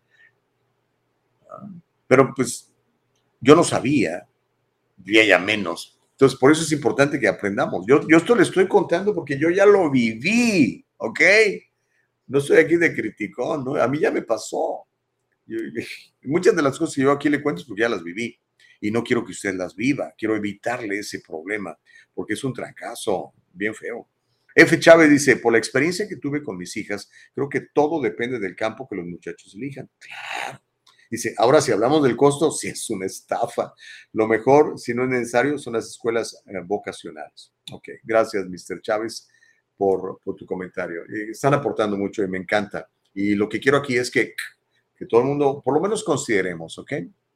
Pero pues yo no sabía, y ella menos. Entonces, por eso es importante que aprendamos. Yo, yo esto le estoy contando porque yo ya lo viví, ¿ok? No estoy aquí de criticón, ¿no? A mí ya me pasó. Yo, muchas de las cosas que yo aquí le cuento es porque ya las viví. Y no quiero que usted las viva. Quiero evitarle ese problema, porque es un trancazo bien feo. F. Chávez dice, por la experiencia que tuve con mis hijas, creo que todo depende del campo que los muchachos elijan. Claro. Dice, ahora si hablamos del costo, sí es una estafa. Lo mejor, si no es necesario, son las escuelas eh, vocacionales. Ok, gracias, mister Chávez, por, por tu comentario. Eh, están aportando mucho y me encanta. Y lo que quiero aquí es que, que todo el mundo, por lo menos consideremos, ¿ok?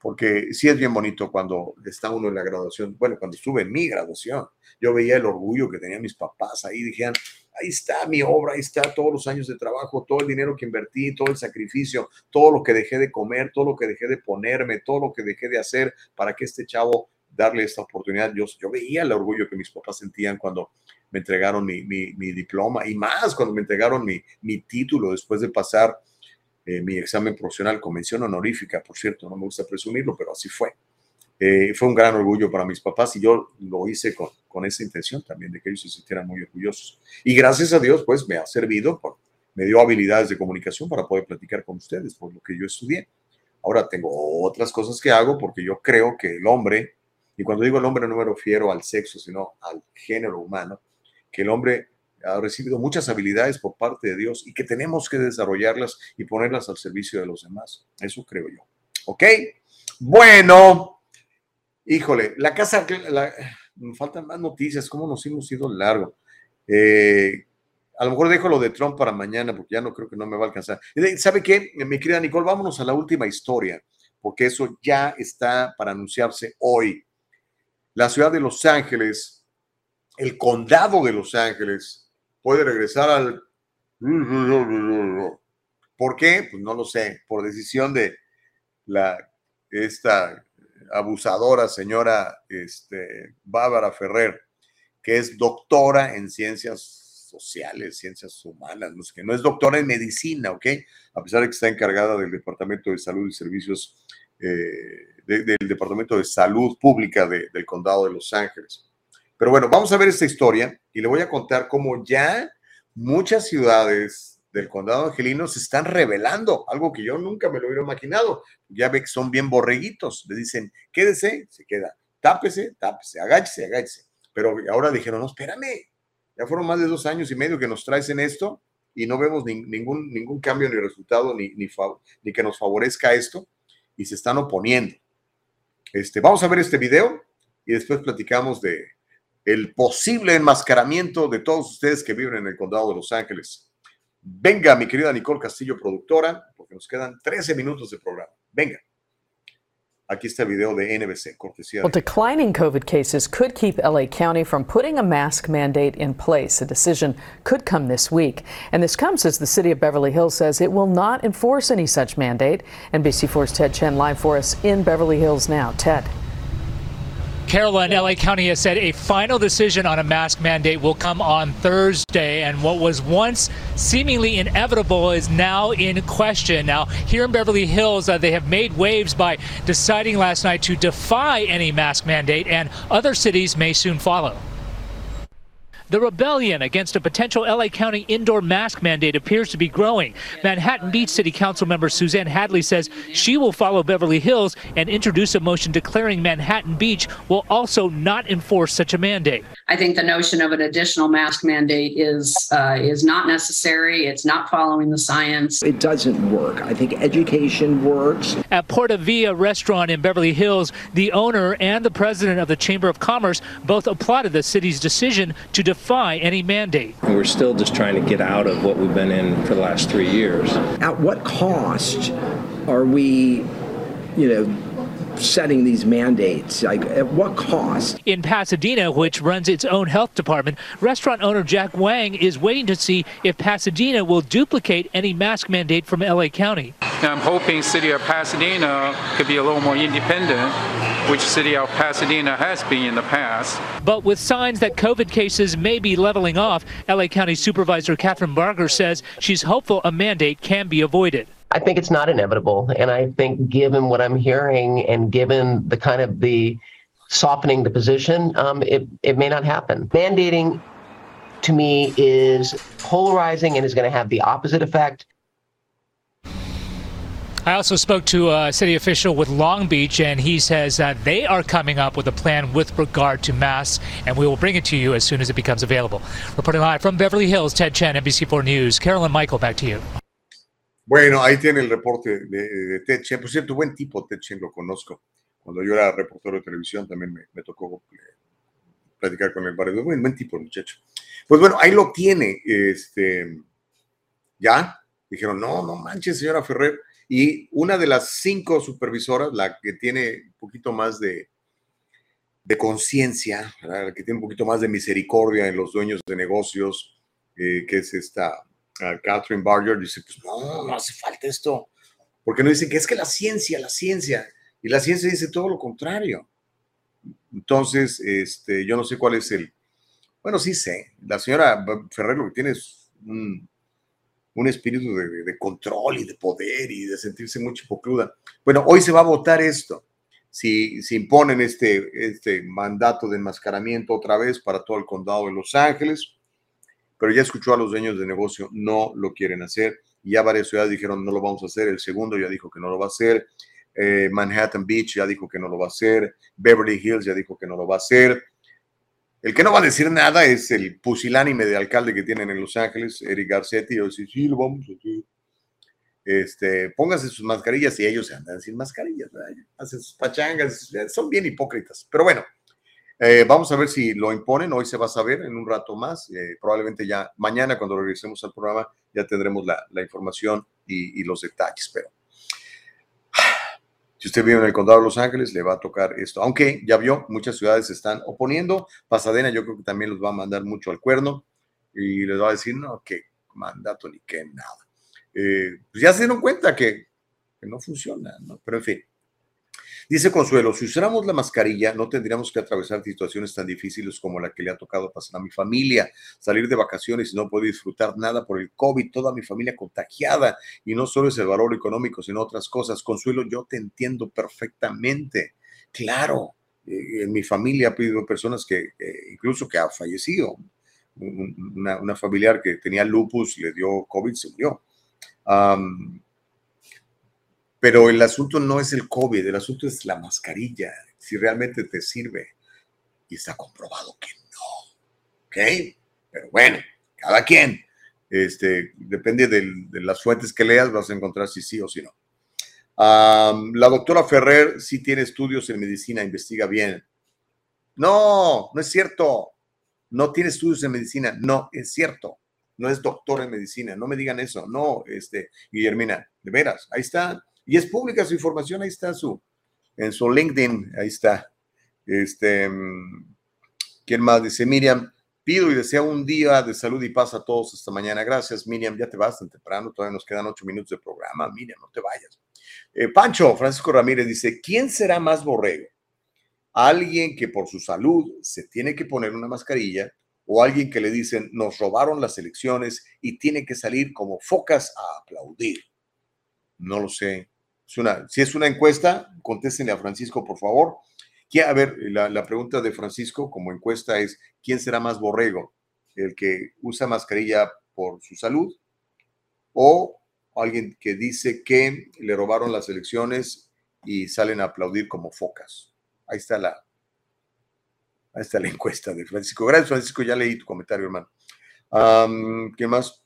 porque sí es bien bonito cuando está uno en la graduación. Bueno, cuando estuve en mi graduación, yo veía el orgullo que tenían mis papás ahí, dijeron, ahí está mi obra, ahí está todos los años de trabajo, todo el dinero que invertí, todo el sacrificio, todo lo que dejé de comer, todo lo que dejé de ponerme, todo lo que dejé de hacer para que este chavo darle esta oportunidad. Yo, yo veía el orgullo que mis papás sentían cuando me entregaron mi, mi, mi diploma, y más cuando me entregaron mi, mi título después de pasar eh, mi examen profesional con mención honorífica. Por cierto, no me gusta presumirlo, pero así fue. Eh, fue un gran orgullo para mis papás, y yo lo hice con, con esa intención también de que ellos se sintieran muy orgullosos. Y gracias a Dios, pues me ha servido, por, me dio habilidades de comunicación para poder platicar con ustedes por lo que yo estudié. Ahora tengo otras cosas que hago porque yo creo que el hombre, y cuando digo el hombre no me refiero al sexo, sino al género humano, que el hombre ha recibido muchas habilidades por parte de Dios y que tenemos que desarrollarlas y ponerlas al servicio de los demás. Eso creo yo. ¿Ok? Bueno, híjole, la casa, la, me faltan más noticias, cómo nos hemos ido largo. Eh, a lo mejor dejo lo de Trump para mañana porque ya no creo que no me va a alcanzar. ¿Sabe qué, mi querida Nicole? Vámonos a la última historia, porque eso ya está para anunciarse hoy. La ciudad de Los Ángeles, el condado de Los Ángeles, puede regresar al... ¿Por qué? Pues no lo sé, por decisión de la, esta abusadora señora este, Bárbara Ferrer, que es doctora en ciencias sociales, ciencias humanas, no sé qué, no es doctora en medicina, ¿ok? A pesar de que está encargada del Departamento de Salud y Servicios, eh, de, del Departamento de Salud Pública de, del Condado de Los Ángeles. Pero bueno, vamos a ver esta historia y le voy a contar cómo ya muchas ciudades del condado angelino se están revelando, algo que yo nunca me lo hubiera imaginado. Ya ve que son bien borreguitos, le dicen, quédese, se queda, tápese, tápese, agáchese, agáchese. Pero ahora dijeron, no, espérame, ya fueron más de dos años y medio que nos traes en esto y no vemos ni, ningún, ningún cambio ni resultado, ni, ni, ni que nos favorezca esto, y se están oponiendo. Este, vamos a ver este video y después platicamos de el posible enmascaramiento de todos ustedes que viven en el condado de Los Ángeles. Venga, mi querida Nicole Castillo, productora, porque nos quedan trece minutos de programa. Venga. Aquí está el video de N B C, cortesía de... Well, declining COVID cases could keep L A County from putting a mask mandate in place. A decision could come this week. And this comes as the city of Beverly Hills says it will not enforce any such mandate. N B C four's Ted Chen live for us in Beverly Hills now. Ted. Carolyn, L A County has said a final decision on a mask mandate will come on Thursday, and what was once seemingly inevitable is now in question. Now, here in Beverly Hills, uh, they have made waves by deciding last night to defy any mask mandate, and other cities may soon follow. The rebellion against a potential L A County indoor mask mandate appears to be growing. Manhattan Beach City Council member Suzanne Hadley says she will follow Beverly Hills and introduce a motion declaring Manhattan Beach will also not enforce such a mandate. I think the notion of an additional mask mandate is uh, is not necessary. It's not following the science. It doesn't work. I think education works. At Porta Villa restaurant in Beverly Hills, the owner and the president of the Chamber of Commerce both applauded the city's decision to defy any mandate. We're still just trying to get out of what we've been in for the last three years. At what cost are we, you know, setting these mandates? Like, at what cost? In Pasadena, which runs its own health department, restaurant owner Jack Wang is waiting to see if Pasadena will duplicate any mask mandate from L A County. I'm hoping city of Pasadena could be a little more independent, which city of Pasadena has been in the past. But with signs that COVID cases may be leveling off, L A County Supervisor Catherine Barger says she's hopeful a mandate can be avoided. I think it's not inevitable, and I think given what I'm hearing and given the kind of the softening the position, um, it, it may not happen. Mandating, to me, is polarizing and is going to have the opposite effect. I also spoke to a city official with Long Beach, and he says that they are coming up with a plan with regard to masks, and we will bring it to you as soon as it becomes available. Reporting live from Beverly Hills, Ted Chen, N B C four News. Carolyn Michael, back to you. Bueno, ahí tiene el reporte de, de Ted Chen. Por cierto, buen tipo, Ted Chen, lo conozco. Cuando yo era reportero de televisión también me, me tocó platicar con él varios. Buen, buen tipo, muchacho. Pues bueno, ahí lo tiene. Este, ya, dijeron, no, no manches, señora Ferrer. Y una de las cinco supervisoras, la que tiene un poquito más de, de conciencia, la que tiene un poquito más de misericordia en los dueños de negocios, eh, que es esta uh, Catherine Barger, dice, pues no, no hace falta esto. Porque no dicen que es que la ciencia, la ciencia, y la ciencia dice todo lo contrario. Entonces, este, yo no sé cuál es el... Bueno, sí sé, la señora Ferrer lo que tiene es un, un espíritu de, de control y de poder y de sentirse muy chipocluda. Bueno, hoy se va a votar esto. Si, si imponen este, este mandato de enmascaramiento otra vez para todo el condado de Los Ángeles, pero ya escuchó a los dueños de negocio, no lo quieren hacer. Y ya varias ciudades dijeron no lo vamos a hacer. El segundo ya dijo que no lo va a hacer. Eh, Manhattan Beach ya dijo que no lo va a hacer. Beverly Hills ya dijo que no lo va a hacer. El que no va a decir nada es el pusilánime de alcalde que tienen en Los Ángeles, Eric Garcetti. Y yo decía, sí, lo vamos a hacer. Este, pónganse sus mascarillas y ellos andan sin mascarillas, ¿verdad? Hacen sus pachangas, son bien hipócritas. Pero bueno, eh, vamos a ver si lo imponen. Hoy se va a saber en un rato más. Eh, probablemente ya mañana, cuando regresemos al programa, ya tendremos la, la información y, y los detalles. Pero si usted vive en el condado de Los Ángeles, le va a tocar esto. Aunque ya vio, muchas ciudades se están oponiendo. Pasadena yo creo que también los va a mandar mucho al cuerno y les va a decir, no, qué mandato ni qué nada. Eh, pues ya se dieron cuenta que, que no funciona, ¿no? Pero en fin. Dice Consuelo, si usáramos la mascarilla, no tendríamos que atravesar situaciones tan difíciles como la que le ha tocado pasar a mi familia, salir de vacaciones y no poder disfrutar nada por el COVID, toda mi familia contagiada, y no solo es el valor económico, sino otras cosas. Consuelo, yo te entiendo perfectamente. Claro, eh, en mi familia ha habido personas que, eh, incluso que ha fallecido. Una, una familiar que tenía lupus, le dio COVID, se murió. Um, pero el asunto no es el COVID, el asunto es la mascarilla, si realmente te sirve. Y está comprobado que no. ¿Ok? Pero bueno, cada quien. Este, depende del, de las fuentes que leas, vas a encontrar si sí o si no. Um, la doctora Ferrer sí tiene estudios en medicina, investiga bien. No, no es cierto. No tiene estudios en medicina, no, es cierto. No es doctor en medicina, no me digan eso. No, este, Guillermina, de veras, ahí está. Y es pública su información, ahí está su, en su LinkedIn, ahí está. Este, ¿quién más? Dice Miriam, pido y deseo un día de salud y paz a todos esta mañana. Gracias, Miriam, ya te vas tan temprano, todavía nos quedan ocho minutos de programa. Miriam, no te vayas. Eh, Pancho, Francisco Ramírez dice, ¿quién será más borrego? ¿Alguien que por su salud se tiene que poner una mascarilla o alguien que le dicen nos robaron las elecciones y tiene que salir como focas a aplaudir? No lo sé. Es una, si es una encuesta, contéstenle a Francisco, por favor. A ver, la, la pregunta de Francisco como encuesta es, ¿quién será más borrego? ¿El que usa mascarilla por su salud o alguien que dice que le robaron las elecciones y salen a aplaudir como focas? Ahí está la, ahí está la encuesta de Francisco. Gracias, Francisco, ya leí tu comentario, hermano. Um, ¿Qué más?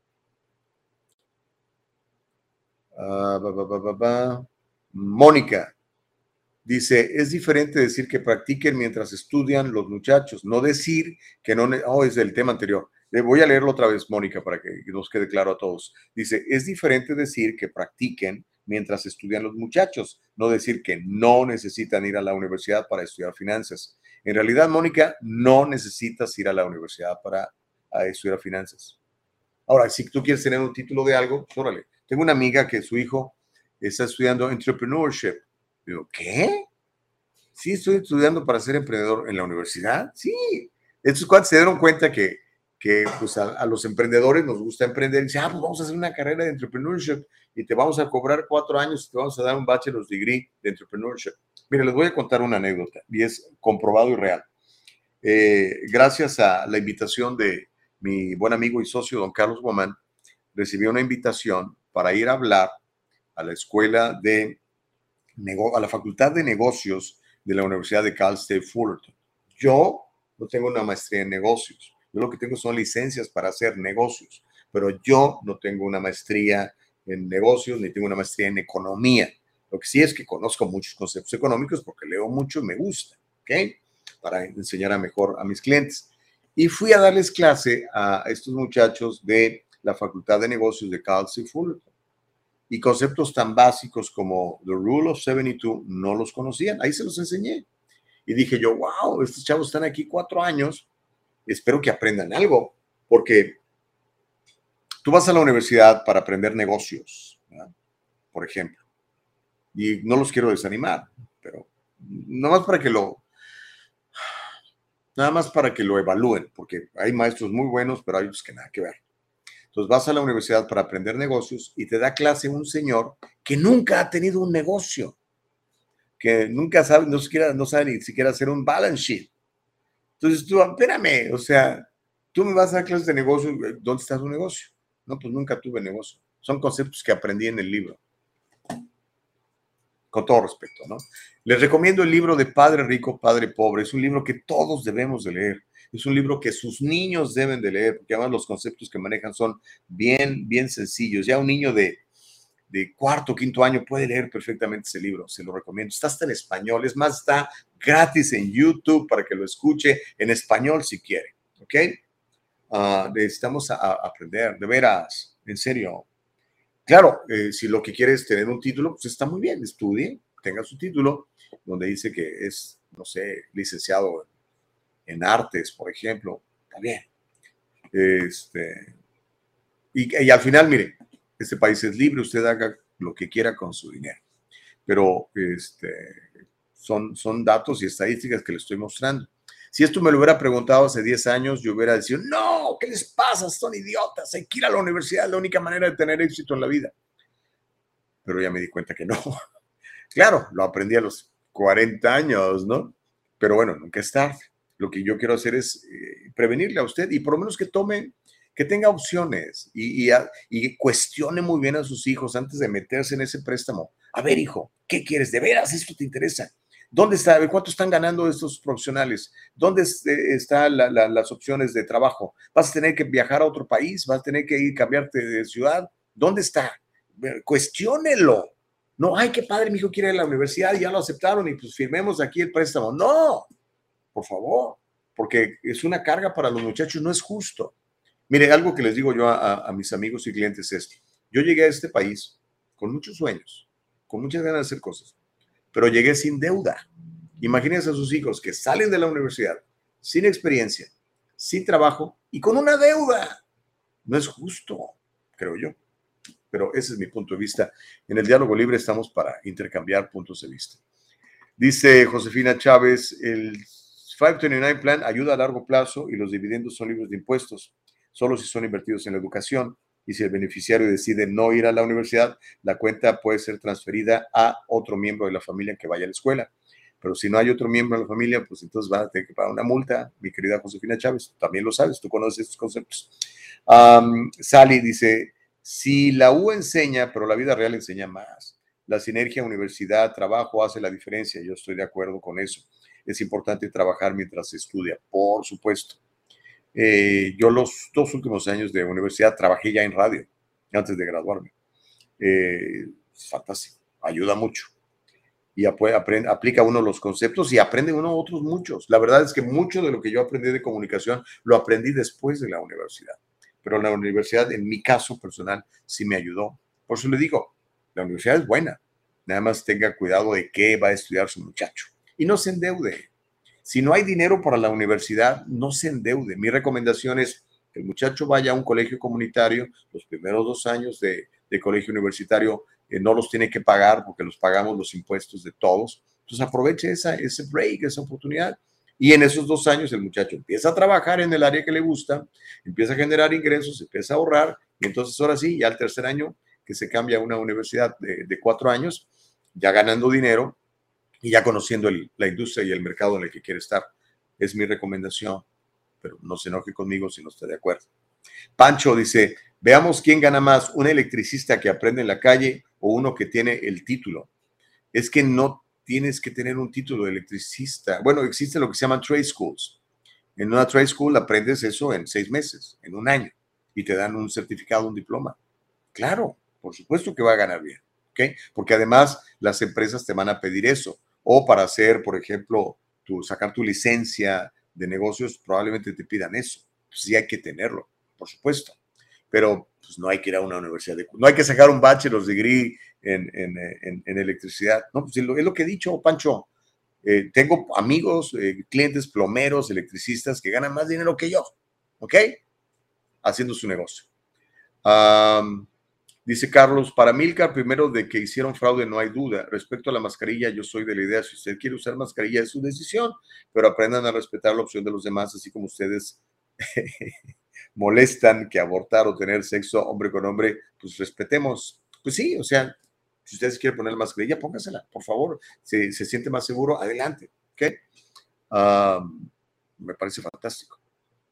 Uh, ba, ba, ba, ba, ba. Mónica dice, es diferente decir que practiquen mientras estudian los muchachos, no decir que no... Oh, es del tema anterior. Le voy a leerlo otra vez, Mónica, para que nos quede claro a todos. Dice, es diferente decir que practiquen mientras estudian los muchachos, no decir que no necesitan ir a la universidad para estudiar finanzas. En realidad, Mónica, no necesitas ir a la universidad para estudiar finanzas. Ahora, si tú quieres tener un título de algo, pues, órale. Tengo una amiga que su hijo está estudiando entrepreneurship. Digo, ¿qué? Sí, estoy estudiando para ser emprendedor en la universidad. Sí. Estos cuates se dieron cuenta que, que pues a, a los emprendedores nos gusta emprender. Y dicen, ah, pues vamos a hacer una carrera de entrepreneurship y te vamos a cobrar cuatro años y te vamos a dar un bachelor's degree de entrepreneurship. Mira, les voy a contar una anécdota y es comprobado y real. Eh, gracias a la invitación de mi buen amigo y socio, don Carlos Guamán, recibí una invitación para ir a hablar a la escuela de, a la Facultad de Negocios de la Universidad de Cal State Fullerton. Yo no tengo una maestría en negocios. Yo lo que tengo son licencias para hacer negocios, pero yo no tengo una maestría en negocios ni tengo una maestría en economía. Lo que sí es que conozco muchos conceptos económicos porque leo mucho y me gusta, ¿ok? Para enseñar a mejor a mis clientes. Y fui a darles clase a estos muchachos de la Facultad de Negocios de Cal State Fullerton. Y conceptos tan básicos como The Rule of setenta y dos no los conocían. Ahí se los enseñé. Y dije yo, wow, estos chavos están aquí cuatro años. Espero que aprendan algo. Porque tú vas a la universidad para aprender negocios, ¿verdad? Por ejemplo. Y no los quiero desanimar, pero nada más para que lo, nada más para que lo evalúen, porque hay maestros muy buenos, pero hay otros que nada que ver. Entonces vas a la universidad para aprender negocios y te da clase un señor que nunca ha tenido un negocio, que nunca sabe, no, siquiera, no sabe ni siquiera hacer un balance sheet. Entonces tú, espérame, o sea, tú me vas a dar clases de negocio, ¿dónde está tu negocio? No, pues nunca tuve negocio. Son conceptos que aprendí en el libro. Con todo respeto, ¿no? Les recomiendo el libro de Padre Rico, Padre Pobre. Es un libro que todos debemos de leer. Es un libro que sus niños deben de leer, porque además los conceptos que manejan son bien, bien sencillos. Ya un niño de, de cuarto, quinto año puede leer perfectamente ese libro. Se lo recomiendo. Está hasta en español. Es más, está gratis en YouTube para que lo escuche en español si quiere. ¿Ok? Uh, necesitamos a, a aprender, de veras, en serio. Claro, eh, si lo que quiere es tener un título, pues está muy bien, estudie, tenga su título, donde dice que es, no sé, licenciado en artes, por ejemplo, está bien. Este, y, y al final, mire, este país es libre, usted haga lo que quiera con su dinero, pero este, son, son datos y estadísticas que le estoy mostrando. Si esto me lo hubiera preguntado hace diez años, yo hubiera dicho, no, ¿qué les pasa? Son idiotas, hay que ir a la universidad, es la única manera de tener éxito en la vida. Pero ya me di cuenta que no. Claro, lo aprendí a los cuarenta años, ¿no? Pero bueno, nunca es tarde. Lo que yo quiero hacer es eh, prevenirle a usted y por lo menos que tome, que tenga opciones y, y, a, y cuestione muy bien a sus hijos antes de meterse en ese préstamo. A ver, hijo, ¿qué quieres? ¿De veras esto te interesa? ¿Dónde está? ¿Cuánto están ganando estos profesionales? ¿Dónde están la, la, las opciones de trabajo? ¿Vas a tener que viajar a otro país? ¿Vas a tener que ir cambiarte de ciudad? ¿Dónde está? Cuestiónelo. No, ay, qué padre, mi hijo quiere ir a la universidad y ya lo aceptaron y pues firmemos aquí el préstamo. No, por favor, porque es una carga para los muchachos, no es justo. Mire, algo que les digo yo a, a, a mis amigos y clientes es, yo llegué a este país con muchos sueños, con muchas ganas de hacer cosas, pero llegué sin deuda. Imagínense a sus hijos que salen de la universidad sin experiencia, sin trabajo y con una deuda. No es justo, creo yo. Pero ese es mi punto de vista. En el Diálogo Libre estamos para intercambiar puntos de vista. Dice Josefina Chávez, el quinientos veintinueve Plan ayuda a largo plazo y los dividendos son libres de impuestos, solo si son invertidos en la educación. Y si el beneficiario decide no ir a la universidad, la cuenta puede ser transferida a otro miembro de la familia que vaya a la escuela. Pero si no hay otro miembro de la familia, pues entonces van a tener que pagar una multa. Mi querida Josefina Chávez, también lo sabes, tú conoces estos conceptos. Um, Sally dice, si la U enseña, pero la vida real enseña más. La sinergia universidad-trabajo hace la diferencia. Yo estoy de acuerdo con eso. Es importante trabajar mientras se estudia, por supuesto. Eh, yo los dos últimos años de universidad trabajé ya en radio, antes de graduarme. Eh, es fantástico, ayuda mucho. Y aprende, aplica uno los conceptos y aprende uno otros muchos. La verdad es que mucho de lo que yo aprendí de comunicación lo aprendí después de la universidad. Pero la universidad, en mi caso personal, sí me ayudó. Por eso le digo, la universidad es buena. Nada más tenga cuidado de qué va a estudiar su muchacho. Y no se endeude. Si no hay dinero para la universidad, no se endeude. Mi recomendación es que el muchacho vaya a un colegio comunitario. Los primeros dos años de, de colegio universitario eh, no los tiene que pagar porque los pagamos los impuestos de todos. Entonces aproveche esa, ese break, esa oportunidad. Y en esos dos años el muchacho empieza a trabajar en el área que le gusta, empieza a generar ingresos, empieza a ahorrar. Y entonces ahora sí, ya el tercer año que se cambia a una universidad de, de cuatro años, ya ganando dinero, y ya conociendo el, la industria y el mercado en el que quiere estar. Es mi recomendación, pero no se enoje conmigo si no está de acuerdo. Pancho dice, veamos quién gana más, un electricista que aprende en la calle o uno que tiene el título. Es que no tienes que tener un título de electricista. Bueno, existe lo que se llaman trade schools. En una trade school aprendes eso en seis meses, en un año, y te dan un certificado, un diploma. Claro, por supuesto que va a ganar bien, ¿ok? Porque además las empresas te van a pedir eso. O para hacer, por ejemplo, tu, sacar tu licencia de negocios, probablemente te pidan eso. Pues sí hay que tenerlo, por supuesto. Pero pues no hay que ir a una universidad, de, no hay que sacar un bachelor's degree en, en, en, en electricidad. No, pues es lo, es lo que he dicho, Pancho. Eh, tengo amigos, eh, clientes, plomeros, electricistas que ganan más dinero que yo, ¿ok? Haciendo su negocio. Um, dice Carlos, para Milcar, primero de que hicieron fraude no hay duda. Respecto a la mascarilla, yo soy de la idea, si usted quiere usar mascarilla es su decisión, pero aprendan a respetar la opción de los demás, así como ustedes molestan que abortar o tener sexo hombre con hombre, pues respetemos. Pues sí, o sea, si ustedes quieren poner la mascarilla, póngasela, por favor. Si se siente más seguro, adelante. ¿Ok? Um, me parece fantástico.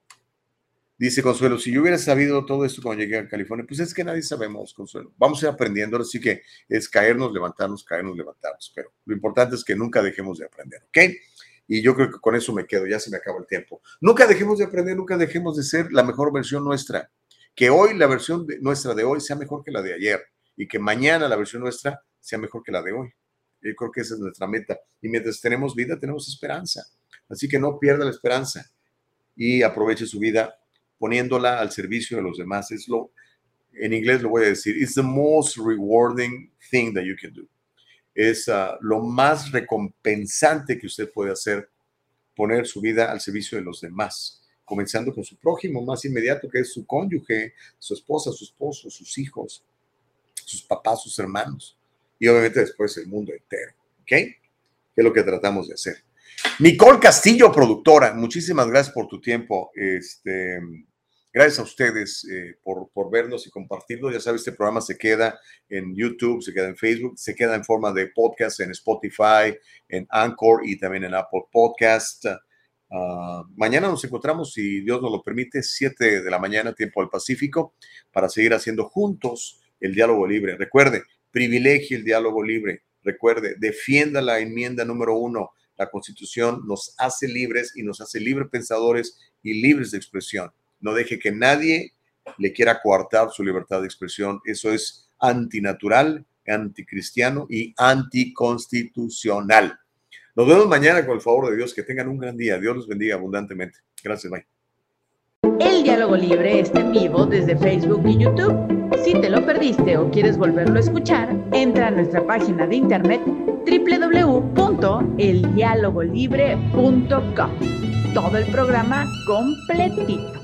Dice Consuelo, si yo hubiera sabido todo esto cuando llegué a California, pues es que nadie sabemos, Consuelo. Vamos a ir aprendiendo, así que es caernos, levantarnos, caernos, levantarnos. Pero lo importante es que nunca dejemos de aprender, ¿ok? Y yo creo que con eso me quedo, ya se me acaba el tiempo. Nunca dejemos de aprender, nunca dejemos de ser la mejor versión nuestra. Que hoy la versión de, nuestra de hoy sea mejor que la de ayer y que mañana la versión nuestra sea mejor que la de hoy. Yo creo que esa es nuestra meta. Y mientras tenemos vida, tenemos esperanza. Así que no pierda la esperanza y aproveche su vida poniéndola al servicio de los demás. Es lo, en inglés lo voy a decir, it's the most rewarding thing that you can do. Es uh, lo más recompensante que usted puede hacer, poner su vida al servicio de los demás, comenzando con su prójimo más inmediato, que es su cónyuge, su esposa, su esposo, sus hijos, sus papás, sus hermanos, y obviamente después el mundo entero, ¿ok? Que es lo que tratamos de hacer. Nicole Castillo, productora, muchísimas gracias por tu tiempo. Este, gracias a ustedes eh, por, por vernos y compartirlo. Ya sabes, este programa se queda en YouTube, se queda en Facebook, se queda en forma de podcast en Spotify, en Anchor y también en Apple Podcast. Uh, mañana nos encontramos, si Dios nos lo permite, siete de la mañana, tiempo del Pacífico, para seguir haciendo juntos el diálogo libre. Recuerde, privilegie el diálogo libre. Recuerde, defienda la enmienda número uno. La Constitución nos hace libres y nos hace libre pensadores y libres de expresión. No deje que nadie le quiera coartar su libertad de expresión. Eso es antinatural, anticristiano y anticonstitucional. Nos vemos mañana con el favor de Dios. Que tengan un gran día. Dios los bendiga abundantemente. Gracias, bye. El Diálogo Libre está en vivo desde Facebook y YouTube. Si te lo perdiste o quieres volverlo a escuchar, entra a nuestra página de internet doble u doble u doble u punto el diálogo libre punto com. Todo el programa completito.